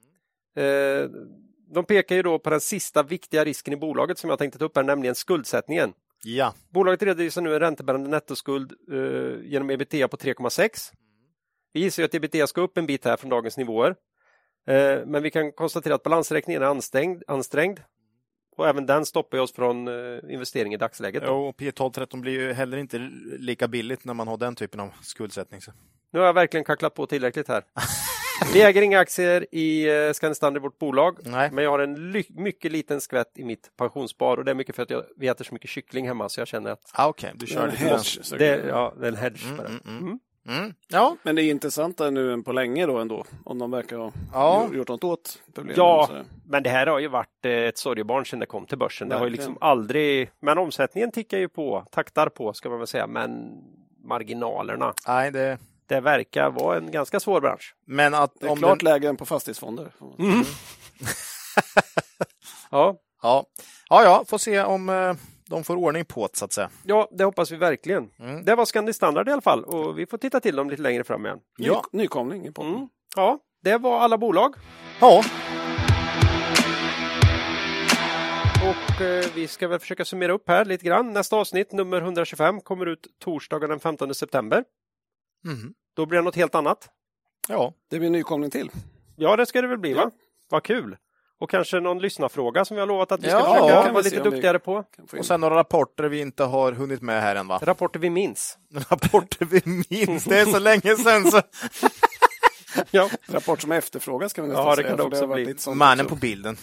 De pekar ju då på den sista viktiga risken i bolaget som jag tänkte ta upp här, nämligen skuldsättningen. Ja. Bolaget redovisar nu en räntebärande nettoskuld genom ebitda på 3,6. Vi gissar ju att ebitda ska upp en bit här från dagens nivåer. Men vi kan konstatera att balansräkningen är ansträngd. Och även den stoppar oss från investering i dagsläget. Och P1213 blir ju heller inte lika billigt när man har den typen av skuldsättning. Så. Nu har jag verkligen kacklat på tillräckligt här. Vi äger inga aktier i Scandi Standard, vårt bolag. Nej. Men jag har en mycket liten skvätt i mitt pensionsspar. Och det är mycket för att vi äter så mycket kyckling hemma. Så jag känner att... Okej, du kör det är en hedge. Ja. Men det är intressantare nu än på länge då ändå. Om de verkar ha gjort något åt problemet. Ja, men det här har ju varit ett sorgebarn sedan det kom till börsen. Det har ju liksom aldrig... Men omsättningen tickar ju på. Taktar på ska man väl säga. Men marginalerna... Nej, det verkar vara en ganska svår bransch. Men att det är klart lägre än på fastighetsfonder. Ja, får se om de får ordning på det så att säga. Ja, det hoppas vi verkligen. Det var Scandi Standard i alla fall och vi får titta till dem lite längre fram igen. Nykomling i podden. Ja, det var alla bolag. Ja. Och vi ska väl försöka summera upp här lite grann. Nästa avsnitt, nummer 125, kommer ut torsdagen den 15 september. Då blir det något helt annat. Ja, det blir en nykomling till. Ja, det ska det väl bli, va? Vad kul. Och kanske någon lyssnarfråga som vi har lovat att vi ska försöka vara lite duktigare på. Och sen några rapporter vi inte har hunnit med här än, va? Rapporter vi minns. Det är så länge sedan så... Ja. Rapport som efterfrågas kan vi nästan säga. Det kan det också bli. Mannen på bilden.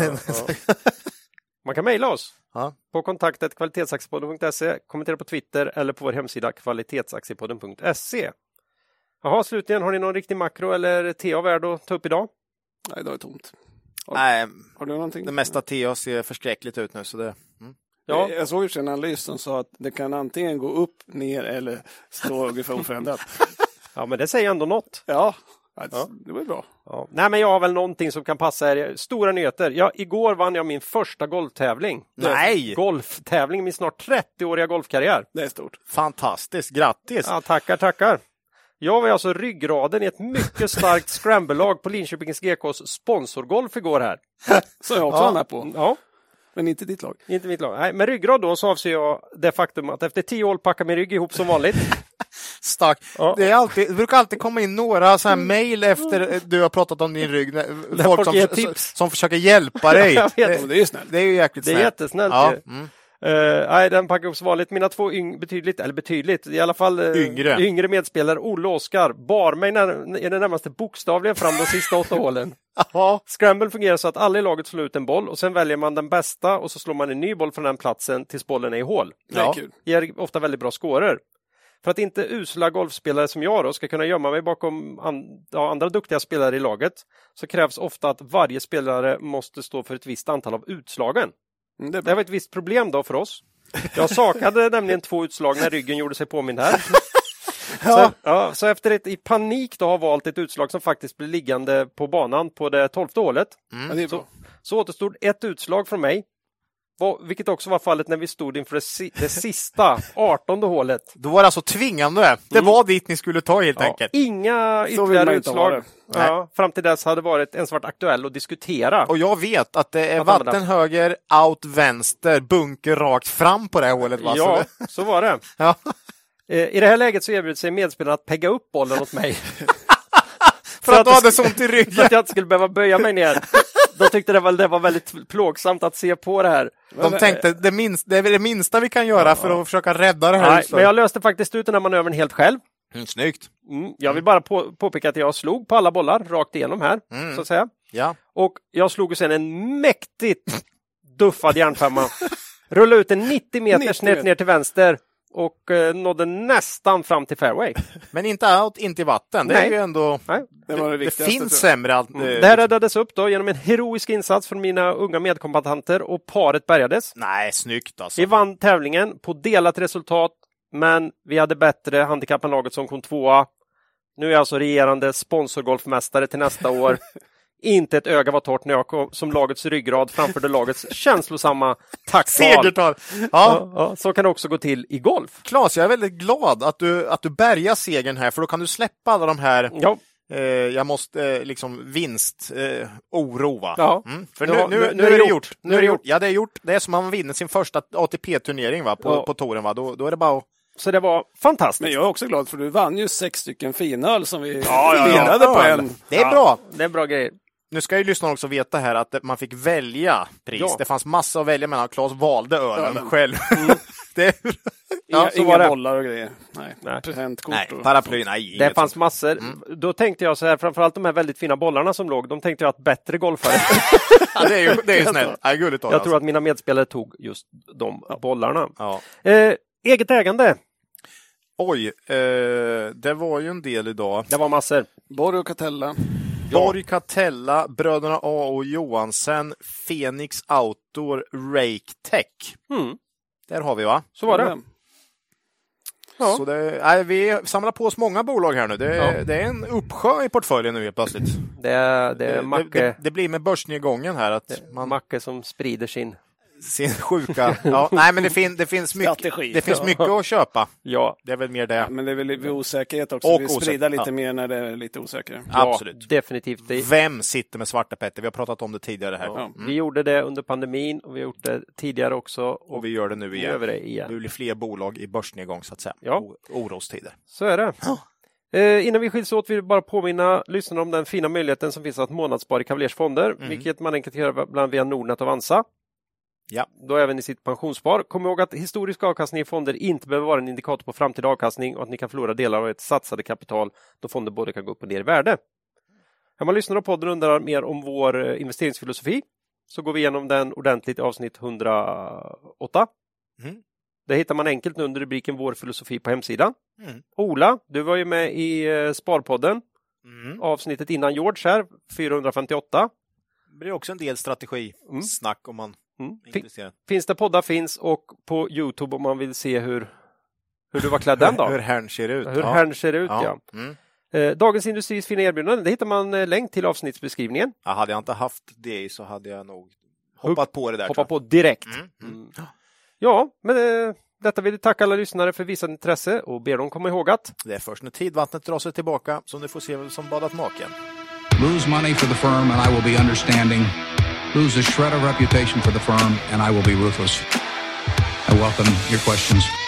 Man kan mejla oss på kontaktet kvalitetsaktiepodden.se, kommentera på Twitter eller på vår hemsida kvalitetsaktiepodden.se. Jaha, slutligen, har ni någon riktig makro eller TA värd att ta upp idag? Nej, det är tomt. Nej, har du någonting? Det mesta TA ser förskräckligt ut nu. Så det... Ja. Jag såg ju en analys som sa att det kan antingen gå upp, ner eller stå ungefär oförändrat. Ja, men det säger ändå något. Ja. Det var bra. Ja. Nej, men jag har väl någonting som kan passa er. Stora nyheter. Igår vann jag min första golftävling. Nej! Golftävling i min snart 30-åriga golfkarriär. Det är stort. Fantastiskt, grattis! Ja, tackar. Jag var alltså ryggraden i ett mycket starkt scramble-lag på Linköpings GKs sponsorgolf igår här. Så jag också var med på. Ja. Men inte ditt lag. Inte mitt lag. Nej, med ryggrad då så avser jag det faktum att efter 10 år packar min rygg ihop som vanligt. Stark. Ja. Det brukar alltid komma in några så här mejl efter du har pratat om din rygg. Folk som försöker hjälpa dig. Jag vet. Det är ju snällt. Det är ju jäkligt snällt. Det är jättesnällt. Ja. Nej, den packar ihop som vanligt. Mina två betydligt, i alla fall yngre medspelare, Olle och Oskar, bar mig i det närmaste bokstavligen fram de sista 8 hålen. Scramble fungerar så att alla i laget slår ut en boll och sen väljer man den bästa och så slår man en ny boll från den platsen tills bollen är i hål. Det är kul. Ger ofta väldigt bra scorer. För att inte usla golfspelare som jag då ska kunna gömma mig bakom andra duktiga spelare i laget så krävs ofta att varje spelare måste stå för ett visst antal av utslagen. Det var ett visst problem då för oss. Jag saknade nämligen 2 utslag när ryggen gjorde sig påmind här. Så efter ett i panik då har valt ett utslag som faktiskt blir liggande på banan på det 12:e hålet. Så återstod ett utslag från mig. Vilket också var fallet när vi stod inför det sista 18:e hålet. Då var det alltså tvingande. Det var dit ni skulle ta helt enkelt. Inga ytterligare utslag. Ja, fram till dess hade varit ens varit aktuell att diskutera. Och jag vet att det är vatten höger, out vänster, bunker rakt fram på det här hålet. Va? Ja, så var det. Ja. I det här läget så erbjöd sig medspelarna att pegga upp bollen åt mig. För att du hade sånt i ryggen. För att jag inte skulle behöva böja mig ner. De tyckte det var väldigt plågsamt att se på det här. De tänkte det är det minsta vi kan göra för att försöka rädda det här. Nej, men jag löste faktiskt ut den här manövern helt själv. Snyggt. Jag vill bara påpeka att jag slog på alla bollar rakt igenom här, så att säga. Ja. Och jag slog sen en mäktigt duffad järnfemma. Rullade ut en 90 meter snett ner till vänster. Och nådde nästan fram till fairway. Men inte out, inte i vatten. Det är ju ändå... Det finns sämre. Det här räddades upp då genom en heroisk insats från mina unga medkombattanter och paret bärgades. Nej, snyggt alltså. Vi vann tävlingen på delat resultat, men vi hade bättre handikapp än laget som kom tvåa. Nu är jag alltså regerande sponsorgolfmästare till nästa år. Inte ett öga var torrt när jag kom som lagets ryggrad framförde lagets känslosamma tacktal. Ja, så kan det också gå till i golf. Claes, jag är väldigt glad att du bärgar segern här, för då kan du släppa alla de här jag måste oro, va? Ja. För nu är det gjort. Nu är det gjort. Ja, det är gjort. Det är som man vinner sin första ATP-turnering, va, på touren, va? Då är det bara att... Så det var fantastiskt. Men jag är också glad för du vann ju 6 stycken finöl som vi vinnade på en. Det är bra. Det är bra grejer. Nu ska ju lyssnarna också veta här att man fick välja pris. Ja. Det fanns massa att välja mellan. Claes valde ölen själv. Inga bollar och grejer. Nej. Presentkort. Nej, paraply. Nej, det fanns massor. Då tänkte jag så här, framförallt de här väldigt fina bollarna som låg, de tänkte jag att bättre golfare. Ja, det är ju snällt. Ja, gulligt jag tror att mina medspelare tog just de bollarna. Ja. Eget ägande. Oj, det var ju en del idag. Det var massor. Borg och Catella. Borg, Catella, bröderna A och Johansen, Phoenix Outdoor, Rake Tech. Där har vi, va? Så var det. Ja. Så vi samlar på oss många bolag här nu. Det är en uppsjö i portföljen nu helt plötsligt. Det är Macke. Det blir med börsnedgången här. Att Macke som sprider sin sjuka. Ja, nej, men det finns mycket att köpa. Ja, det är väl mer det. Ja, men det är väl osäkerhet också. Vi sprider lite mer när det är lite osäkert. Ja, absolut. Definitivt. Vem sitter med svarta Petter? Vi har pratat om det tidigare här. Ja. Vi gjorde det under pandemin och vi har gjort det tidigare också. Och vi gör det nu igen. Det blir fler bolag i börsnedgång, så att säga. Ja. Orostider. Så är det. Innan vi skiljs åt vill vi bara påminna lyssnarna om den fina möjligheten som finns att månadsspara i Cavaliers fonder, vilket man enkelt gör bland annat via Nordnet och Avanza. Ja. Då även i sitt pensionsspar. Kom ihåg att historisk avkastning i fonder inte behöver vara en indikator på framtida avkastning och att ni kan förlora delar av ett satsade kapital då fonder både kan gå upp och ner i värde. Om man lyssnar på podden och undrar mer om vår investeringsfilosofi så går vi igenom den ordentligt i avsnitt 108. Det hittar man enkelt nu under rubriken Vår filosofi på hemsidan. Ola, du var ju med i Sparpodden. Avsnittet innan George här, 458. Det blir också en del strategisnack om man är intresserad. Finns det poddar finns och på YouTube om man vill se hur du var klädd den dagen. Hur herrn ser ut. Hur herrn ser ut, ja. Dagens Industris fina erbjudanden, det hittar man länk till avsnittsbeskrivningen. Ja, hade jag inte haft det så hade jag nog hoppat på det där. Hoppat på direkt. Ja, men detta vill jag tacka alla lyssnare för visat intresse och ber dem komma ihåg att det är först när tidvattnet drar sig tillbaka som du får se som badat maken. Lose money for the firm and I will be understanding. Lose a shred of reputation for the firm and I will be ruthless. I welcome your questions.